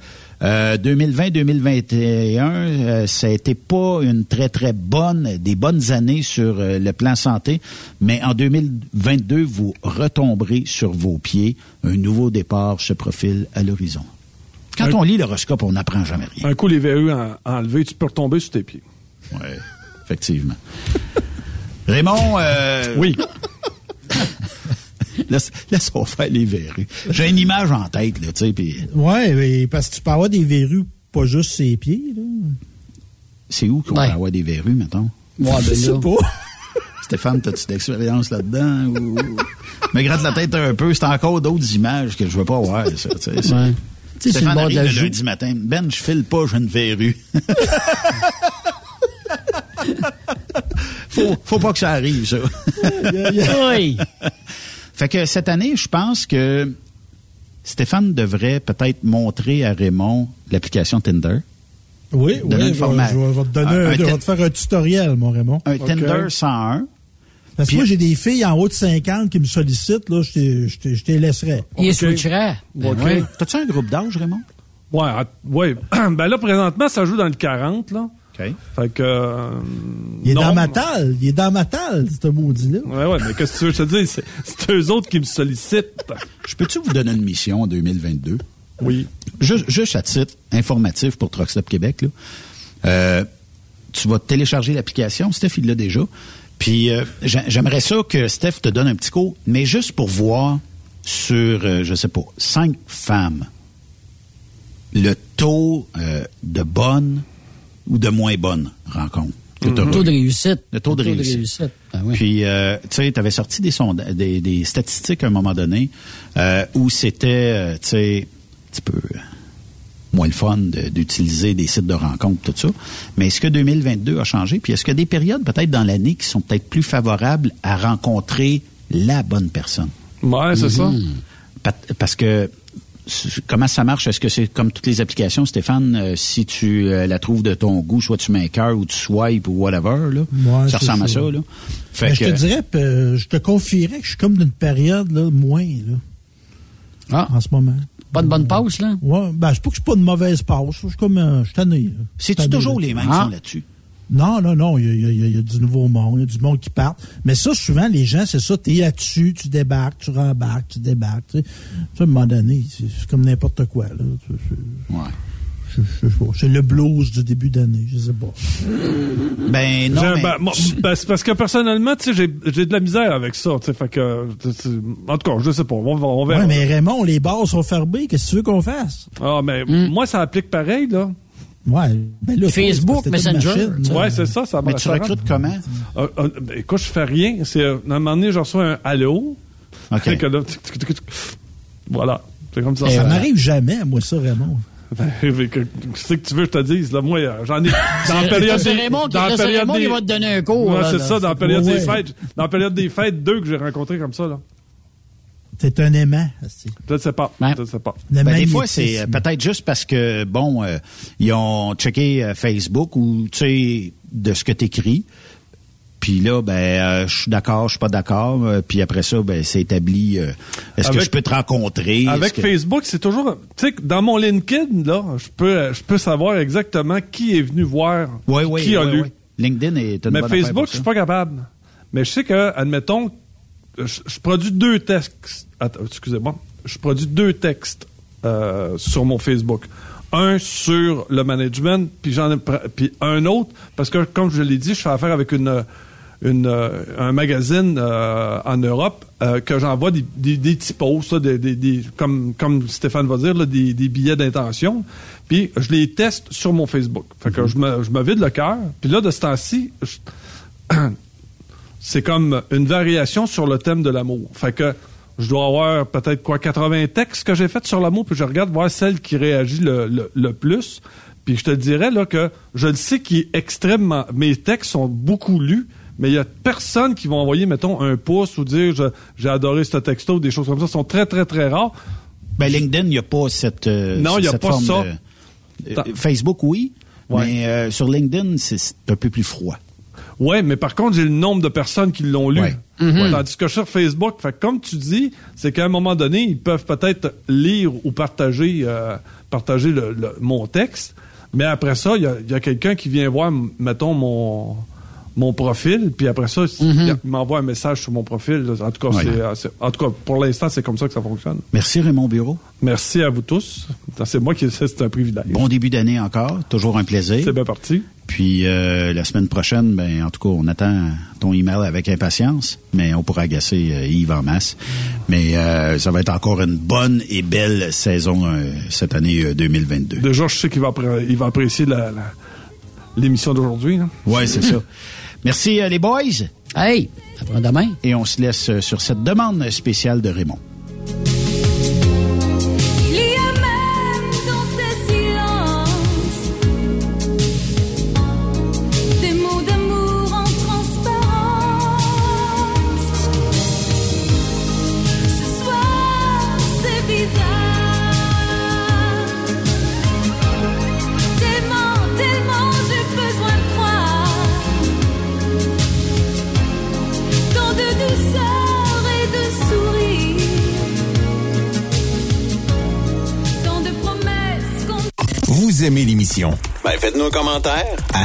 2020-2021, ça a été pas une des bonnes années sur le plan santé, mais en 2022, vous retomberez sur vos pieds. Un nouveau départ se profile à l'horizon. Quand on lit l'horoscope, on n'apprend jamais rien. Un coup, les verrues enlevées, tu peux retomber sur tes pieds. Oui, effectivement. Raymond, oui. Laisse-moi faire les verrues. J'ai une image en tête, là, tu sais, puis... Ouais, mais parce que tu peux avoir des verrues, pas juste ses pieds, là. C'est où qu'on peut avoir des verrues, mettons? Ouais, ben je sais pas. Stéphane, t'as-tu d'expérience là-dedans? Ou... Me gratte la tête un peu, c'est encore d'autres images que je veux pas avoir, ça, tu sais. Ouais. Stéphane arrive le lundi matin. Ben, je file pas, j'ai une verrue. Faut pas que ça arrive, ça. Oui. Fait que cette année, je pense que Stéphane devrait peut-être montrer à Raymond l'application Tinder. Oui, je vais te faire un tutoriel, mon Raymond. Un Tinder 101. Parce que moi, j'ai des filles en haut de 50 qui me sollicitent, là, je te laisserais. Il switcherait. Okay. T'as-tu un groupe d'âge, Raymond? Ouais. Ben là, présentement, ça joue dans le 40, là. Okay. Fait que... Il est dans ma talle, ce maudit-là. Ouais, mais qu'est-ce que tu veux que je te dise? C'est eux autres qui me sollicitent. Je peux-tu vous donner une mission en 2022? Oui. Juste à titre informatif pour Truck Stop Québec, là. Tu vas télécharger l'application. Steph, il l'a déjà. Puis, j'aimerais ça que Steph te donne un petit cours, mais juste pour voir sur, 5 femmes, le taux de bonnes ou de moins bonnes rencontres. Le taux de réussite. Le taux de réussite. Ben oui. Puis, tu sais, tu avais sorti des statistiques à un moment donné où c'était, tu sais, un petit peu moins le fun d'utiliser des sites de rencontres, tout ça. Mais est-ce que 2022 a changé? Puis est-ce qu'il y a des périodes peut-être dans l'année qui sont peut-être plus favorables à rencontrer la bonne personne? Ouais, c'est ça. Parce que comment ça marche? Est-ce que c'est comme toutes les applications, Stéphane, si tu la trouves de ton goût, soit tu mets un cœur ou tu swipes ou whatever, là, ouais, ça ressemble à ça, là. Fait je te dirais, je te confierais que je suis comme d'une période, là, moins, là. En ce moment. Pas de bonne passe, là? Ouais, ben, c'est pas que je suis pas de mauvaise passe. Je suis comme, je suis tanné. C'est-tu toujours les mêmes qui sont là-dessus? Non, il y a du nouveau monde, il y a du monde qui part. Mais ça, souvent, les gens, c'est ça, t'es là-dessus, tu débarques, tu rembarques, tu débarques, tu sais. À un moment donné, c'est comme n'importe quoi, là. C'est le blues du début d'année, je sais pas. Ben, non, c'est parce que personnellement, tu sais, j'ai de la misère avec ça, tu sais, fait que, en tout cas, je sais pas, on verra. Ouais, mais Raymond, les bars sont fermés, qu'est-ce que tu veux qu'on fasse? Ah, mais moi, ça applique pareil, là. Ouais, ben là, Facebook, Messenger. Ouais, c'est ça Mais tu recrutes comment? Écoute, je fais rien. C'est, à un moment donné, je reçois un allô. OK. Voilà. C'est comme ça. Ça m'arrive jamais, moi, ça, Raymond. C'est que tu veux que je te dise, là, moi, j'en ai, dans la période des... Raymond qui va te donner un cours. Ouais, c'est ça, dans la période des fêtes. Dans la période des fêtes, 2 que j'ai rencontrés comme ça, là. C'est un aimant. Je ne sais pas. Je ne sais pas. Des fois, c'est peut-être juste parce que, bon, ils ont checké Facebook ou, tu sais, de ce que tu écris. Puis là, je suis d'accord, je suis pas d'accord. Puis après ça, c'est établi. Est-ce que je peux te rencontrer? Avec Facebook, c'est toujours... Tu sais, dans mon LinkedIn, là, je peux savoir exactement qui est venu voir, qui a lu. LinkedIn est une Mais bonne Facebook, je suis pas capable. Mais je sais que, admettons, je produis 2 textes. Attends, excusez-moi. Je produis 2 textes sur mon Facebook. Un sur le management, puis puis un autre, parce que, comme je l'ai dit, je fais affaire avec un magazine en Europe que j'envoie des typos, ça, comme Stéphane va dire, là, des billets d'intention. Puis je les teste sur mon Facebook. Fait que je me vide le cœur. Puis là, de ce temps-ci, c'est comme une variation sur le thème de l'amour. Fait que je dois avoir peut-être 80 textes que j'ai fait sur l'amour, puis je regarde voir celle qui réagit le plus. Puis je te dirais là que je le sais qui est extrêmement... Mes textes sont beaucoup lus, mais il y a personne qui va envoyer, mettons, un pouce ou dire j'ai adoré ce texto ou des choses comme ça. Ils sont très, très, très rares. LinkedIn, il n'y a pas cette non, il n'y a pas ça. Facebook, oui, mais sur LinkedIn, c'est un peu plus froid. Oui, mais par contre, j'ai le nombre de personnes qui l'ont lu. Ouais. Mm-hmm. Tandis que sur Facebook, fait, comme tu dis, c'est qu'à un moment donné, ils peuvent peut-être lire ou partager mon texte, mais après ça, il y a quelqu'un qui vient voir, mettons, mon profil, puis après ça, il m'envoie un message sur mon profil. En tout cas, pour l'instant, c'est comme ça que ça fonctionne. Merci Raymond Bureau. Merci à vous tous. C'est un privilège. Bon début d'année encore. Toujours un plaisir. C'est bien parti. Puis la semaine prochaine, en tout cas, on attend ton email avec impatience, mais on pourra agacer Yves en masse. Mais ça va être encore une bonne et belle saison cette année 2022. Déjà, je sais qu'il va apprécier l'émission d'aujourd'hui. Oui, c'est ça. Merci les boys. Hey, à demain. Et on se laisse sur cette demande spéciale de Raymond. Vous aimez l'émission? Faites-nous un commentaire à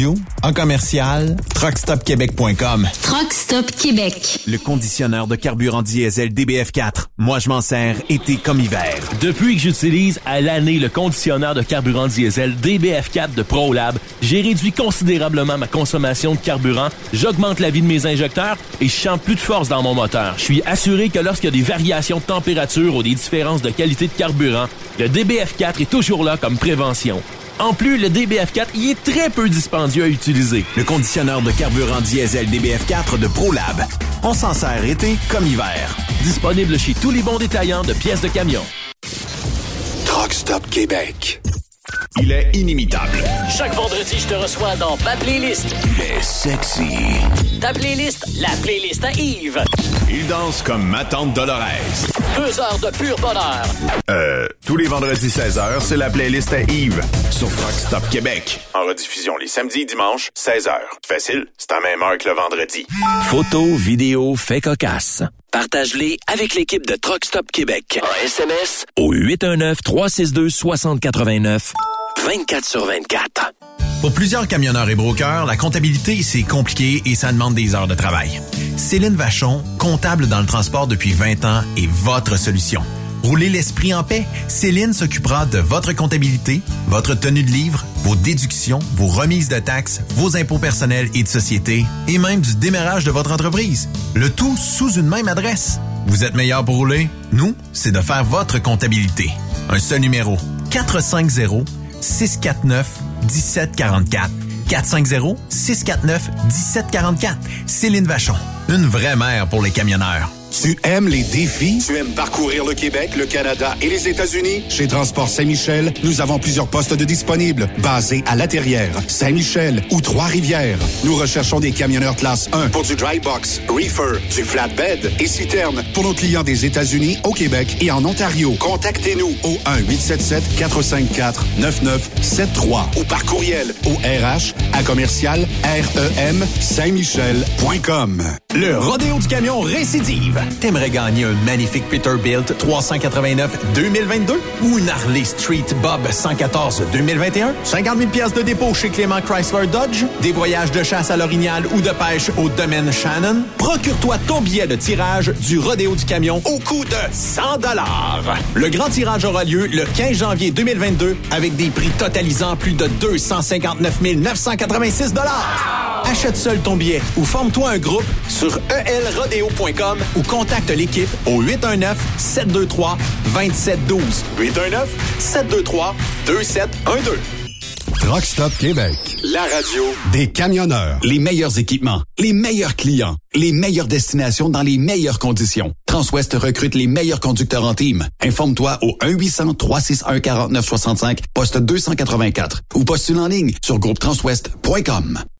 studio@truckstopquebec.com. Truck Stop Québec. Le conditionneur de carburant diesel DBF4. Moi, je m'en sers été comme hiver. Depuis que j'utilise à l'année le conditionneur de carburant diesel DBF4 de ProLab, j'ai réduit considérablement ma consommation de carburant, j'augmente la vie de mes injecteurs et je sens plus de force dans mon moteur. Je suis assuré que lorsqu'il y a des variations de température ou des différences de qualité de carburant, le DBF4 est toujours là comme prévention. En plus, le DBF4 y est très peu dispendieux à utiliser. Le conditionneur de carburant diesel DBF4 de ProLab. On s'en sert été comme hiver. Disponible chez tous les bons détaillants de pièces de camion. Truck Stop Québec. Il est inimitable. Chaque vendredi, je te reçois dans ma playlist. Il est sexy. Ta playlist, la playlist à Yves. Il danse comme ma tante Dolores. 2 heures de pur bonheur. Tous les vendredis 16h, c'est la playlist à Yves sur Truck Stop Québec. En rediffusion les samedis et dimanches, 16h. Facile, c'est à même heure que le vendredi. Photos, vidéos, faits cocasses. Partage-les avec l'équipe de Truck Stop Québec. En SMS au 819-362-6089, 24/24. Pour plusieurs camionneurs et brokers, la comptabilité, c'est compliqué et ça demande des heures de travail. Céline Vachon, comptable dans le transport depuis 20 ans, est votre solution. Roulez l'esprit en paix. Céline s'occupera de votre comptabilité, votre tenue de livre, vos déductions, vos remises de taxes, vos impôts personnels et de société, et même du démarrage de votre entreprise. Le tout sous une même adresse. Vous êtes meilleur pour rouler? Nous, c'est de faire votre comptabilité. Un seul numéro. 450-649-1744. 450-649-1744. Céline Vachon. Une vraie mère pour les camionneurs. Tu aimes les défis? Tu aimes parcourir le Québec, le Canada et les États-Unis? Chez Transport Saint-Michel, nous avons plusieurs postes de disponibles, basés à La Terrière, Saint-Michel ou Trois-Rivières. Nous recherchons des camionneurs classe 1 pour du dry box, reefer, du flatbed et citerne pour nos clients des États-Unis, au Québec et en Ontario. Contactez-nous au 1-877-454-9973 ou par courriel au RH@REM-Saint-Michel.com. Le Rodéo du Camion récidive. T'aimerais gagner un magnifique Peterbilt 389 2022 ou une Harley Street Bob 114 2021? 50 000 piastres de dépôt chez Clément Chrysler Dodge? Des voyages de chasse à l'Orignal ou de pêche au domaine Shannon? Procure-toi ton billet de tirage du Rodéo du Camion au coût de 100 $. Le grand tirage aura lieu le 15 janvier 2022 avec des prix totalisant plus de 259 986 $. Achète seul ton billet ou forme-toi un groupe sur elrodeo.com ou contacte l'équipe au 819-723-2712. 819-723-2712. Truck Stop Québec. La radio des camionneurs. Les meilleurs équipements, les meilleurs clients, les meilleures destinations dans les meilleures conditions. Transwest recrute les meilleurs conducteurs en team. Informe-toi au 1-800-361-4965, poste 284 ou postule en ligne sur groupetranswest.com.